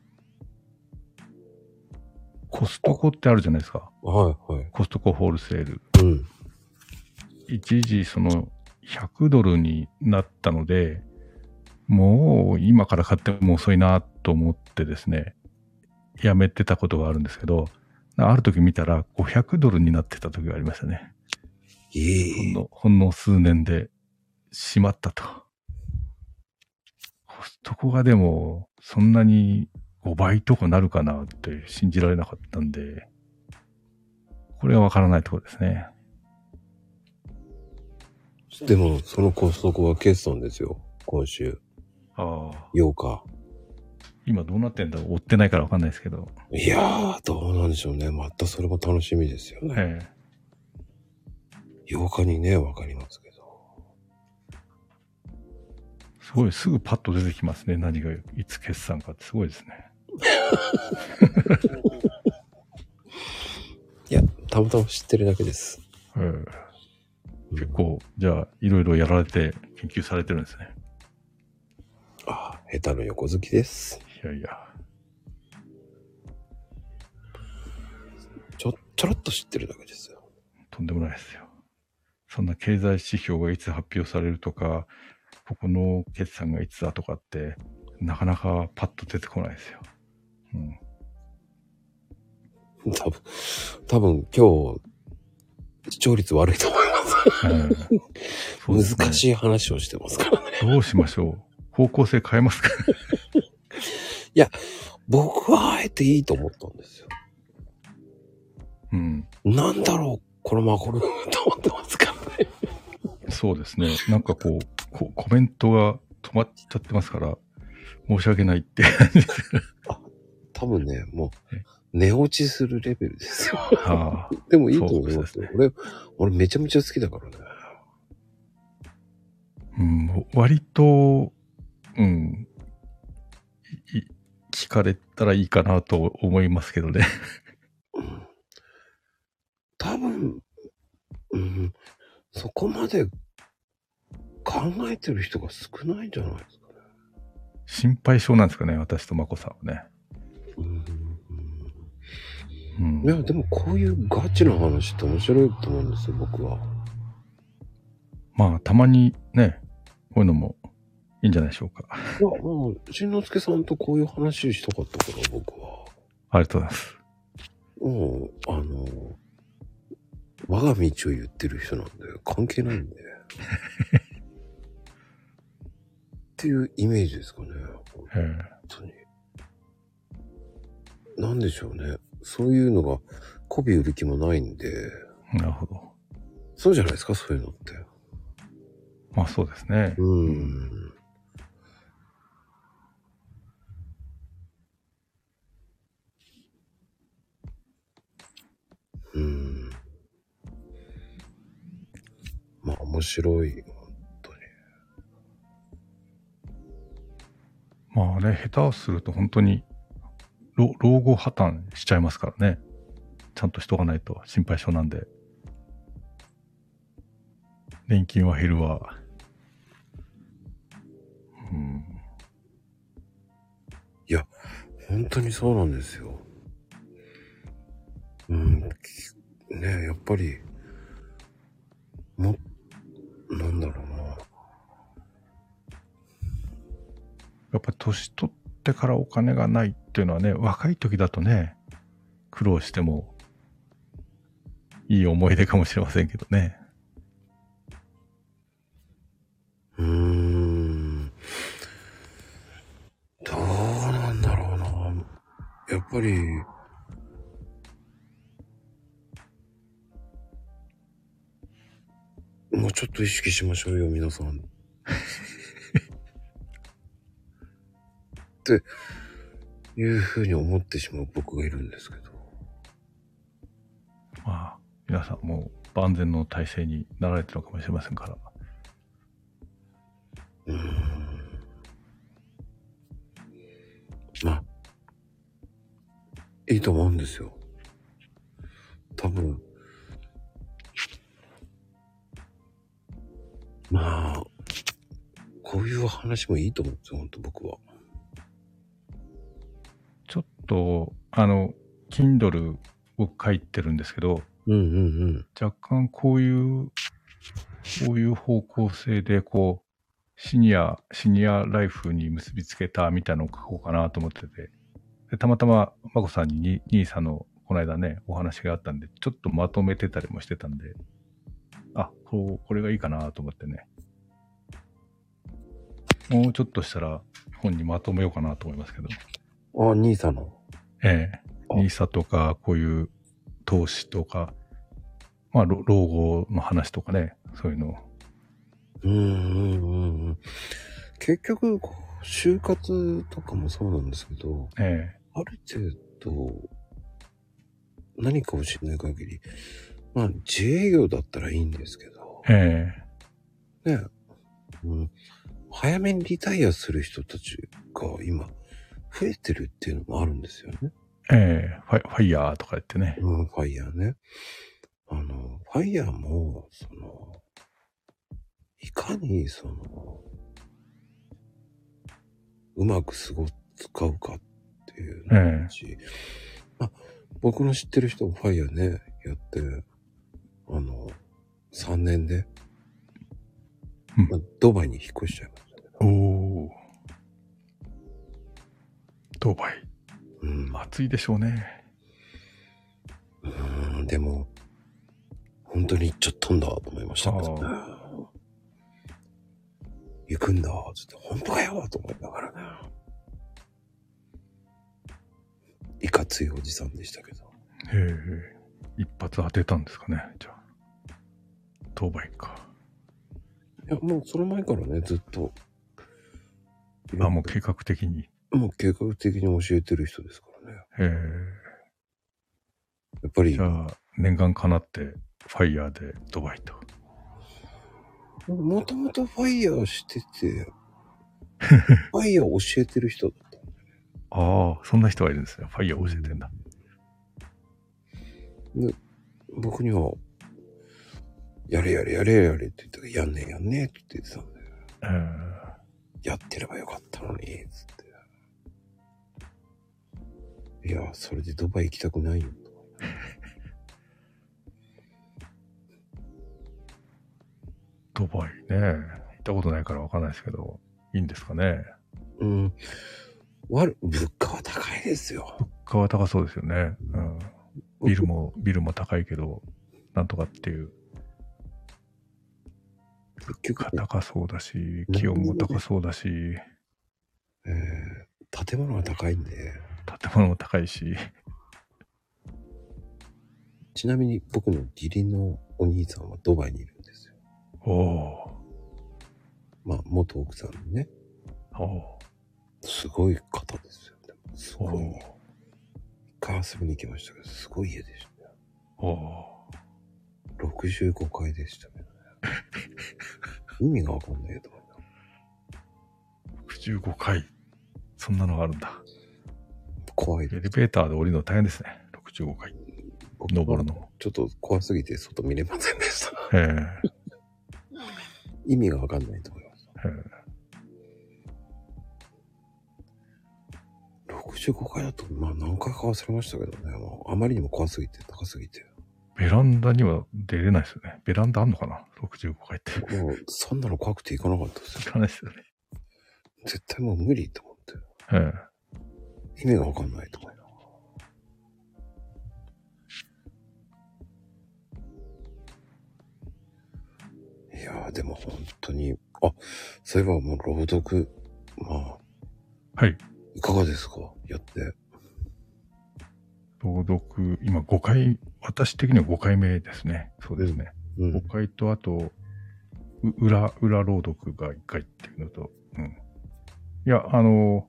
Speaker 3: コストコってあるじゃないですか。
Speaker 1: はいはい。
Speaker 3: コストコホールセール。
Speaker 1: うん。
Speaker 3: 一時そのひゃくドルになったので、もう今から買っても遅いなと思ってですね、やめてたことがあるんですけど、ある時見たらごひゃくドルになってた時がありましたね。
Speaker 1: ええ。
Speaker 3: ほんの、ほんの数年でしまったと。コストコがでもそんなにごばいとかなるかなって信じられなかったんで、これはわからないところですね。
Speaker 1: でも、そのコストコは決算ですよ、今週。
Speaker 3: ああ。
Speaker 1: ようか。
Speaker 3: 今どうなってんだろう追ってないからわかんないですけど。
Speaker 1: いやー、どうなんでしょうね。またそれも楽しみですよね。
Speaker 3: ええ。
Speaker 1: ようかにね、わかりますけど。
Speaker 3: すごい、すぐパッと出てきますね。何がいつ決算かってすごいですね。
Speaker 1: いや、たまたま知ってるだけです。
Speaker 3: えー、結構、じゃあ、いろいろやられて研究されてるんですね。
Speaker 1: ああ、下手の横好きです。
Speaker 3: いやいや。
Speaker 1: ちょ、ちょろっと知ってるだけですよ。
Speaker 3: とんでもないですよ。そんな経済指標がいつ発表されるとか、ここの決算がいつだとかって、なかなかパッと出てこないですよ。うん。
Speaker 1: 多分、多分今日、視聴率悪いと思います。うん、ね、難しい話をしてますからね。
Speaker 3: どうしましょう。方向性変えますか
Speaker 1: いや、僕はあえていいと思ったんですよ。
Speaker 3: うん。
Speaker 1: なんだろう、このままこれと思ってますからね。
Speaker 3: そうですね。なんかこう、こコメントが止まっちゃってますから、申し訳ないって感じです。
Speaker 1: あ、多分ね、もう、寝落ちするレベルですよ。
Speaker 3: ああ、
Speaker 1: でもいいと思いますよ。すね、俺、俺めちゃめちゃ好きだからね。
Speaker 3: うん、割と、うん、聞かれたらいいかなと思いますけどね。
Speaker 1: うん、多分、うん、そこまで考えてる人が少ないんじゃないですかね。
Speaker 3: 心配性なんですかね、私とまこさんはね。
Speaker 1: うん
Speaker 3: うん、
Speaker 1: いや、でもこういうガチな話って面白いと思うんですよ、僕は。
Speaker 3: まあ、たまにね、こういうのもいいんじゃないでしょうか。
Speaker 1: いや、もう、しんのすけさんとこういう話したかったから、僕は。
Speaker 3: ありがとうございます。
Speaker 1: もう、あの、我が道を言ってる人なんで、関係ないんで。っていうイメージですかね。本当に。なんでしょうね。そういうのが、媚び売る気もないんで。
Speaker 3: なるほど。
Speaker 1: そうじゃないですか、そういうのって。
Speaker 3: まあそうですね。
Speaker 1: うん。うん。まあ面白い、本当に。
Speaker 3: まあね、下手をすると本当に老、老後破綻しちゃいますからね。ちゃんとしとかないと心配性なんで。年金は減るわ。うん。
Speaker 1: いや、本当にそうなんですよ。うん。ねえ、やっぱり、も、なんだろうな。
Speaker 3: やっぱり年取ってからお金がないっていうのはね、若い時だとね、苦労してもいい思い出かもしれませんけどね。
Speaker 1: うーん。どうなんだろうな。やっぱり、もうちょっと意識しましょうよ、皆さん。っていうふうに思ってしまう僕がいるんですけど。
Speaker 3: まあ、皆さんも万全の体制になられてるのかもしれませんから。
Speaker 1: うーん。まあ、いいと思うんですよ。多分。まあ、こういう話もいいと思うんですよ、本当僕は。
Speaker 3: ちょっと、あの、Kindle 僕書いてるんですけど、
Speaker 1: うんうんうん。
Speaker 3: 若干こういう、こういう方向性で、こう、シニア、シニアライフに結びつけたみたいなのを書こうかなと思ってて、でたまたま、まこさんにニーサのこの間ね、お話があったんで、ちょっとまとめてたりもしてたんで、あ、こう、これがいいかなと思ってね。もうちょっとしたら本にまとめようかなと思いますけど。
Speaker 1: あ、ニーサの。
Speaker 3: ええ。ニーサとか、こういう投資とか、まあ、老後の話とかね、そういうのを。
Speaker 1: うんうんうんうん。結局、就活とかもそうなんですけど、
Speaker 3: ええ。
Speaker 1: ある程度、何かをしない限り、 まあ、自営業だったらいいんですけど、
Speaker 3: え
Speaker 1: ね、うん、早めにリタイアする人たちが今増えてるっていうのもあるんですよね。
Speaker 3: えええファイ、ファイヤーとか言ってね。
Speaker 1: うん、ファイヤーね。あの、ファイヤーも、その、いかにその、うまくすご使うかっていうのし、ええ、まあ、僕の知ってる人もファイヤーね、やって、あの、さんねんで、
Speaker 3: うん
Speaker 1: まあ、ドバイに引っ越しちゃいましたけど。
Speaker 3: おー。ドバイ。
Speaker 1: うん。
Speaker 3: 暑いでしょうね。
Speaker 1: うーん、でも、本当に行っちゃったんだと思いましたけどね。行くんだつって、本当かよと思いながらね。いかついおじさんでしたけど。
Speaker 3: へえ。一発当てたんですかね、じゃあ。ドバイか。
Speaker 1: いや、もうその前からね、ずっと。
Speaker 3: あ、もう計画的に。
Speaker 1: もう計画的に教えてる人ですからね。
Speaker 3: へえ。
Speaker 1: やっぱり。
Speaker 3: じゃあ、念願かなって、ファイヤーでドバイと。
Speaker 1: もともとファイヤーしてて、ファイヤー教えてる人だったんだよね。
Speaker 3: ああ、そんな人がいるんですね。ファイヤー教えてんだ。
Speaker 1: で、僕には、やれやれやれやれって言ったら、やんねえやんねえって言ってたんだよ。
Speaker 3: えー、
Speaker 1: やってればよかったのに、つって。いや、それでドバイ行きたくないよ。
Speaker 3: ドバイね。行ったことないからわかんないですけど、いいんですかね。
Speaker 1: うん。悪、物価は高いですよ。
Speaker 3: 物価は高そうですよね。うん。ビルも、ビルも高いけど、なんとかっていう。物価高そうだし、気温も高そうだし。
Speaker 1: えー、建物が高いんで。
Speaker 3: 建物も高いし。
Speaker 1: ちなみに僕の義理のお兄さんはドバイにいるんですよ。
Speaker 3: おお。
Speaker 1: まあ、元奥さんね。
Speaker 3: おお。
Speaker 1: すごい方ですよ。でもすごい。一回遊びに行きましたけど、すごい家でしたよ。
Speaker 3: おお。
Speaker 1: ろくじゅうごかいでしたけどね。意味がわかんないと思うな。
Speaker 3: ろくじゅうごかい。そんなのがあるんだ。
Speaker 1: 怖いです。
Speaker 3: エレベーターで降りるの大変ですね。ろくじゅうごかい。登るの。
Speaker 1: ちょっと怖すぎて外見れませんでした。
Speaker 3: へえ。
Speaker 1: 意味がわかんないと思います。
Speaker 3: へえ。
Speaker 1: ろくじゅうごかいだと、まあ何回か忘れましたけどね。もうあまりにも怖すぎて、高すぎて。
Speaker 3: ベランダには出れないですよね。ベランダあんのかな ?ろくじゅうごかいって。
Speaker 1: もう、そんなの怖くて行かなかったですよ。
Speaker 3: 行かないですよね。
Speaker 1: 絶対もう無理と思って。
Speaker 3: え
Speaker 1: え。意味がわかんないと思いながら。いやー、でも本当に、あ、そういえばもう朗読、まあ。
Speaker 3: はい。
Speaker 1: いかがですかやって。
Speaker 3: 朗読、今ごかい、私的にはごかいめですね。そうですね。うん、ごかいと、あと、裏、裏朗読がいっかいっていうのと、うん。いや、あの、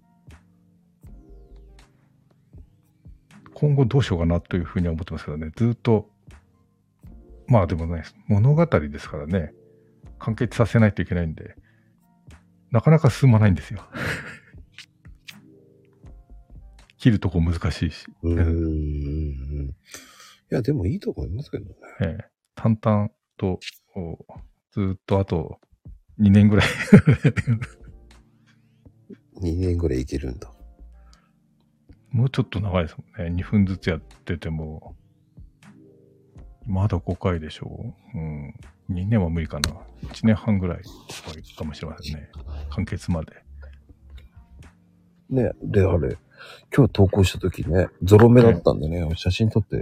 Speaker 3: 今後どうしようかなというふうには思ってますけどね。ずっと、まあでもね、物語ですからね、完結させないといけないんで、なかなか進まないんですよ。切るとこ難しいし。
Speaker 1: うーん。いや、でもいいと思いますけどね。
Speaker 3: ええ、淡々と、ずっとあとにねんぐらい。
Speaker 1: にねんぐらいいけるんだ。
Speaker 3: もうちょっと長いですもんね。にふんずつやってても、まだごかいでしょう。うん。にねんは無理かな。いちねんはんぐらいはいいかもしれませんね。完結まで。
Speaker 1: ね、で、あれ、今日投稿した時ね、ゾロ目だったんでね、ね写真撮って。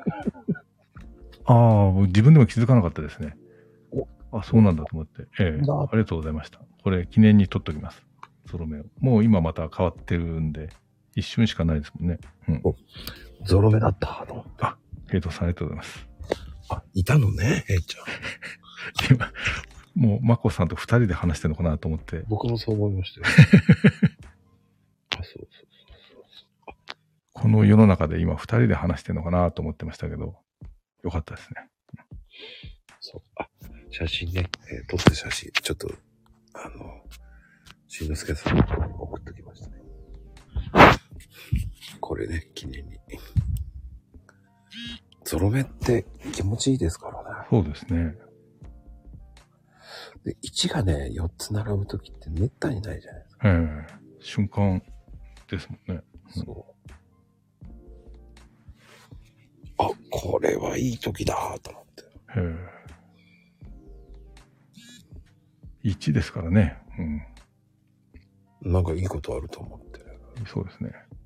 Speaker 3: ああ、自分でも気づかなかったですね。あ、そうなんだと思って。ええ、ありがとうございました。これ記念に撮っときます。ゾロ目を。もう今また変わってるんで、一瞬しかないですもんね。うん。
Speaker 1: ゾロ目だったと思って。
Speaker 3: あ、ヘイトさんありがとうございます。
Speaker 1: あ、いたのね、ヘイちゃ
Speaker 3: ん。今、もうマコさんと二人で話してるのかなと思って。
Speaker 1: 僕もそう思いましたよ。あ、そうそうそうそう。
Speaker 3: この世の中で今二人で話してるのかなと思ってましたけど、よかったですね。
Speaker 1: そう。あ、写真ね、えー、撮った写真、ちょっと、あの、しんのすけさんに送っときましたね。これね、記念に。ゾロ目って気持ちいいですからね。
Speaker 3: そうですね。
Speaker 1: で、いちがね、よっつ並ぶときってめったにないじゃないですか。
Speaker 3: ええ、瞬間ですもんね。
Speaker 1: そう。あ、これはいいときだと思って。
Speaker 3: ええ。いちですからね。
Speaker 1: うん。なんかいいことあると思って。
Speaker 3: そうですね。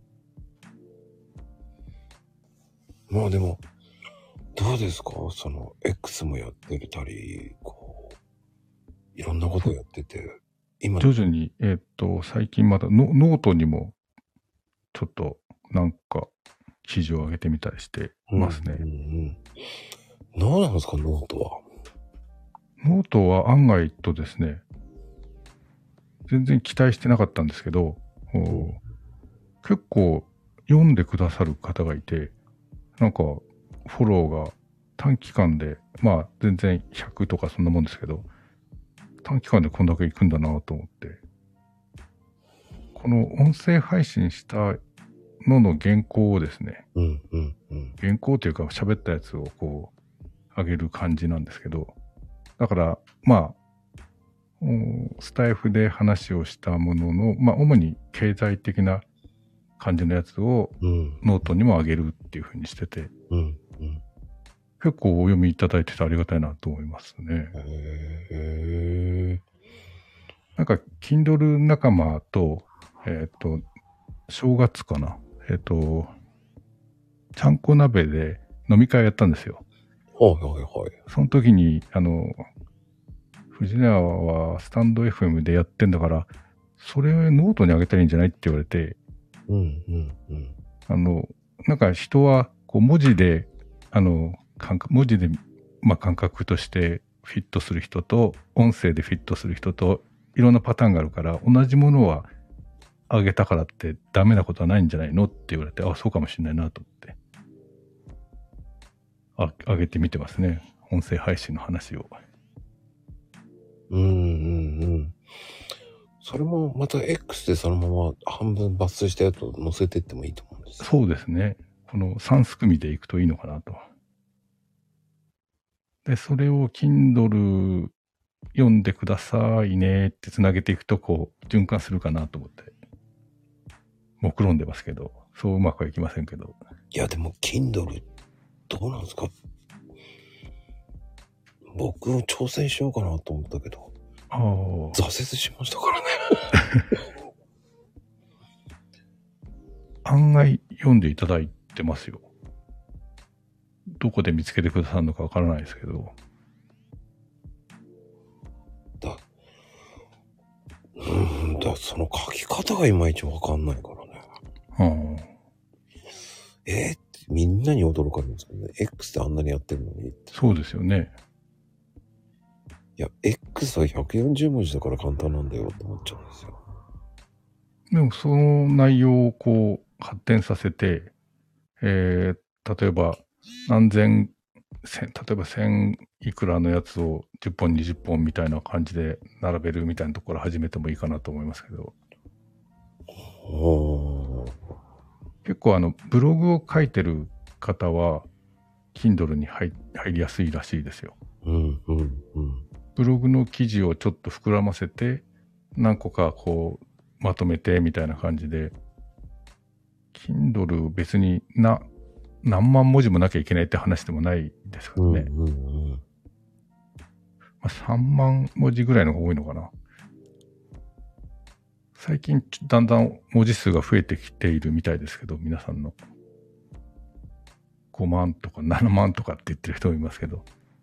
Speaker 1: まあでも、どうですかその、X もやってたり、こう、いろんなことやってて、今。
Speaker 3: 徐々に、えっと、最近まだノ、ノートにも、ちょっと、なんか、記事を上げてみたりしてますね。
Speaker 1: うんうんうん。何なんですか、ノートは。
Speaker 3: ノートは案外とですね、全然期待してなかったんですけど、うん、結構読んでくださる方がいて、なんかフォローが短期間で、まあ全然ひゃくとかそんなもんですけど、短期間でこんだけいくんだなと思って、この音声配信したのの原稿をですね、
Speaker 1: うんうんうん、
Speaker 3: 原稿というか喋ったやつをこう上げる感じなんですけど、だからまあスタイフで話をしたものの、まあ主に経済的な感じのやつをノートにも上げるっていう風にしてて、
Speaker 1: うんうん、
Speaker 3: 結構お読みいただいててありがたいなと思いますね。
Speaker 1: へー。
Speaker 3: なんか Kindle 仲間と、えっと、正月かな。えっと、ちゃんこ鍋で飲み会やったんですよ。
Speaker 1: はいはいはい。
Speaker 3: その時に、あの、藤永はスタンド エフエム でやってんだから、それをノートに上げたらいいんじゃないって言われて、
Speaker 1: うんうんうん。
Speaker 3: あの、なんか人はこう文字で、あの、感覚、文字で、まあ、感覚としてフィットする人と、音声でフィットする人と、いろんなパターンがあるから、同じものは上げたからってダメなことはないんじゃないのって言われて、あ、そうかもしれないなと思って。あ、上げてみてますね。音声配信の話を。
Speaker 1: うんうんうん。それもまた X でそのまま半分抜粋したやつを載せてってもいいと思うんです。
Speaker 3: そうですね。このさんすくみでいくといいのかなと。で、それを Kindle 読んでくださいねってつなげていくと、こう、循環するかなと思って。目論んでますけど、そううまくはいきませんけど。
Speaker 1: いや、でも Kindle どうなんですか？僕挑戦しようかなと思ったけど、
Speaker 3: ああ。
Speaker 1: 挫折しましたからね。
Speaker 3: 案外読んでいただいてますよ。どこで見つけてくださるのかわからないですけど。
Speaker 1: だ、うん、だ、その書き方がいまいちわかんないからね。
Speaker 3: はあ、
Speaker 1: えー、みんなに驚かれるんですけどね。X であんなにやってるのに。
Speaker 3: そうですよね。
Speaker 1: いや、X はひゃくよんじゅうもじだから簡単なんだよって思っちゃうんですよ。
Speaker 3: でもその内容をこう発展させて、えー、例えば何千、例えば千いくらのやつをじゅっぽんにじゅっぽんみたいな感じで並べるみたいなところ始めてもいいかなと思いますけど。結構あのブログを書いてる方は Kindle に 入, 入りやすいらしいですよ。
Speaker 1: うんうんうん。
Speaker 3: ブログの記事をちょっと膨らませて何個かこうまとめてみたいな感じで、Kindle 別にな何万文字もなきゃいけないって話でもないですからね。うんうんうん、まあ、さんまん文字ぐらいの方が多いのかな。最近だんだん文字数が増えてきているみたいですけど、皆さんのごまんとかななまんとかって言ってる人もいますけど。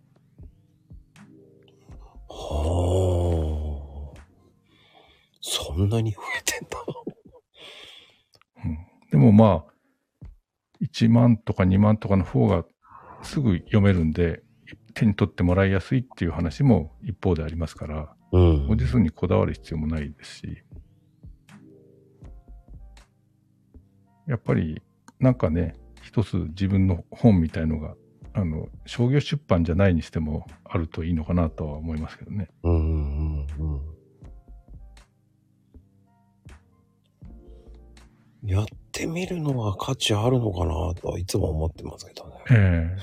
Speaker 1: はあ、そんなに増えてんだ。
Speaker 3: うん、でもまあいちまんとかにまんとかの方がすぐ読めるんで手に取ってもらいやすいっていう話も一方でありますから、うん、文字数にこだわる必要もないですし、やっぱりなんかね、一つ自分の本みたいのがあの、商業出版じゃないにしてもあるといいのかなとは思いますけどね。
Speaker 1: うんうんうん。やってみるのは価値あるのかなとはいつも思ってますけどね。
Speaker 3: ええ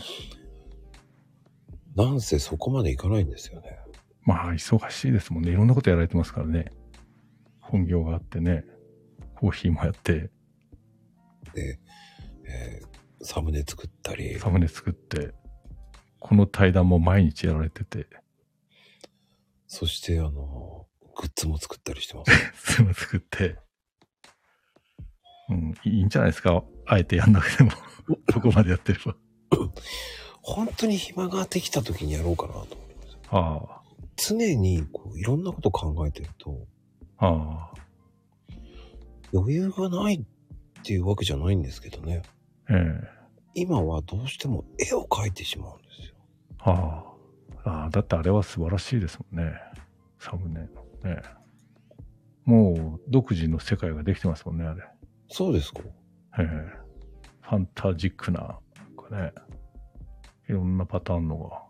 Speaker 3: ー、
Speaker 1: なんせそこまでいかないんですよね。
Speaker 3: まあ、忙しいですもんね。いろんなことやられてますからね。本業があってね。コーヒーもやって。
Speaker 1: で、えー、サムネ作ったり。
Speaker 3: サムネ作って。この対談も毎日やられてて。
Speaker 1: そして、あの、グッズも作ったりしてます。
Speaker 3: グッズも作って。うん、いいんじゃないですか。あえてやんなくても。ここまでやってれば。
Speaker 1: 本当に暇ができた時にやろうかなと思います。
Speaker 3: ああ。
Speaker 1: 常にこういろんなこと考えてると、
Speaker 3: ああ。
Speaker 1: 余裕がないっていうわけじゃないんですけどね。
Speaker 3: ええ。
Speaker 1: 今はどうしても絵を描いてしまうんですよ。
Speaker 3: ああ。ああ、だってあれは素晴らしいですもんね。サムネのね。もう独自の世界ができてますもんね、あれ。
Speaker 1: そうですか。
Speaker 3: ええ。ファンタジックな、なんかね、いろんなパターンのが。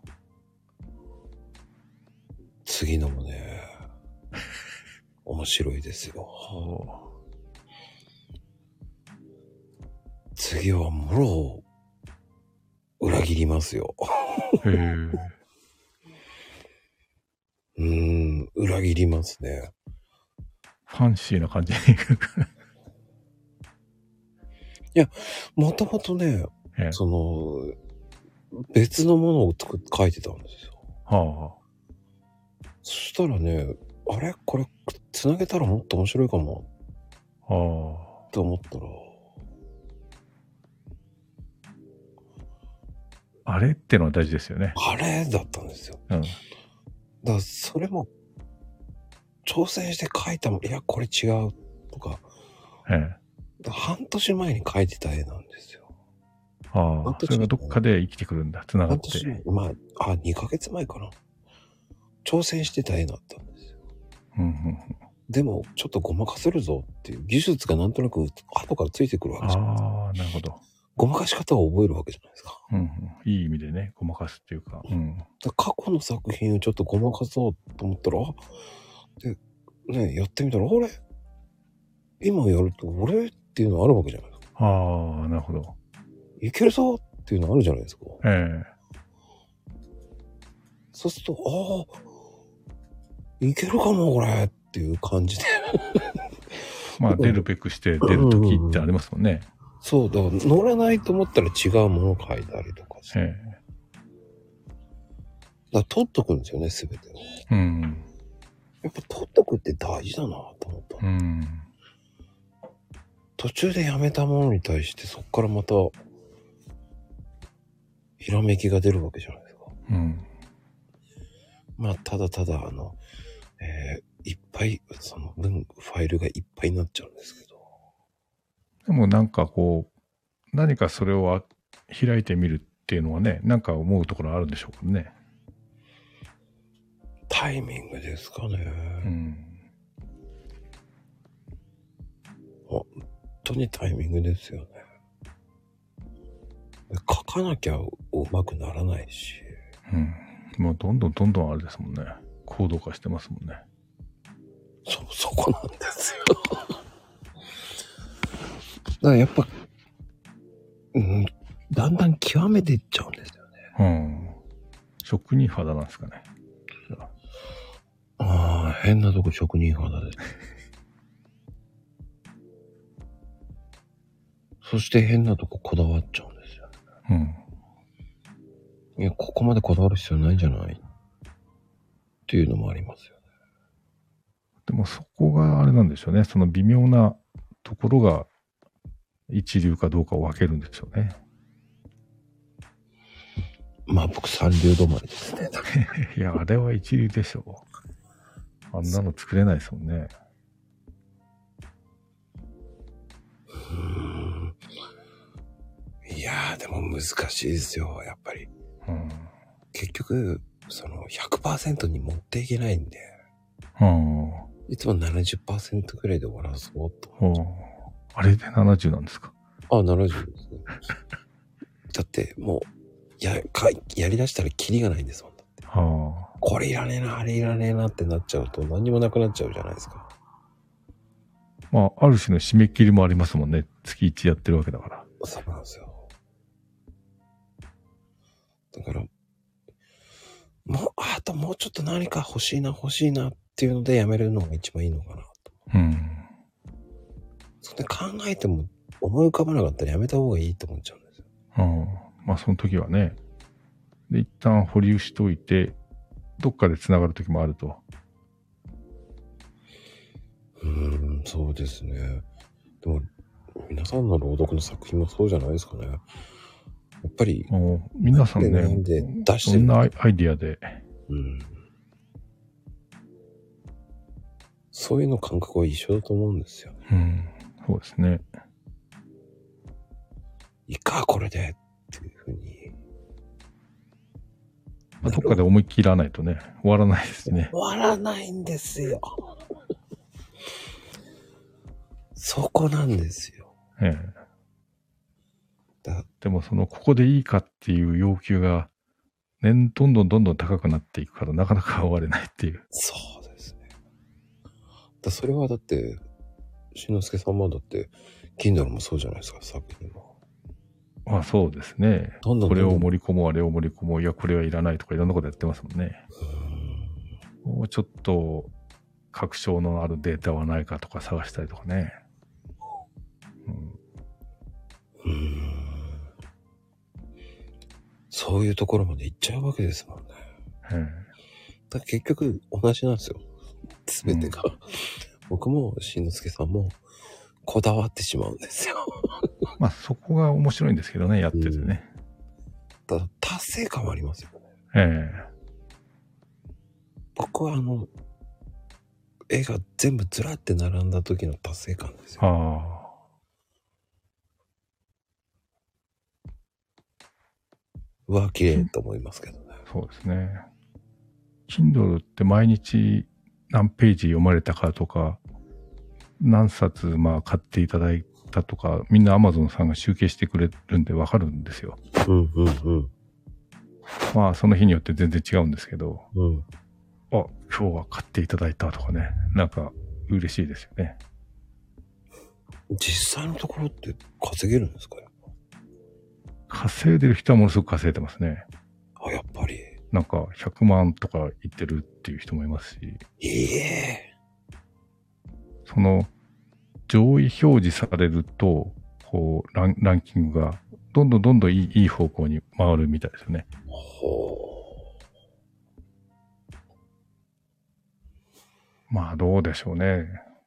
Speaker 1: 次のもね、面白いですよ。次はもろ裏切りますよ。
Speaker 3: へえ。
Speaker 1: うーん、裏切りますね。
Speaker 3: ファンシーな感じにい
Speaker 1: や、もともとね、ええ、その、別のものを作っ書いてたんですよ。はあ。そしたらね、あれこれ、つなげたらもっと面白いかも。はあ。って思ったら。
Speaker 3: あれってのは大事ですよね。
Speaker 1: あれだったんですよ。うん。だからそれも、挑戦して書いたもん、いや、これ違うとか。ええ。半年前に描いてた絵なんですよ。
Speaker 3: ああ、それがどっかで生きてくるんだ、繋がって。半年
Speaker 1: 前、まあ、あ、にかげつまえかな。挑戦してた絵だったんですよ。うんうん、でも、ちょっとごまかせるぞっていう技術がなんとなく後からついてくるわけじゃないですか。
Speaker 3: ああ、なるほど。
Speaker 1: ごまかし方を覚えるわけじゃないですか。
Speaker 3: うんうん、いい意味でね、ごまかすっていうか。うん、
Speaker 1: だ過去の作品をちょっとごまかそうと思ったら、あ、で、ね、やってみたら、あれ今やると、俺っていうのあるわけじゃないですか。
Speaker 3: ああ、なるほど。
Speaker 1: いけるぞっていうのあるじゃないですか。ええ。そうすると、ああ、いけるかも、これっていう感じで。
Speaker 3: まあ、出るべくして出るときってありますもんね。うんうん、
Speaker 1: そう、だから乗らないと思ったら違うものを書いたりとかして。ええ。だから取っとくんですよね、すべてを。うん。やっぱ取っとくって大事だなと思った。うん。途中でやめたものに対してそこからまた、ひらめきが出るわけじゃないですか。うん。まあ、ただただ、あの、えー、いっぱい、その分、ファイルがいっぱいになっちゃうんですけど。
Speaker 3: でもなんかこう、何かそれを開いてみるっていうのはね、なんか思うところあるんでしょうかね。
Speaker 1: タイミングですかね。うん。本当にタイミングですよね。書かなきゃうまくならないし。
Speaker 3: うん。もうどんどんどんどんあれですもんね。高度化してますもんね。
Speaker 1: そ、そこなんですよ。だからやっぱ、うん、だんだん極めていっちゃうんですよね。
Speaker 3: うん。職人肌なんですかね。
Speaker 1: ああ、変なとこ職人肌です。そして変なとここだわっちゃうんですよね。うん。いや、ここまでこだわる必要ないんじゃないっていうのもありますよね。
Speaker 3: でもそこがあれなんでしょうね。その微妙なところが一流かどうかを分けるんでしょうね。
Speaker 1: まあ僕三流止まりですね。
Speaker 3: いや、あれは一流でしょう。あんなの作れないですもんね。
Speaker 1: うーん。いやー、でも難しいですよ、やっぱり。うん、結局、その ひゃくパーセント に持っていけないんで。うん、いつも ななじゅっパーセント くらいで終わらそうと。
Speaker 3: うん、あれでななじゅうなんですか？
Speaker 1: あ、ななじゅうですね。だってもう、 や、かやりだしたらキリがないんですもん。だって。
Speaker 3: はあ。
Speaker 1: これいらねえな、あれいらねえなってなっちゃうと何にもなくなっちゃうじゃないですか。
Speaker 3: まあ、ある種の締め切りもありますもんね。月いちやってるわけだから。
Speaker 1: そうなんですよ。だから、もう、あともうちょっと何か欲しいな、欲しいなっていうのでやめるのが一番いいのかなと。
Speaker 3: うん。
Speaker 1: それで考えても思い浮かばなかったらやめた方がいいと思っちゃうんですよ。
Speaker 3: うん。まあ、その時はね。で、一旦保留しといて、どっかで繋がる時もあると。
Speaker 1: うーん、そうですね。でも、皆さんの朗読の作品もそうじゃないですかね。やっぱり、
Speaker 3: 皆さんね、
Speaker 1: なんで出してる
Speaker 3: そんなアイディアで、
Speaker 1: うん。そういうの感覚は一緒だと思うんですよね。
Speaker 3: うん、そうですね。
Speaker 1: いいか、これでっていうふうに。
Speaker 3: まあ、どっかで思い切らないとね、終わらないですね。
Speaker 1: 終わらないんですよ。そこなんですよ。
Speaker 3: ええ。だでもその、ここでいいかっていう要求が、年、どんどんどんどん高くなっていくから、なかなか終われないっていう。
Speaker 1: そうですね。だそれはだって、しんのすけさんもだって、Kindle もそうじゃないですか、作品も。
Speaker 3: まあそうですね。
Speaker 1: どんどんどんどん
Speaker 3: これを盛り込もう、あれを盛り込もう、いや、これはいらないとかいろんなことやってますもんね。うーんもうちょっと、確証のあるデータはないかとか探したりとかね。うん。
Speaker 1: うーんそういうところまで行っちゃうわけですもんね。
Speaker 3: ええ、
Speaker 1: だから結局同じなんですよ。すべてが、うん。僕もしんのすけさんもこだわってしまうんですよ。
Speaker 3: まあそこが面白いんですけどね、やっててね。
Speaker 1: うん、ただ達成感はありますよね。
Speaker 3: ええ。
Speaker 1: 僕はあの、絵が全部ずらって並んだ時の達成感ですよ。
Speaker 3: ああ。
Speaker 1: うわ、綺麗と思いますけどね。
Speaker 3: そうですね。Kindle って毎日何ページ読まれたかとか、何冊まあ買っていただいたとか、みんな Amazon さんが集計してくれるんでわかるんですよ。
Speaker 1: うんうんうん。
Speaker 3: まあその日によって全然違うんですけど、
Speaker 1: うん、
Speaker 3: あ、今日は買っていただいたとかね、なんか嬉しいですよね。
Speaker 1: 実際のところって稼げるんですかよ。
Speaker 3: 稼いでる人はものすごく稼いでますね。
Speaker 1: あ、やっぱり。
Speaker 3: なんかひゃくまんとかいってるっていう人もいますし。
Speaker 1: ええ
Speaker 3: その上位表示されると、こうラン、ランキングがどんどんどんどんいい、いい方向に回るみたいですよね。ほう。まあどうでしょうね。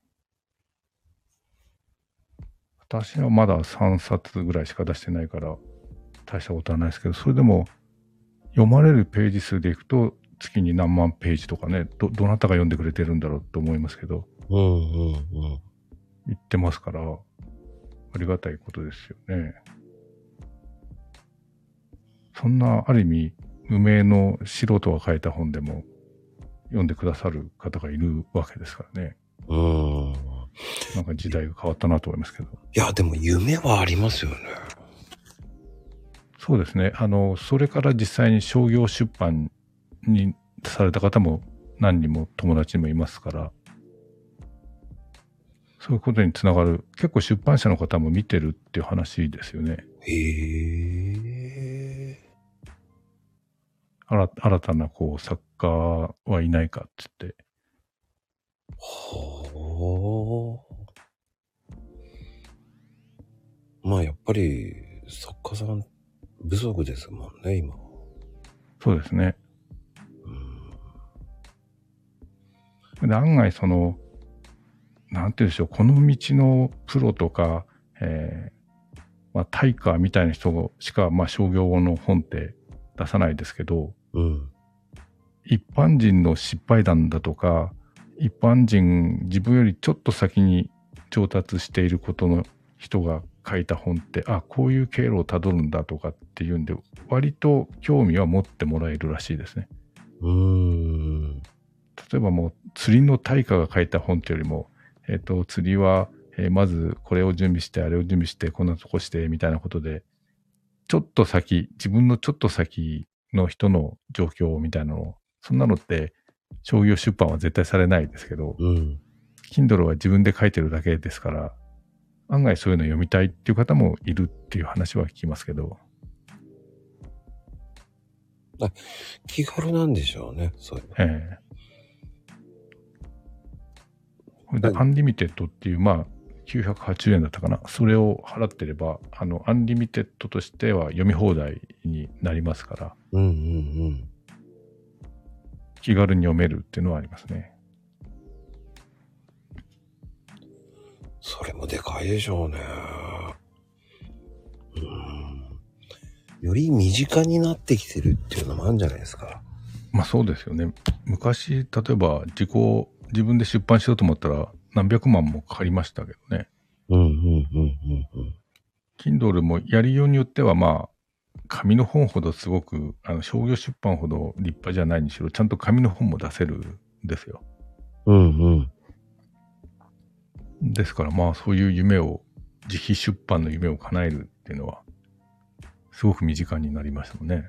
Speaker 3: 私はまださんさつぐらいしか出してないから大したことはないですけど、それでも読まれるページ数でいくと月に何万ページとかね、ど、どなたが読んでくれてるんだろうと思いますけど、
Speaker 1: うんうんうん。
Speaker 3: 言ってますから、ありがたいことですよね。そんなある意味無名の素人が書いた本でも読んでくださる方がいるわけですからね。うん。なんか時代が変わったなと思いますけど。
Speaker 1: いや、でも夢はありますよね。
Speaker 3: そうですね。あの、それから実際に商業出版にされた方も何人も友達にもいますから、そういうことにつながる、結構出版社の方も見てるっていう話ですよね。へえ。新たなこう作家はいないかって言って。は
Speaker 1: あ。まあやっぱり作家さん不足ですもんね、今。
Speaker 3: そうですね。うん、で案外その、なんて言うんでしょう、この道のプロとか、えー、まあ、大家みたいな人しか、まあ、商業の本って出さないですけど、うん、一般人の失敗談だとか、一般人、自分よりちょっと先に上達していることの人が書いた本って、あ、こういう経路をたどるんだとかっていうんで、割と興味は持ってもらえるらしいですね。うーん。例えばもう釣りの大家が書いた本っていうよりも、えっと、釣りは、えー、まずこれを準備して、あれを準備して、こんなとこして、みたいなことで、 ちょっと先、自分のちょっと先の人の状況みたいなの、そんなのって商業出版は絶対されないですけど、
Speaker 1: うん。
Speaker 3: Kindle は自分で書いてるだけですから、案外そういうの読みたいっていう方もいるっていう話は聞きますけど。
Speaker 1: 気軽なんでしょうね、そういうの。
Speaker 3: ええこれでアンリミテッドっていう、まあ、きゅうひゃくはちじゅうえんだったかな。それを払ってれば、あの、アンリミテッドとしては読み放題になりますから、
Speaker 1: うんうんうん。
Speaker 3: 気軽に読めるっていうのはありますね。
Speaker 1: それもでかいでしょうね。うん。より身近になってきてるっていうのもあるんじゃないですか。
Speaker 3: まあそうですよね。昔、例えば自己、自分で出版しようと思ったら何百万もかかりましたけどね。
Speaker 1: うんうんうんうんうん。
Speaker 3: Kindle もやりようによってはまあ、紙の本ほどすごく、あの商業出版ほど立派じゃないにしろ、ちゃんと紙の本も出せるんですよ。
Speaker 1: うんうん。
Speaker 3: ですからまあそういう夢を、自費出版の夢を叶えるっていうのは、すごく身近になりましたもんね。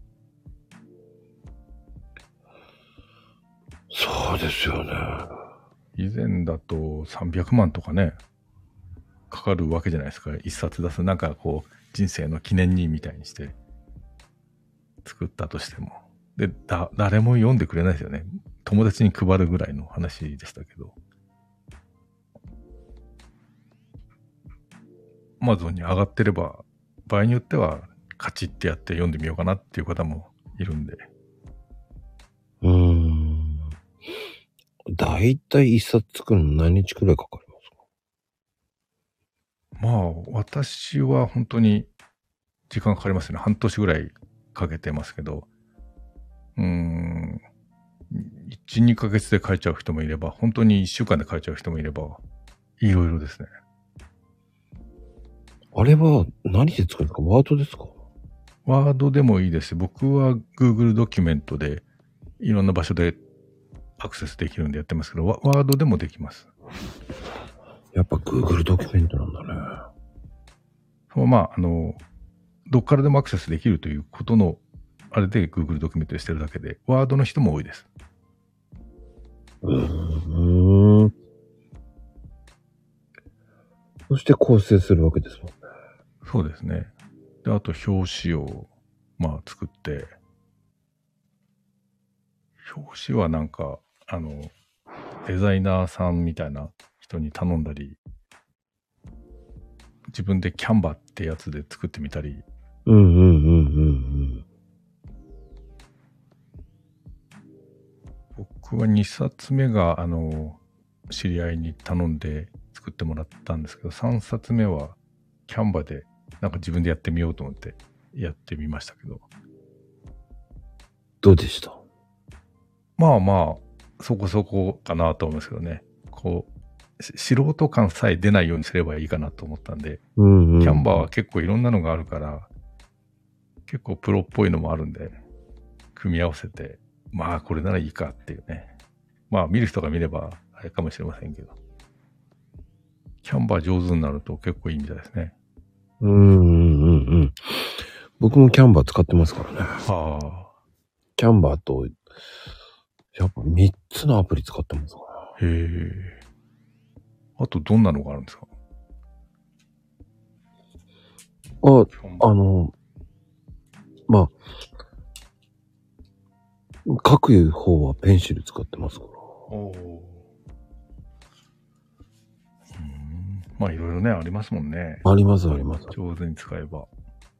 Speaker 1: そうですよね。
Speaker 3: 以前だとさんびゃくまんとかね、かかるわけじゃないですか。一冊出す。なんかこう、人生の記念にみたいにして作ったとしても。で、だ、誰も読んでくれないですよね。友達に配るぐらいの話でしたけど。Amazon に上がってれば、場合によっては、カチッてやって読んでみようかなっていう方もいるんで。
Speaker 1: うーん。だいたい一冊作るの何日くらいかかりますか？
Speaker 3: まあ、私は本当に時間かかりますね。半年ぐらいかけてますけど、うーん、いち、にかげつで書いちゃう人もいれば、本当にいっしゅうかんで書いちゃう人もいれば、いろいろですね。
Speaker 1: あれは何で作るんですか？ワードですか？
Speaker 3: ワードでもいいですし、僕は Google ドキュメントでいろんな場所でアクセスできるんでやってますけど、ワワードでもできます。
Speaker 1: やっぱ Google ドキュメントなんだね。
Speaker 3: そうまあ、あの、どっからでもアクセスできるということの、あれで Google ドキュメントしてるだけで、ワードの人も多いです。
Speaker 1: うーん。そして構成するわけですもんね。
Speaker 3: そうですね。で、あと表紙を、まあ作って、表紙はなんか、あの、デザイナーさんみたいな人に頼んだり、自分でキャンバってやつで作ってみたり。
Speaker 1: うんうんうんうんうん。
Speaker 3: 僕はにさつめが、あの、知り合いに頼んで作ってもらったんですけど、さんさつめはキャンバでなんか自分でやってみようと思ってやってみましたけど。
Speaker 1: どうでした？
Speaker 3: まあまあ、そこそこかなと思いますけどね。こう、素人感さえ出ないようにすればいいかなと思ったんで、
Speaker 1: うんうん、
Speaker 3: キャンバーは結構いろんなのがあるから、結構プロっぽいのもあるんで、組み合わせて、まあこれならいいかっていうね。まあ見る人が見ればあれかもしれませんけど。キャンバー上手になると結構いいみたいですね。
Speaker 1: うんうんうんうん。僕もキャンバー使ってますからね。
Speaker 3: はあ。
Speaker 1: キャンバーと、やっぱみっつのアプリ使ってますから。
Speaker 3: へえ。あとどんなのがあるんですか？
Speaker 1: あ、あの、まあ、書く方はペンシル使ってますから。
Speaker 3: おー。うん。まあいろいろね、ありますもんね。
Speaker 1: ありますあります。
Speaker 3: 上手に使えば。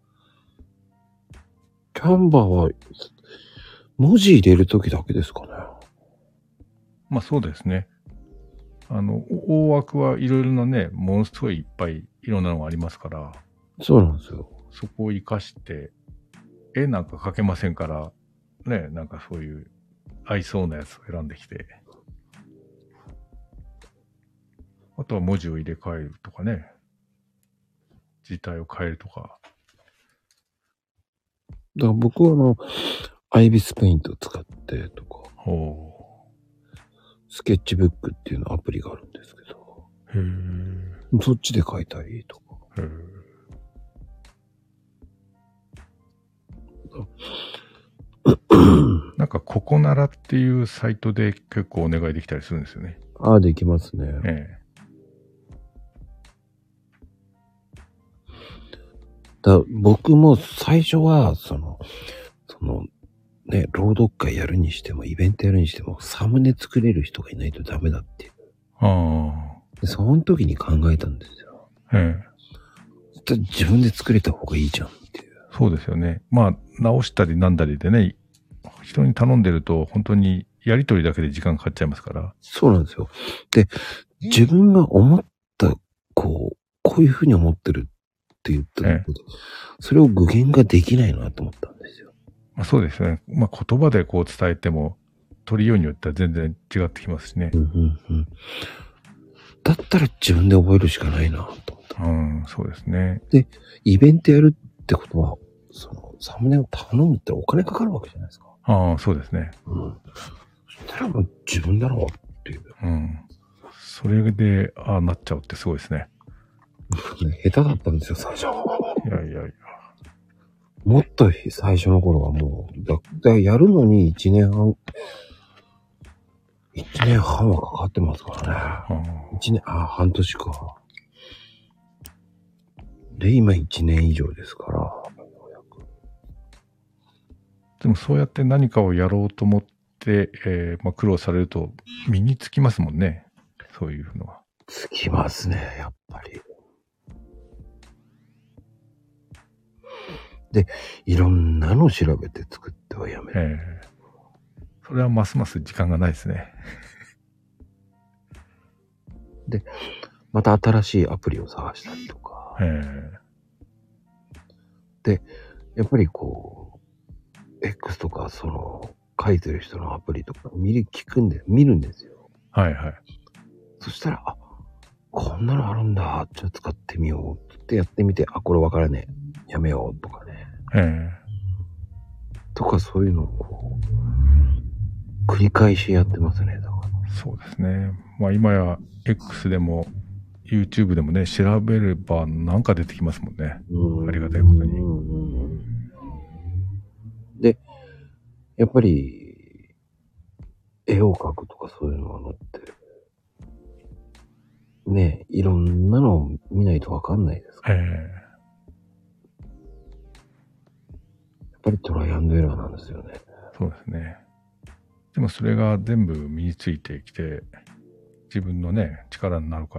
Speaker 1: キャンバーは、文字入れるときだけですかね。
Speaker 3: まあそうですね。あの、大枠はいろいろなね、ものすごいいっぱいいろんなのがありますから、
Speaker 1: そうなんですよ。
Speaker 3: そこを活かして、絵なんか描けませんから、ね、なんかそういう合いそうなやつを選んできて、あとは文字を入れ替えるとかね、字体を変えるとか。
Speaker 1: だから僕はあの、アイビスペイントを使ってとか、
Speaker 3: ほ
Speaker 1: スケッチブックっていうのアプリがあるんですけど、
Speaker 3: う。へえ。
Speaker 1: そっちで書いたりとか。
Speaker 3: へえ。
Speaker 1: ど。
Speaker 3: なんか、ココナラっていうサイトで結構お願いできたりするんですよね。
Speaker 1: ああ、できますね。
Speaker 3: ええ。
Speaker 1: だ僕も最初は、その、その、ね、朗読会やるにしても、イベントやるにしても、サムネ作れる人がいないとダメだっていう。
Speaker 3: ああ。
Speaker 1: で、その時に考えたんですよ。
Speaker 3: ええ。
Speaker 1: 自分で作れた方がいいじゃんっていう。
Speaker 3: そうですよね。まあ、直したりなんだりでね、人に頼んでると、本当にやりとりだけで時間かかっちゃいますから。
Speaker 1: そうなんですよ。で、自分が思った、こう、こういうふうに思ってるって言ったら、ええ、それを具現ができないなと思ったんですよ。
Speaker 3: まあ、そうですね。まあ、言葉でこう伝えても、取りようによっては全然違ってきますしね。
Speaker 1: うんうんうん。だったら自分で覚えるしかないなと思った。
Speaker 3: うん、そうですね。
Speaker 1: で、イベントやるってことは、その、サムネを頼むってお金かかるわけじゃないですか。
Speaker 3: ああ、そうですね。
Speaker 1: うん。そしたらもう自分だろうっていう。
Speaker 3: うん。それで、ああなっちゃうってすごいですね。
Speaker 1: 下手だったんですよ、最初。
Speaker 3: いやいやいや。
Speaker 1: もっと最初の頃はもう、だ、だやるのに一年半、一年半はかかってますからね。一年、あ、半年か。で、今一年以上ですから。
Speaker 3: でもそうやって何かをやろうと思って、えー、まあ苦労されると身につきますもんね。そういうのは。
Speaker 1: つきますね、やっぱり。で、いろんなの調べて作ってはやめる。
Speaker 3: えー、それはますます時間がないですね。
Speaker 1: で、また新しいアプリを探したりとか。
Speaker 3: えー、
Speaker 1: で、やっぱりこう、X とかその書いてる人のアプリとか見る、聞くんで、見るんですよ。
Speaker 3: はいはい。
Speaker 1: そしたら、あ、こんなのあるんだ。じゃあ使ってみようってやってみて、あ、これわからねえ。やめようとかね。
Speaker 3: ええ。
Speaker 1: とかそういうのをこう、繰り返しやってますね。だから。
Speaker 3: そうですね。まあ今や X でも YouTube でもね、調べればなんか出てきますもんね。ありがたいことに。
Speaker 1: で、やっぱり、絵を描くとかそういうのは載ってる。ね、いろんなのを見ないとわかんないですから。ええ。やっぱりトライアンドエラーなんですよね。
Speaker 3: そうですね。でもそれが全部身についてきて、自分のね、力になるから。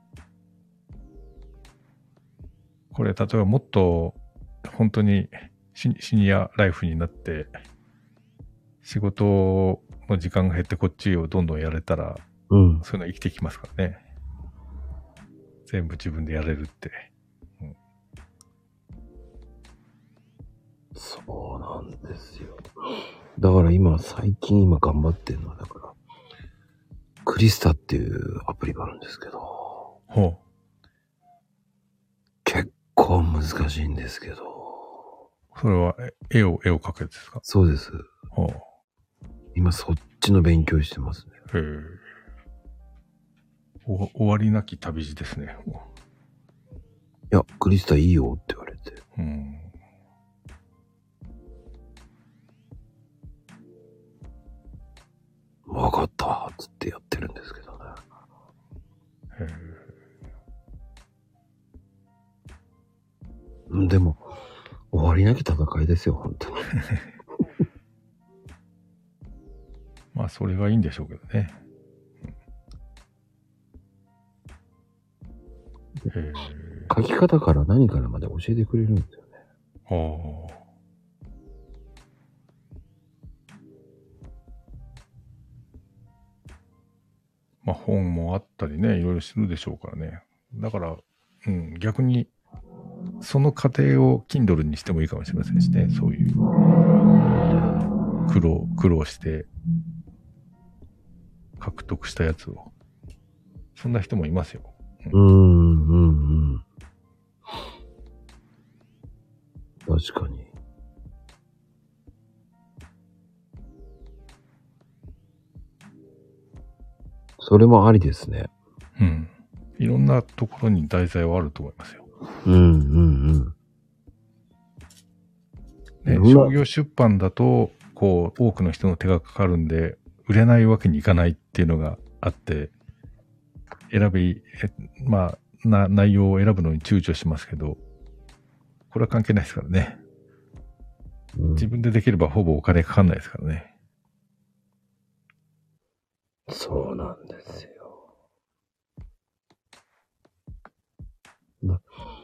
Speaker 3: これ、例えばもっと、本当にシ、シニアライフになって、仕事の時間が減ってこっちをどんどんやれたら、
Speaker 1: うん、
Speaker 3: そういうの生きてきますからね。全部自分でやれるって。うん、
Speaker 1: そうなんですよ。だから今、最近今頑張ってるのは、だから、クリスタっていうアプリがあるんですけど、
Speaker 3: ほう。
Speaker 1: 結構難しいんですけど。
Speaker 3: それは絵を、絵を描くやつですか？
Speaker 1: そうです。
Speaker 3: ほう。
Speaker 1: 今そっちの勉強してますね。
Speaker 3: へえ。お終わりなき旅路ですね。
Speaker 1: いや、クリスタいいよって言われて。うん。わかったっつってやってるんですけどね。へえ。でも、終わりなき戦いですよ、本当に。
Speaker 3: まあ、それがいいんでしょうけどね。
Speaker 1: へ書き方から何からまで教えてくれるんですよね。はあ。
Speaker 3: まあ本もあったりね、いろいろするでしょうからね。だから、うん、逆に、その過程を Kindle にしてもいいかもしれませんしね、そういう。苦労、苦労して、獲得したやつを。そんな人もいますよ。
Speaker 1: うん、うん、うん、うん。確かに。それもありですね。
Speaker 3: うん。いろんなところに題材はあると思いますよ。
Speaker 1: うんうんうん。
Speaker 3: ね、商業出版だと、こう、多くの人の手がかかるんで、売れないわけにいかないっていうのがあって、選び、えまあ、な、内容を選ぶのに躊躇しますけど、これは関係ないですからね。
Speaker 1: うん、
Speaker 3: 自分でできればほぼお金かかんないですからね。
Speaker 1: そうなんですよ。な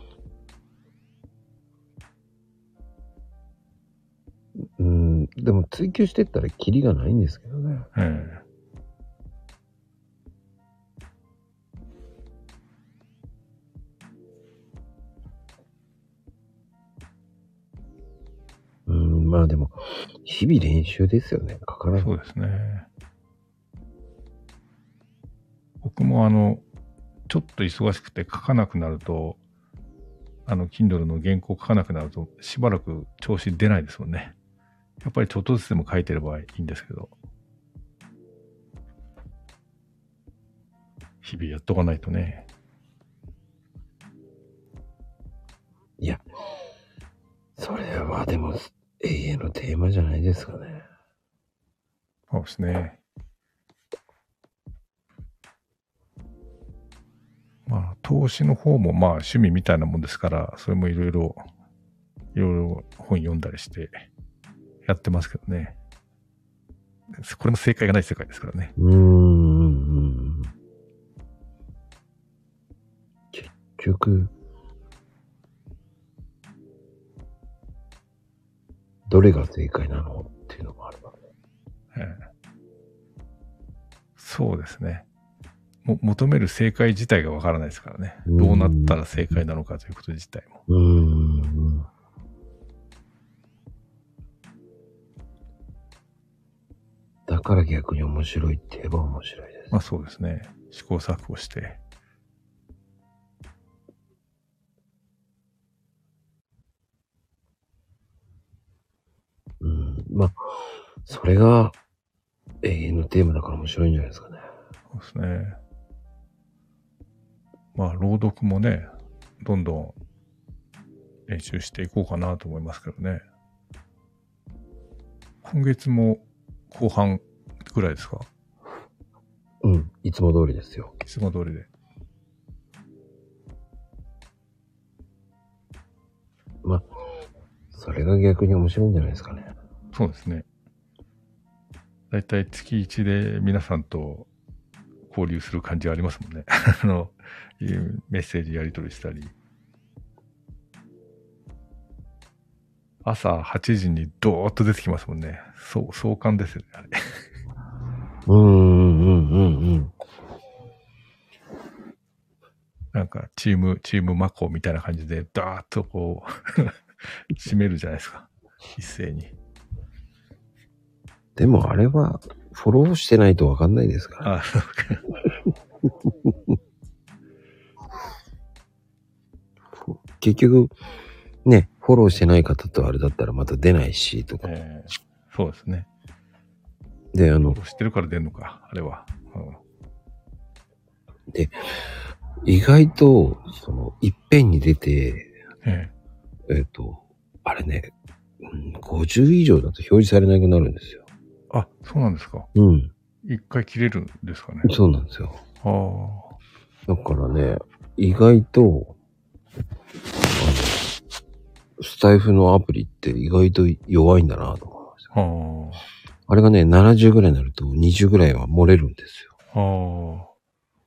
Speaker 1: うん、でも追求してったらキリがないんですけどね。
Speaker 3: ええ
Speaker 1: うん、まあでも、日々練習ですよね。かからない。
Speaker 3: そうですね。僕もあの、ちょっと忙しくて書かなくなると、あの、Kindle の原稿書かなくなると、しばらく調子出ないですもんね。やっぱりちょっとずつでも書いてればいいんですけど、日々やっとかないとね。
Speaker 1: いや、それはでも、永遠のテーマじゃないですかね。
Speaker 3: そうですね。まあ、投資の方もまあ趣味みたいなもんですから、それもいろいろ、いろいろ本読んだりしてやってますけどね。これも正解がない世界ですからね。
Speaker 1: うーん。結局、どれが正解なのっていうのもあるわけ。
Speaker 3: ええ、そうですね。も求める正解自体がわからないですからね。どうなったら正解なのかということ自体も。
Speaker 1: うーん。だから逆に面白いって言えば面白いです。
Speaker 3: まあそうですね。試行錯誤して。
Speaker 1: うん。まあ、それが永遠のテーマだから面白いんじゃないですかね。
Speaker 3: そうですね。まあ朗読もね、どんどん練習していこうかなと思いますけどね。今月も後半ぐらいですか？
Speaker 1: うん。いつも通りですよ。
Speaker 3: いつも通りで。
Speaker 1: まあ、それが逆に面白いんじゃないですかね。
Speaker 3: そうですね。だいたい月いちで皆さんと交流する感じがありますもんね。あの、メッセージやり取りしたり。朝はちじにドーッと出てきますもんね。そう、壮観ですよね、あれ。
Speaker 1: うーん、うん、うん、うん。
Speaker 3: なんか、チーム、チームマコみたいな感じで、ダーッとこう、締めるじゃないですか。一斉に。
Speaker 1: でもあれは、フォローしてないとわかんないですから。
Speaker 3: あ、そうか。
Speaker 1: 結局、ね、フォローしてない方とあれだったらまた出ないし、とか。
Speaker 3: えー、そうですね。
Speaker 1: で、あの、
Speaker 3: 知ってるから出るのか、あれは。うん、
Speaker 1: で、意外と、その、いっぺんに出て、
Speaker 3: え
Speaker 1: えっ、ー、と、あれね、うん、ごじゅう以上だと表示されなくなるんですよ。
Speaker 3: あ、そうなんですか。
Speaker 1: うん。
Speaker 3: 一回切れるんですかね。
Speaker 1: そうなんですよ。
Speaker 3: あ
Speaker 1: あ。だからね、意外と、あの、スタイフのアプリって意外と弱いんだなと思いました。
Speaker 3: あ。
Speaker 1: あれがね、ななじゅうぐらいになるとにじゅうぐらいは漏れるんです
Speaker 3: よ。ああ。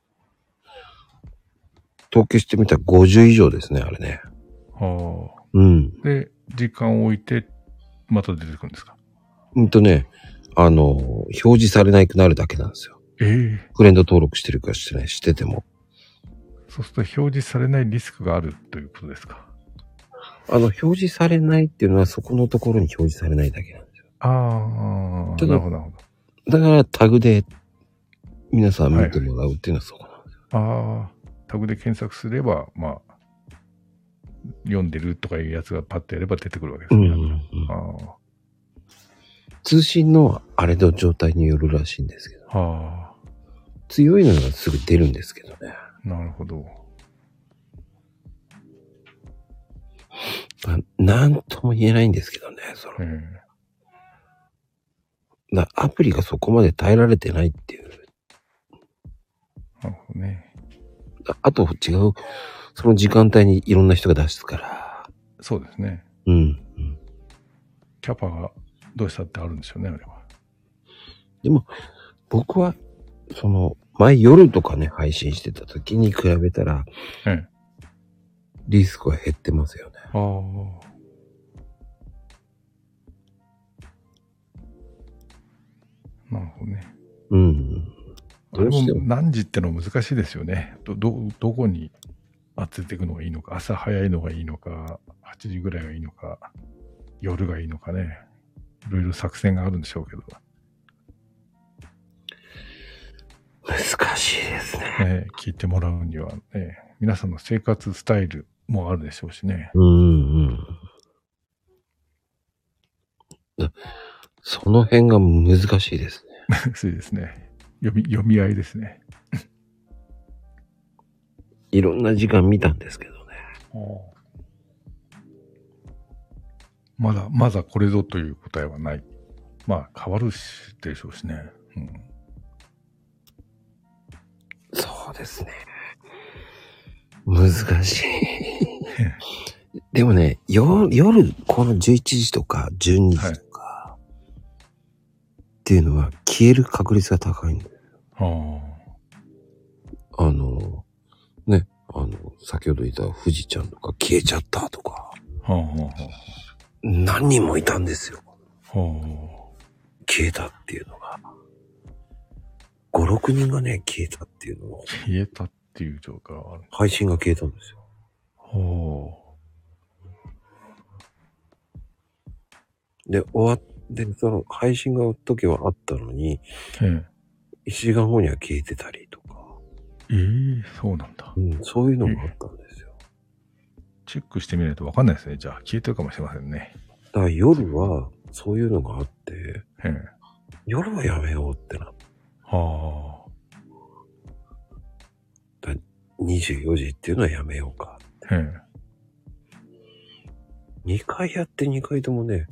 Speaker 1: 統計してみたらごじゅう以上ですね、あれね。
Speaker 3: はあ。
Speaker 1: うん。
Speaker 3: で、時間を置いて、また出てくるんですか？
Speaker 1: うんとね、あの、表示されなくなるだけなんですよ。
Speaker 3: ええー。
Speaker 1: フレンド登録してるかしてない、してても。
Speaker 3: そうすると表示されないリスクがあるということですか？
Speaker 1: あの、表示されないっていうのはそこのところに表示されないだけなんですよ。
Speaker 3: ああ、なるほど、なるほど。
Speaker 1: だからタグで皆さん見てもらうっていうのはそこなんですよ。
Speaker 3: はいはい、ああ、タグで検索すれば、まあ、読んでるとかいうやつがパッとやれば出てくるわけですね。うんうんうん、あ、
Speaker 1: 通信のあれの状態によるらしいんですけど。
Speaker 3: あ、
Speaker 1: 強いのがすぐ出るんですけどね。
Speaker 3: なるほど。
Speaker 1: な、なんとも言えないんですけどね、その。
Speaker 3: え
Speaker 1: だアプリがそこまで耐えられてないっていう。
Speaker 3: なるほどね。
Speaker 1: ああと違う、その時間帯にいろんな人が出すから。
Speaker 3: そうですね。
Speaker 1: うん。うん、
Speaker 3: キャパがどうしたってあるんでしょうね、あれは。
Speaker 1: でも、僕は、その、前夜とかね、配信してた時に比べたら、
Speaker 3: ええ。
Speaker 1: リスクは減ってますよね。
Speaker 3: ああ。なるほどね。
Speaker 1: うん。
Speaker 3: どうしても何時ってのは難しいですよね。ど、ど、どこに当てていくのがいいのか、朝早いのがいいのか、はちじぐらいがいいのか、夜がいいのかね。いろいろ作戦があるんでしょうけど。
Speaker 1: 難しいですね。
Speaker 3: ね、聞いてもらうにはね、皆さんの生活スタイルもあるでしょうしね。
Speaker 1: うんうんうん。その辺が難しいですね。
Speaker 3: そうですね。読み、読み合いですね。
Speaker 1: いろんな時間見たんですけどね。
Speaker 3: まだ、まだこれぞという答えはない。まあ、変わるしでしょうしね。うん、
Speaker 1: そうですね。難しい。でもね、よ、夜、このじゅういちじとかじゅうにじとか、はい、っていうのは消える確率が高いんだよ。あの、ね、あの、先ほど言った富士ちゃんとか消えちゃったとか、はあはあ、何人もいたんですよ。はあ、消えたっていうのが。ご、ろくにんがね、消えたっていうのを。
Speaker 3: 消えたっていう状況がある。
Speaker 1: 配信が消えたんですよ。
Speaker 3: はあ。
Speaker 1: で、終わって、その配信が時はあったのに、ええ、いちじかんごには消えてたりとか。
Speaker 3: ええー、そうなんだ。
Speaker 1: うん、そういうのもあったんですよ。
Speaker 3: チェックしてみないとわかんないですね。じゃあ、消えてるかもしれませんね。
Speaker 1: だから夜は、そういうのがあって、え
Speaker 3: え、
Speaker 1: 夜はやめようってな。はあ。だにじゅうよじっていうのはやめようかって。ええ、にかいやってにかいともね、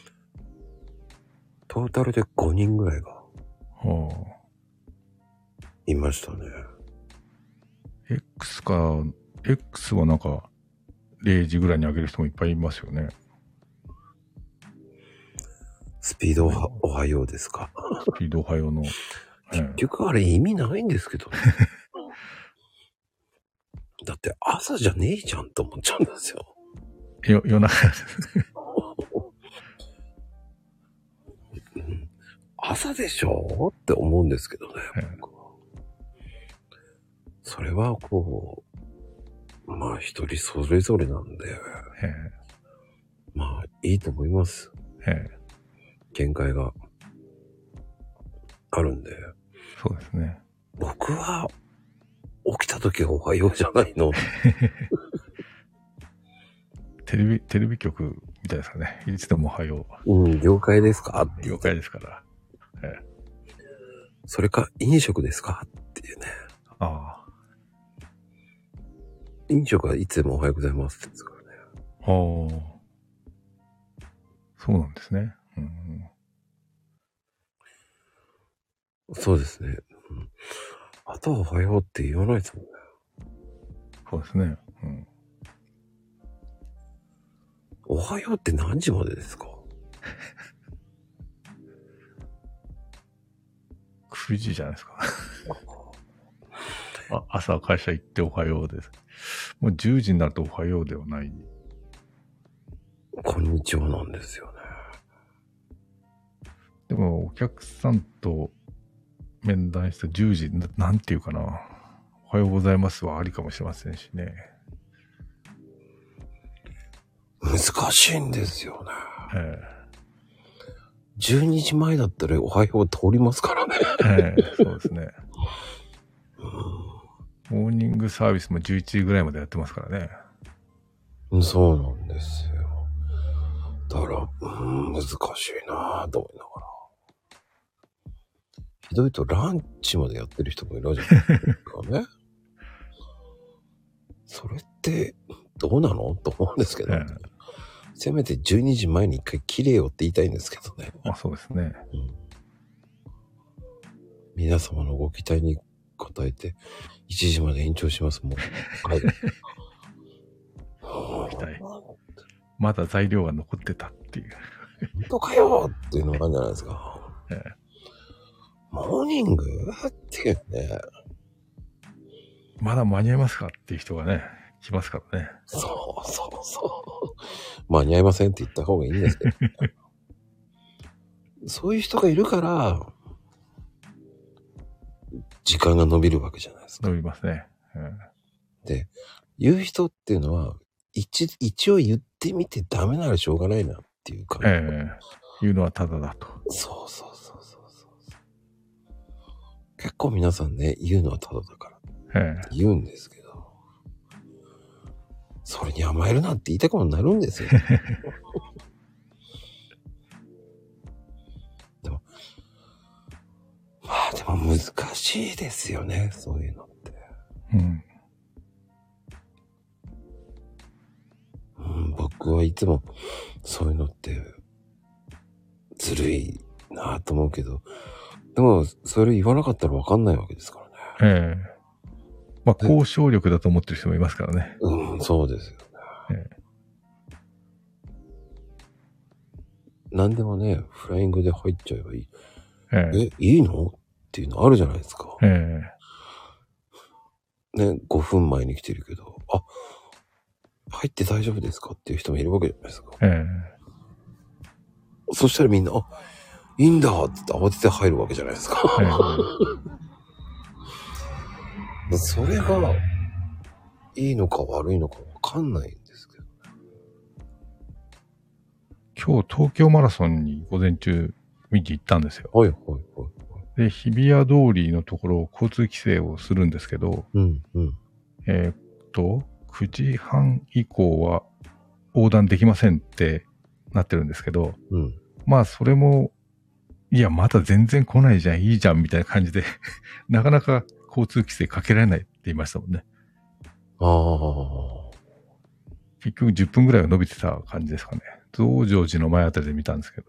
Speaker 1: トータルでごにんぐらいが、はあ、いましたね。
Speaker 3: X か、X はなんか、れいじぐらいに上げる人もいっぱいいますよね。
Speaker 1: スピードはおはようですか。
Speaker 3: スピードおはようの。
Speaker 1: 結局あれ意味ないんですけどね。だって朝じゃねえじゃんと思っちゃうんですよ。
Speaker 3: よ、夜中
Speaker 1: 朝でしょって思うんですけどね。それはこう、まあ一人それぞれなんで、まあいいと思います。限界があるんで。
Speaker 3: そうですね。
Speaker 1: 僕は起きた時おはようじゃないの。
Speaker 3: テレビ、テレビ局みたいですかね。いつでもおはよ
Speaker 1: う。うん、了解ですか
Speaker 3: 了解ですから。ええ、
Speaker 1: それか、飲食ですかっていうね。ああ。飲食はいつでもおはようございますですからね。
Speaker 3: ああ。そうなんですね。うん、
Speaker 1: そうですね。うん、あとはおはようって言わないですもんね。
Speaker 3: そうですね。うん、
Speaker 1: おはようって何時までですか
Speaker 3: くじじゃないですか。あ、朝会社行っておはようです。もうじゅうじになるとおはようではない。
Speaker 1: こんにちはなんですよね。
Speaker 3: でもお客さんと面談してじゅうじ、なんていうかな。おはようございますはありかもしれませんしね。
Speaker 1: 難しいんですよね。
Speaker 3: ええ、
Speaker 1: じゅうにじまえだったらおはよう通りますからね。
Speaker 3: ええ、そうですね。モーニングサービスもじゅういちじぐらいまでやってますからね。
Speaker 1: そうなんですよ。だから、うん、難しいなぁと思いながら。ひどいとランチまでやってる人もいるじゃないですかね。それってどうなのと思うんですけど、ね、ええ、せめてじゅうにじまえに一回切れよって言いたいんですけどね。
Speaker 3: あ、そうですね。うん、
Speaker 1: 皆様のご期待に応えていちじまで延長します。もう。はい。
Speaker 3: 期待。まだ材料が残ってたっていう。
Speaker 1: 本当かよっていうのがあるんじゃないですか。ええ、モーニングっていうね。
Speaker 3: まだ間に合いますかっていう人がね、来ますからね。
Speaker 1: そうそうそう。間に合いませんって言った方がいいんですけど、ね。そういう人がいるから、時間が伸びるわけじゃないですか。
Speaker 3: 伸びますね。うん、
Speaker 1: で、言う人っていうのは、一、一応言ってみてダメならしょうがないなっていう感じ。
Speaker 3: ええ、言うのはただだと。
Speaker 1: そうそうそうそうそう。結構皆さんね、言うのはただだからって言うんですけど、ええ、それに甘えるなって言いたくもなるんですよ。でも、まあでも難しいですよね、そういうのって。うん。うん、僕はいつもそういうのってずるいなと思うけど、でもそれ言わなかったら分かんないわけですからね。
Speaker 3: ええ。まあ交渉力だと思ってる人もいますからね。
Speaker 1: うん、そうですよね。ええ、何でもね、フライングで入っちゃえばいい。ええ、え、いいのっていうのあるじゃないですか。ええ。ね、ごふんまえに来てるけど、あ、入って大丈夫ですかっていう人もいるわけじゃないですか。ええ。そしたらみんな、あ、いいんだって言って慌てて入るわけじゃないですか。ええ、それが、いいのか悪いのかわかんないんですけどね。
Speaker 3: 今日東京マラソンに午前中見に行ったんですよ。
Speaker 1: はいはいはい。
Speaker 3: で、日比谷通りのところを交通規制をするんですけど、うんうん、えー、っと、くじはん以降は横断できませんってなってるんですけど、うん、まあそれも、いや、まだ全然来ないじゃん、いいじゃんみたいな感じで、なかなか交通規制かけられないって言いましたもんね。ああ。結局じゅっぷんぐらいは伸びてた感じですかね。増上寺の前あたりで見たんですけど。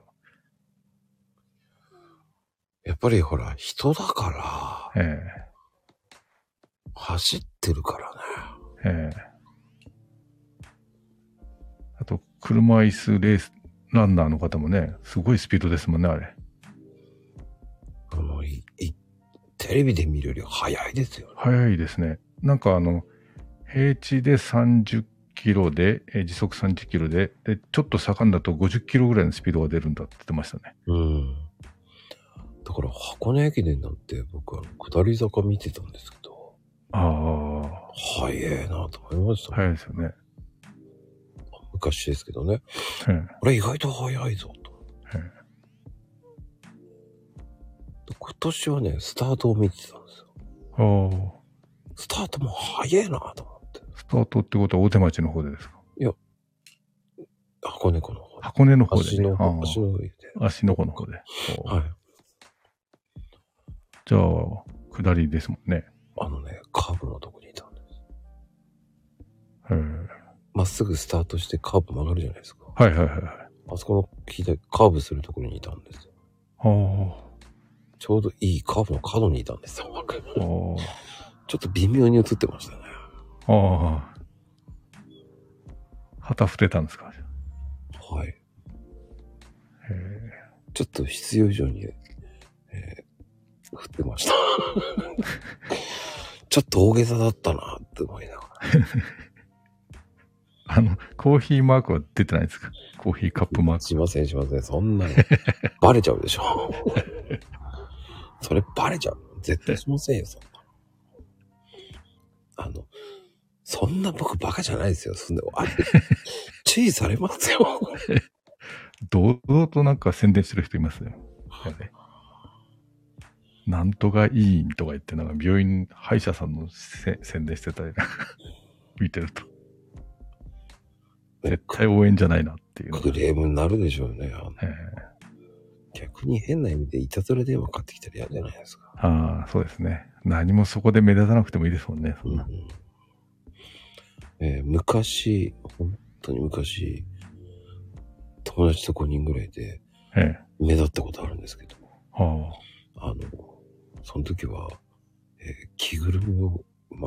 Speaker 1: やっぱりほら、人だから、ええ、走ってるからね。え
Speaker 3: え。あと、車椅子レースランナーの方もね、すごいスピードですもんね、あれ。
Speaker 1: あの、い、い、テレビで見るより速いですよね。
Speaker 3: 速いですね。なんかあの、平地でさんじゅっキロで、えー、時速さんじゅっキロで、で、ちょっと盛んだとごじゅっキロぐらいのスピードが出るんだって言ってましたね。うん。
Speaker 1: だから箱根駅伝なんて僕は下り坂見てたんですけど。ああ。早えなと思いましたね。
Speaker 3: 早いですよね。
Speaker 1: 昔ですけどね。うん、これ意外と早いぞと。うん、今年はね、スタートを見てたんですよ。ああ。スタートも早えなと思って。
Speaker 3: スタートってことは大手町の方でですか？
Speaker 1: いや、箱根湖の方で。
Speaker 3: 箱根の方で、ね。
Speaker 1: 足の方、足の上で。
Speaker 3: 足の湖の方で。はい。じゃあ、下りですもんね。
Speaker 1: あのね、カーブのとこにいたんです。へえ。まっすぐスタートしてカーブ曲がるじゃないですか。
Speaker 3: はいはいはい。
Speaker 1: あそこの聞いてカーブするところにいたんですよ。はあ。ちょうどいいカーブの角にいたんですよ。はあ。ちょっと微妙に映ってましたね。ああ。
Speaker 3: 旗振ってたんですか？
Speaker 1: はい。へえ。ちょっと必要以上に、えー、振ってました。ちょっと大げさだったなって思いながら。
Speaker 3: あの、コーヒーマークは出てないですか？コーヒーカップマーク。
Speaker 1: しませんしません。そんなのバレちゃうでしょ。それバレちゃう。絶対しませんよ、そんな。あの、そんな僕バカじゃないですよ。そんな、あれ、注意されますよ。
Speaker 3: 堂々となんか宣伝してる人いますよ。なんとかいいとか言って、なんか病院、歯医者さんの宣伝してたり見てると。絶対応援じゃないなっていう。
Speaker 1: クレームになるでしょうね。逆に変な意味でいたずら電話かかってきたら嫌じゃないですか。
Speaker 3: ああ、そうですね。何もそこで目立たなくてもいいですもんね。そんな。うん、
Speaker 1: えー昔、本当に昔、友達とごにんぐらいで
Speaker 3: ええ。
Speaker 1: 目立ったことあるんですけど、
Speaker 3: は
Speaker 1: あの、その時は、えー着ぐるみを、まあ、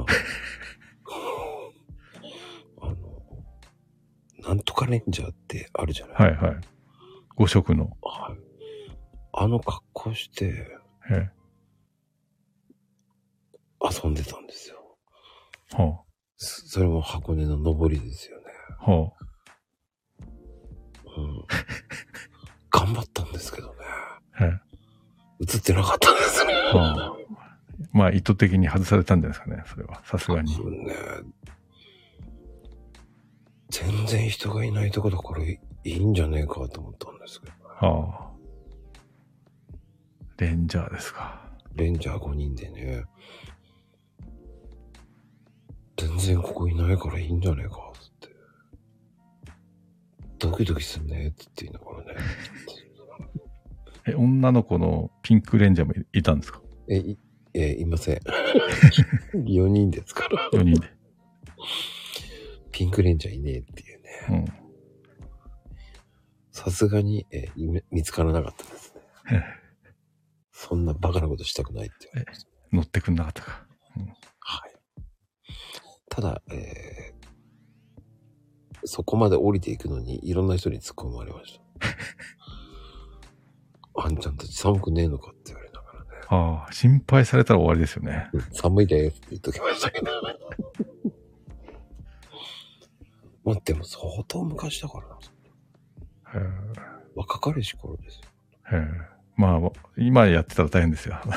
Speaker 1: あの、なんとかレンジャーってあるじゃない
Speaker 3: あ。はいはい。ご色の。
Speaker 1: はい。あの格好して
Speaker 3: ええ。
Speaker 1: 遊んでたんですよ。
Speaker 3: は
Speaker 1: そそれも箱根の登りですよね。
Speaker 3: あ。は
Speaker 1: うん。頑張ったんですけどね。
Speaker 3: あ。ええ。
Speaker 1: 映ってなかったんですね。
Speaker 3: はあ。まあ意図的に外されたんじゃないですかね、それは。さすがに。
Speaker 1: そうね。全然人がいないとこだからいいんじゃねえかと思ったんですけどね。
Speaker 3: はあ。レンジャーですか。
Speaker 1: レンジャーごにんでね。全然ここいないからいいんじゃねえかつって。ドキドキすんねって言いながらね。
Speaker 3: え、女の子のピンクレンジャーもいいたんですか？
Speaker 1: え、い、え、いません。よにんですから。
Speaker 3: よにんで。
Speaker 1: ピンクレンジャーいねえっていうね。
Speaker 3: うん。
Speaker 1: さすがに、えーい見つからなかったですね。
Speaker 3: え
Speaker 1: そんなバカなことしたくないって言われました。
Speaker 3: 乗ってくんなかったか。
Speaker 1: はい。ただ、えーそこまで降りていくのにいろんな人に突っ込まれました。あんちゃんたち寒くねえのかって言われながらね。
Speaker 3: ああ、心配されたら終わりですよね。
Speaker 1: うん寒いですって言っときましたけど。まあでも相当昔だからな。
Speaker 3: へ
Speaker 1: 若かりし頃ですよ。
Speaker 3: え。へえ。まあ、今やってたら大変ですよ。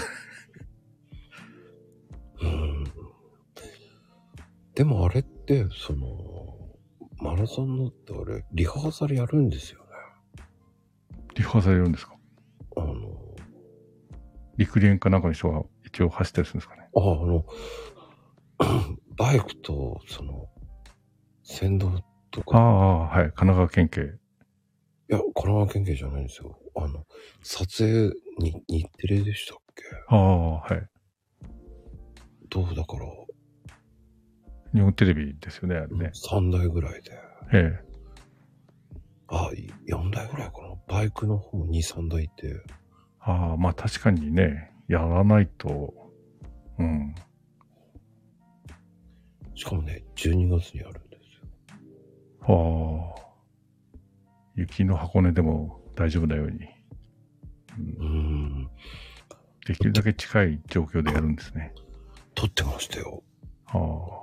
Speaker 1: うんでもあれって、その、マラソンのってあれ、リハーサルやるんですよね。
Speaker 3: リハーサルやるんですか？
Speaker 1: あの、
Speaker 3: 陸連かなんかの人が一応走ったりするんですかね。
Speaker 1: あ、あの、バイクと、その、先導とか。
Speaker 3: ああ、はい。神奈川県警。
Speaker 1: いや、神奈川県警じゃないんですよ。あの、撮影に、日テレでしたっけ？
Speaker 3: ああ、はい。
Speaker 1: どうだから、
Speaker 3: 日本テレビですよね、あれね。
Speaker 1: さんだいぐらいで。
Speaker 3: ええ。
Speaker 1: あ、よんだいぐらいかな。バイクの方もに、さんだいいて。
Speaker 3: ああ、まあ確かにね、やらないと、うん。
Speaker 1: しかもね、じゅうにがつにあるんですよ。
Speaker 3: はあ。雪の箱根でも大丈夫なように。
Speaker 1: うーん。
Speaker 3: できるだけ近い状況でやるんですね。
Speaker 1: 撮ってましたよ。
Speaker 3: は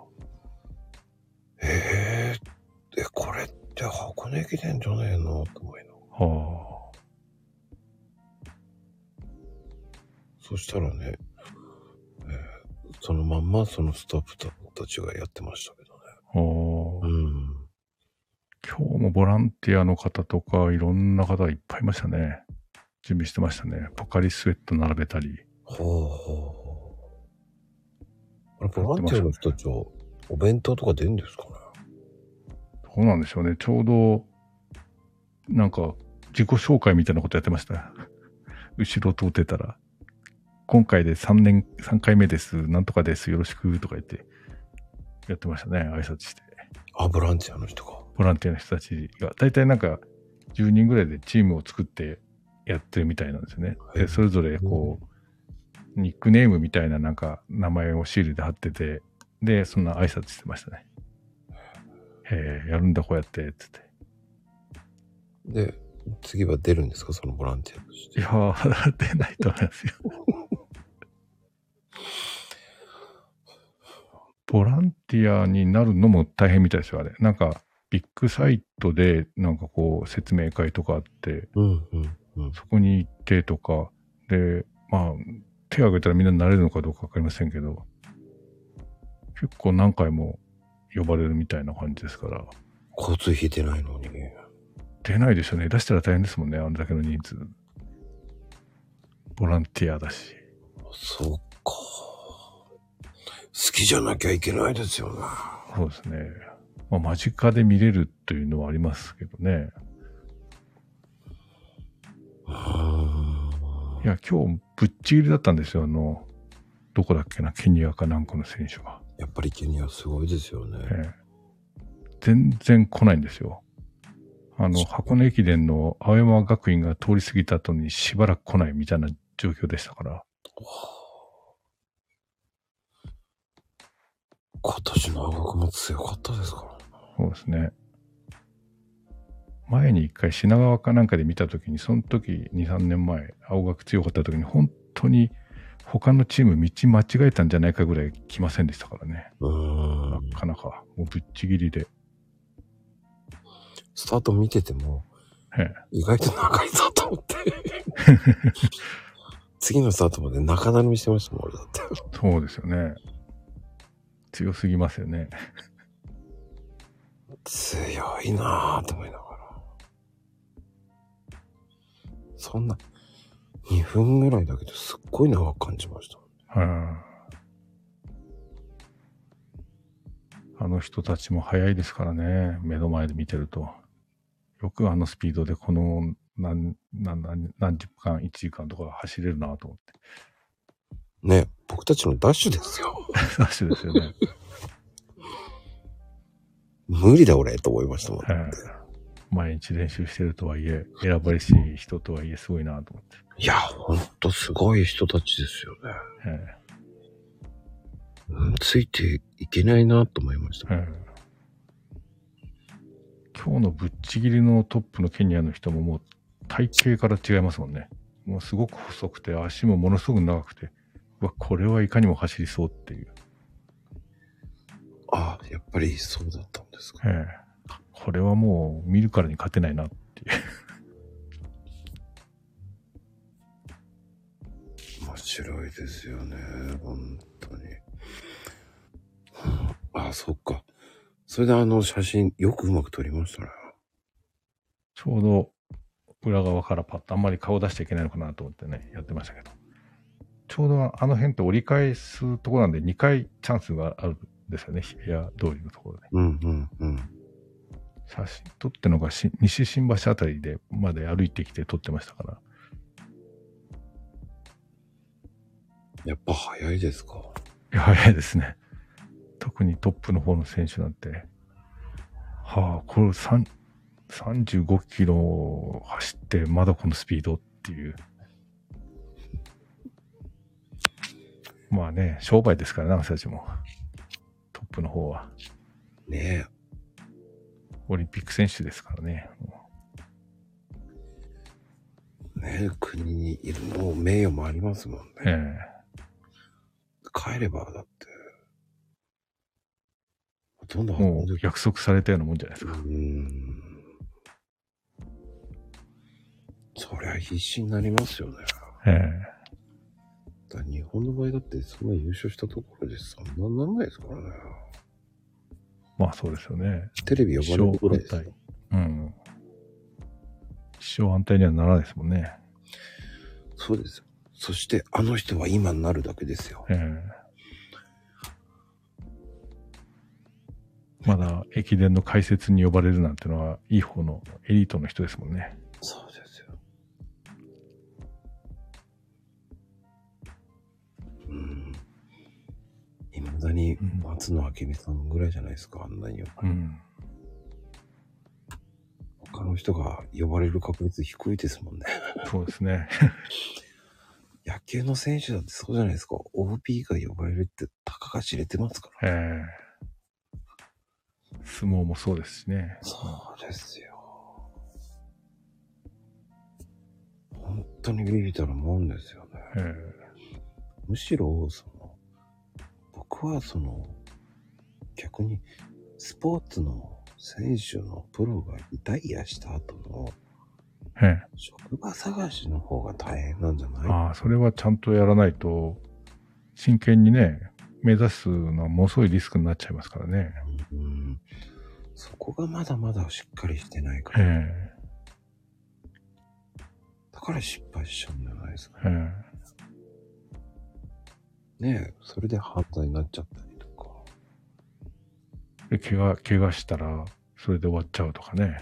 Speaker 1: えー、え、これって箱根駅伝じゃねえのと思いながら。
Speaker 3: あ。はあ。
Speaker 1: そしたらね、えーそのまんまそのスタッフたちがやってましたけどね。
Speaker 3: はあ。
Speaker 1: うん。
Speaker 3: 今日もボランティアの方とかいろんな方いっぱいいましたね。準備してましたね。ポカリスエット並べたり。
Speaker 1: ほうほうほう。あれ、ボランティアの人たちはお弁当とか出るんですかね？
Speaker 3: どうなんでしょうね。ちょうど、なんか、自己紹介みたいなことやってました。後ろ通ってたら、今回でさんねん、さんかいめです。なんとかです。よろしく。とか言って、やってましたね。挨拶して。
Speaker 1: あ、ボランティアの人か。
Speaker 3: ボランティアの人たちが、だいたいなんか、じゅうにんぐらいでチームを作ってやってるみたいなんですよね。で、それぞれこう、ニックネームみたいななんか名前をシールで貼ってて、で、そんな挨拶してましたね。へえ、やるんだこうやって、つって。
Speaker 1: で、次は出るんですか、そのボランティアとして。
Speaker 3: いやー、出ないと思いますよ。ボランティアになるのも大変みたいですよ、あれ。なんか、ビッグサイトで、なんかこう、説明会とかあって、
Speaker 1: うんうんうん。
Speaker 3: そこに行ってとか、で、まあ、手を挙げたらみんな慣れるのかどうかわかりませんけど、結構何回も呼ばれるみたいな感じですから。
Speaker 1: 交通費出ないのに。
Speaker 3: 出ないですよね。出したら大変ですもんね、あれだけの人数。ボランティアだし。
Speaker 1: そうか。好きじゃなきゃいけないですよね。
Speaker 3: そうですね。まあ、間近で見れるというのはありますけどね。
Speaker 1: うーん。
Speaker 3: いや、今日、ぶっちぎりだったんですよ。あの、どこだっけな、ケニアかなんかの選手が。
Speaker 1: やっぱりケニアすごいですよね。
Speaker 3: ええ、 全然来ないんですよ。あの、箱根駅伝の青山学院が通り過ぎた後にしばらく来ないみたいな状況でしたから。
Speaker 1: 今年の青学も強かったですから。
Speaker 3: そうですね。前に一回品川かなんかで見たときに、その時に、さんねんまえ、青学強かった時に、本当に他のチーム道間違えたんじゃないかぐらい来ませんでしたからね。
Speaker 1: うーん。
Speaker 3: なかなか、もうぶっちぎりで。
Speaker 1: スタート見てても、
Speaker 3: ええ、
Speaker 1: 意外と長いぞと思って。次のスタートまで中だるみしてましたもん、俺だって。
Speaker 3: そうですよね。強すぎますよね。
Speaker 1: 強いなぁと思いながら。そんな、にふんぐらいだけですっごい長く感じました。
Speaker 3: うん。あの人たちも速いですからね。目の前で見てると。よくあのスピードでこの何、何、何、何十分間、いちじかんとか走れるなと思って。
Speaker 1: ね、僕たちのダッシュですよ。
Speaker 3: ダッシュですよね。
Speaker 1: 無理だ俺と思いましたもん、ね。
Speaker 3: はい、毎日練習してるとはいえ、選ばれしい人とはいえすごいなと思って。
Speaker 1: いや、ほんとすごい人たちですよね。
Speaker 3: はい
Speaker 1: うん、ついていけないなと思いました。
Speaker 3: はい、今日のぶっちぎりのトップのケニアの人ももう体型から違いますもんね。もうすごく細くて足もものすごく長くて、うわ、これはいかにも走りそうっていう。
Speaker 1: ああ、やっぱりそうだったんですか。
Speaker 3: ええ、これはもう見るからに勝てないなっていう。
Speaker 1: 面白いですよね、本当に。ああ、そっか。それであの写真よくうまく撮りましたね。
Speaker 3: ちょうど裏側からパッとあんまり顔出しちゃいけないのかなと思ってね、やってましたけど。ちょうどあの辺って折り返すところなんでにかいチャンスがあるんですよね、日比谷通りのところで。
Speaker 1: うんうんうん。
Speaker 3: 写真撮ってのがし西新橋あたりでまで歩いてきて撮ってましたから。
Speaker 1: やっぱ早いですか？
Speaker 3: いや、早いですね。特にトップの方の選手なんて。はあ、これさんさんじゅうごキロ走ってまだこのスピードっていう。まあね、商売ですからね、私たちも。トップの方は。
Speaker 1: ねえ。
Speaker 3: オリンピック選手ですからね。
Speaker 1: ねえ、国にいるの名誉もありますもんね。
Speaker 3: ええ。
Speaker 1: 帰ればだって、ほとんど
Speaker 3: もう約束されたようなもんじゃないですか。
Speaker 1: うーん。そりゃ必死になりますよね。
Speaker 3: ええ。
Speaker 1: だ日本の場合だってそんな優勝したところでそんななんないですからね。
Speaker 3: まあそうですよね。
Speaker 1: テレビ呼ばれるぐらいですよ。
Speaker 3: うん。一生反対にはならないですもんね。
Speaker 1: そうですよ。そしてあの人は今になるだけですよ。
Speaker 3: ええ。まだ駅伝の解説に呼ばれるなんてのは、いい方のエリートの人ですもんね。
Speaker 1: そうですよ。うん。未だに松野明美さんぐらいじゃないですか、あんなに呼ばれる。うん。他の人が呼ばれる確率低いですもんね。
Speaker 3: そうですね。
Speaker 1: 野球の選手だってそうじゃないですか。オーピー が呼ばれるってたかが知れてますから。
Speaker 3: ええ。相撲もそうですしね。
Speaker 1: そうですよ。本当にビビたるもんですよね。ええ。むしろ、その、僕はその、逆にスポーツの選手のプロがリタイアした後の、ええ、職場探しの方が大変なんじゃない？
Speaker 3: ああ、それはちゃんとやらないと、真剣にね、目指すのはものすごいリスクになっちゃいますからね。
Speaker 1: うん、そこがまだまだしっかりしてないから。ええ、だから失敗しちゃうんじゃないですか。ええ、ねえ、それで犯罪になっちゃったりとか。
Speaker 3: で、怪我、怪我したら、それで終わっちゃうとかね。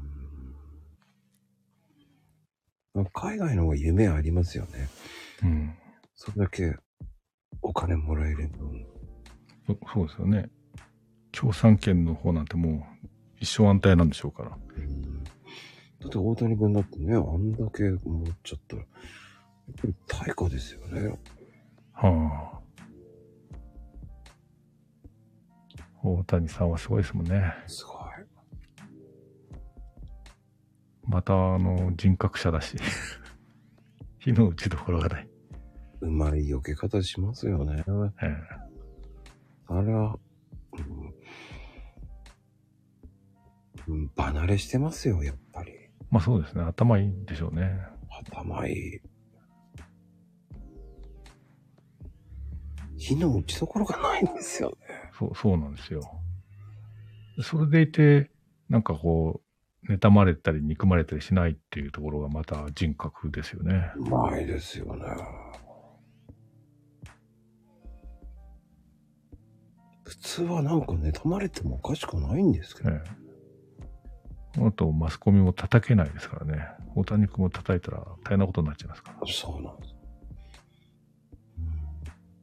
Speaker 1: うん、海外の方が夢ありますよね。うん。それだけお金もらえる分。
Speaker 3: そ、そうですよね。 共産圏の方なんてもう一生安泰なんでしょうから。
Speaker 1: うん、だって大谷君だってね、あんだけ持っちゃったら、やっぱり対価ですよね。
Speaker 3: はあ。大谷さんはすごいですもんね。
Speaker 1: すごい。
Speaker 3: またあの人格者だし、火の打ちどころがない。
Speaker 1: うまい避け方しますよね。
Speaker 3: ええ、
Speaker 1: あれは、うん、離れしてますよ、やっぱり。
Speaker 3: まあそうですね。頭いいんでしょうね。
Speaker 1: 頭いい。火の打ちどころがないんですよね。
Speaker 3: そう、そうなんですよ。それでいて、なんかこう、妬まれたり憎まれたりしないっていうところがまた人格ですよね。
Speaker 1: うまいですよね。普通はなんか妬まれてもおかしくないんですけど。
Speaker 3: ええ、あとマスコミも叩けないですからね。大谷君も叩いたら大変なことになっちゃいますから。
Speaker 1: そうなんです。うん、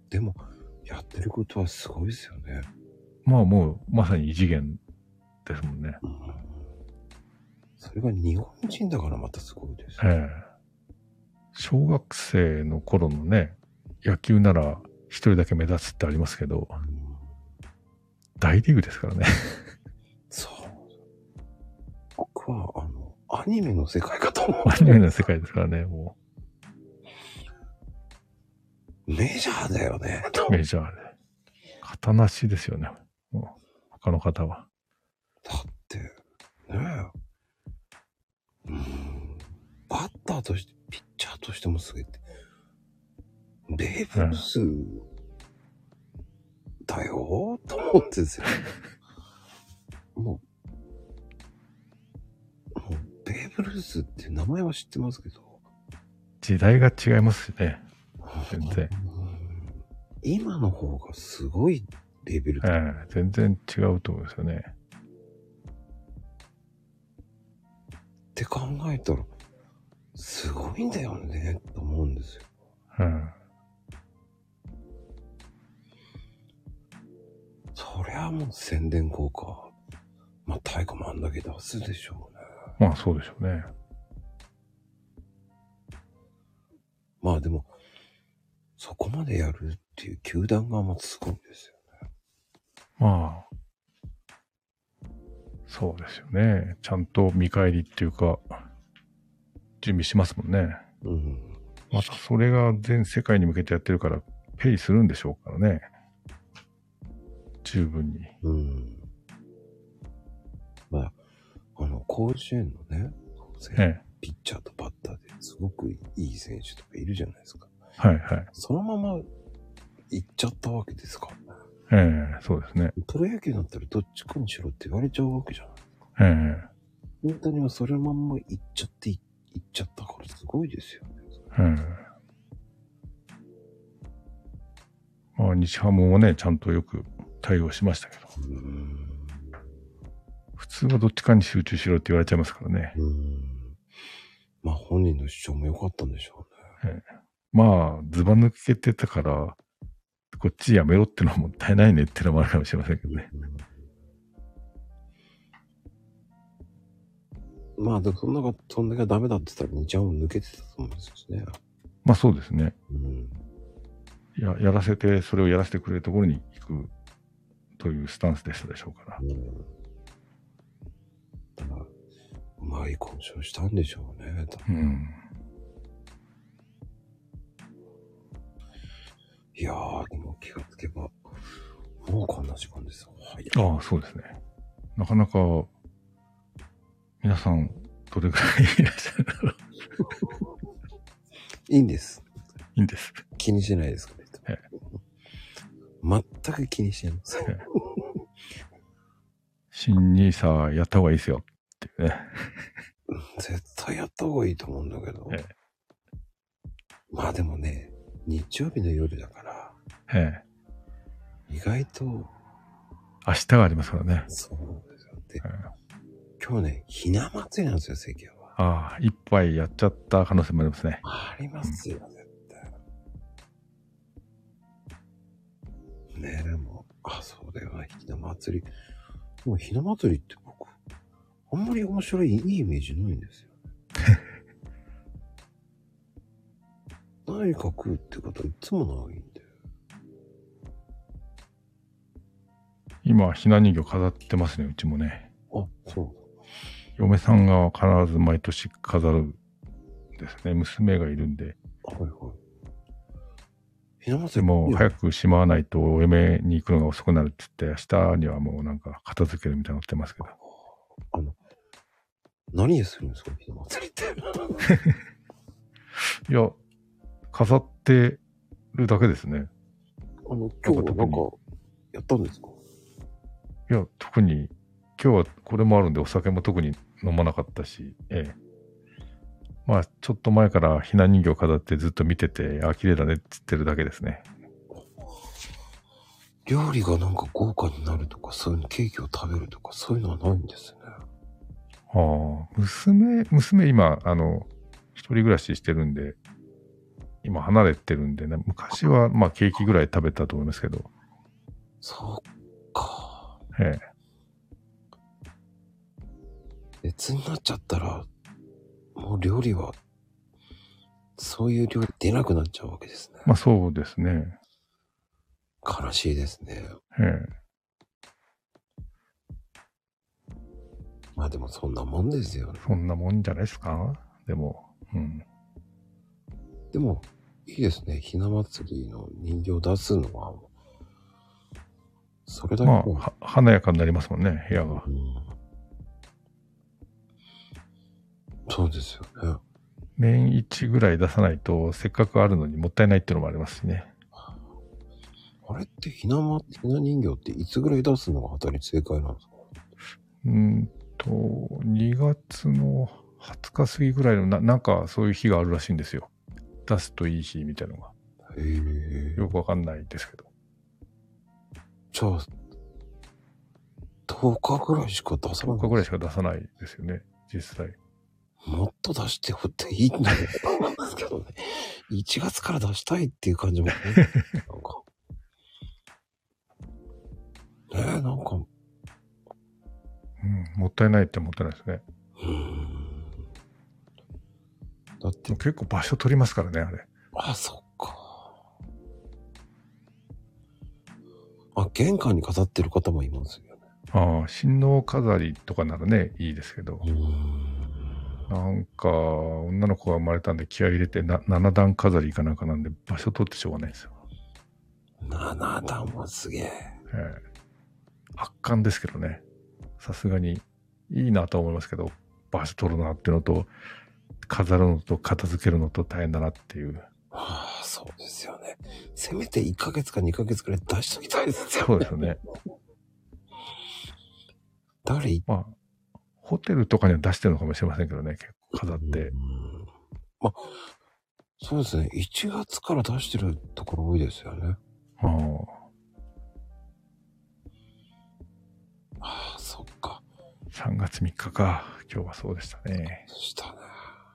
Speaker 1: でも、やってることはすごいですよね。
Speaker 3: まあもう、まさに異次元ですもんね。
Speaker 1: うん、それが日本人だからまたすごいです。
Speaker 3: ええ。小学生の頃のね、野球なら一人だけ目立つってありますけど、うん、大リーグですからね。
Speaker 1: そう。僕は、あの、アニメの世界かと思う。
Speaker 3: アニメの世界ですからね、も
Speaker 1: う。メジャーだよね。
Speaker 3: メジャーで。型なしですよね。もう他の方は。
Speaker 1: だって、ねえ。うん。バッターとして、ピッチャーとしてもすげえって。ベーブ・ルースだよ、と思ってですよ。もう、もう、ベーブ・ルースっていう名前は知ってますけど。
Speaker 3: 時代が違いますしね。全然。
Speaker 1: 今の方がすごいレベル
Speaker 3: だ、ええ、全然違うと思うんですよね。
Speaker 1: って考えたら、すごいんだよね、と思うんですよ。うん。そりゃもう宣伝効果。まあ、対価もあんだけ出すでしょうね。
Speaker 3: まあ、そうでしょうね。
Speaker 1: まあでも、そこまでやるっていう球団がまたすごいですよね。
Speaker 3: まあ、そうですよね。ちゃんと見返りっていうか、準備しますもんね。うん。またそれが全世界に向けてやってるから、ペイするんでしょうからね。十分に。うん。
Speaker 1: まあ、あの、甲子園のね、ええ、ピッチャーとバッターですごくいい選手とかいるじゃないですか。
Speaker 3: はいはい。
Speaker 1: そのまま行っちゃったわけですから
Speaker 3: ね。ええ、そうですね。
Speaker 1: プロ野球だったらどっちかにしろって言われちゃうわけじゃないですか。
Speaker 3: ええ。
Speaker 1: 本当にはそれまんま行っちゃって行っちゃったからすごいですよね。
Speaker 3: ええ。まあ、日ハムもね、ちゃんとよく対応しましたけど。うーん、普通はどっちかに集中しろって言われちゃいますからね。
Speaker 1: うーん、まあ本人の主張も良かったんでしょうね。
Speaker 3: ええ、まあ、ずば抜けてたから、こっちやめろってのはもったいないねってのもあるかもしれませんけどね。
Speaker 1: うん、まあ、でもそんなが、そんながダメだって言ったらにちゃんも抜けてたと思うんですしね。
Speaker 3: まあそうですね。
Speaker 1: うん、
Speaker 3: や、やらせて、それをやらせてくれるところに行くというスタンスでしたでしょうから。うん、
Speaker 1: だから、うまい交渉したんでしょうね。うん。いやー、でも気がつけば、もうこんな時間ですよ。はい。
Speaker 3: ああ、そうですね。なかなか、皆さん、どれくらいいらっしゃるんだろう。
Speaker 1: いいんです。
Speaker 3: いいんです。
Speaker 1: 気にしないですかね。
Speaker 3: え
Speaker 1: え、全く気にしてません。ええ、
Speaker 3: 新ニーサやった方がいいですよっていうね。
Speaker 1: 絶対やった方がいいと思うんだけど。ええ、まあでもね、日曜日の夜だから、ええ、意外と
Speaker 3: 明日がありますからね。
Speaker 1: そうですよ。で、ええ、今日ね、ひな祭りなんですよ、世間は。
Speaker 3: ああ、一杯やっちゃった可能性もありますね。
Speaker 1: ありますよ、うん、絶対。ねえ、もあ、そうだよな、ひな祭り。もうひな祭りって僕、あんまり面白い、いいイメージないんですよ。何か食うって方いつもないんで。
Speaker 3: 今、ひな人形飾ってますね、うちもね。
Speaker 1: あ、そう
Speaker 3: 嫁さんが必ず毎年飾るんですね。娘がいるんで。
Speaker 1: だ。はいはい。ひな祭り
Speaker 3: でも、
Speaker 1: いいよ
Speaker 3: 早くしまわないとお嫁に行くのが遅くなるって言って、明日にはもうなんか片付けるみたいなのってますけど。
Speaker 1: あの、何するんですか、ひな祭りって。
Speaker 3: いや、飾ってるだけですね。
Speaker 1: あの、今日はなんか、やったんですか？
Speaker 3: いや、特に、今日はこれもあるんでお酒も特に飲まなかったし、ええ。まあ、ちょっと前からひな人形飾ってずっと見てて、あ、綺麗だねって言ってるだけですね。
Speaker 1: 料理がなんか豪華になるとか、そういうの、ケーキを食べるとか、そういうのはないんですね。
Speaker 3: ああ、娘、娘今、あの、一人暮らししてるんで、今離れてるんでね、昔はまあケーキぐらい食べたと思いますけど。
Speaker 1: そうか。
Speaker 3: ええ。
Speaker 1: 別になっちゃったら、もう料理は、そういう料理出なくなっちゃうわけですね。
Speaker 3: まあそうですね。
Speaker 1: 悲しいですね。
Speaker 3: ええ。
Speaker 1: まあでもそんなもんですよね。
Speaker 3: そんなもんじゃないですか。でも、うん。
Speaker 1: でも、いいですね。ひな祭りの人形を出すのは、それだけ
Speaker 3: まあ、は華やかになりますもんね、部屋が。
Speaker 1: うん、そうですよね。
Speaker 3: 年一ぐらい出さないと、せっかくあるのにもったいないっていうのもありますしね。
Speaker 1: あれってひなま、ひな人形っていつぐらい出すのが当たり正解なんですか？
Speaker 3: うんと、にがつのはつか過ぎぐらいのな、なんかそういう日があるらしいんですよ。出すといい日みたいなのが。
Speaker 1: へえ。
Speaker 3: よくわかんないですけど。
Speaker 1: じゃあ、とおかぐらいしか出さない。
Speaker 3: とおかぐらいしか出さないですよね、実際。
Speaker 1: もっと出しておっていいんだよと思うんですけどね。いちがつから出したいっていう感じもね。なんか。ねえ、なんか。
Speaker 3: うん、もったいないってもったいないですね。
Speaker 1: うーん。だって。
Speaker 3: 結構場所取りますからね、あれ。
Speaker 1: あ、そっか。あ、玄関に飾ってる方もいますよね。
Speaker 3: ああ、親王飾りとかならね、いいですけど。
Speaker 1: うーん。
Speaker 3: なんか、女の子が生まれたんで気合い入れてな、なな段飾りかなんかなんで場所取ってしょうがないですよ。
Speaker 1: なな段もすげえ。
Speaker 3: ええ、圧巻ですけどね。さすがにいいなと思いますけど、場所取るなっていうのと、飾るのと片付けるのと大変だなっていう。
Speaker 1: はあ、そうですよね。せめていっかげつかにかげつくらい出しときたいですよね。
Speaker 3: そうですよね。
Speaker 1: 誰
Speaker 3: まあ、ホテルとかには出してるのかもしれませんけどね、結構飾って。
Speaker 1: うん、まあ、そうですね。いちがつから出してるところ多いですよね。
Speaker 3: あ
Speaker 1: あ。ああ、そっか。
Speaker 3: さんがつみっかか。今日はそうでしたね。
Speaker 1: でしたね。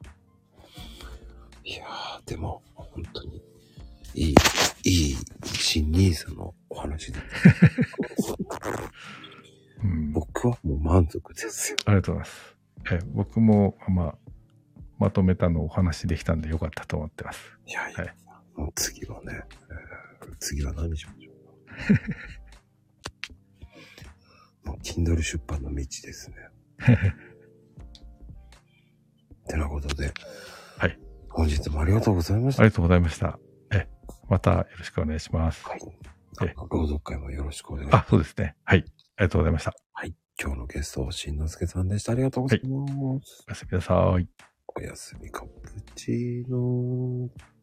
Speaker 1: いやー、でも、本当に、いい、いい新ニーズのお話で。
Speaker 3: うん、
Speaker 1: 僕はもう満足ですよ。
Speaker 3: ありがとうございます。え僕も、まあ、まとめたのをお話できたんでよかったと思ってます。
Speaker 1: いやいや、
Speaker 3: はい、
Speaker 1: もう次はね、えー、次は何しましょう。もう Kindle 出版の道ですね。てなことで、
Speaker 3: はい。
Speaker 1: 本日もありがとうございました。
Speaker 3: ありがとうございました。え、またよろしくお願いします。
Speaker 1: はい。え、朗読会もよろしくお願いします。
Speaker 3: あ、そうですね。はい。ありがとうございました。
Speaker 1: はい。今日のゲスト、しんのすけさんでした。ありがとうございます。
Speaker 3: はい、おやすみなさい。
Speaker 1: おやすみカプチーノー。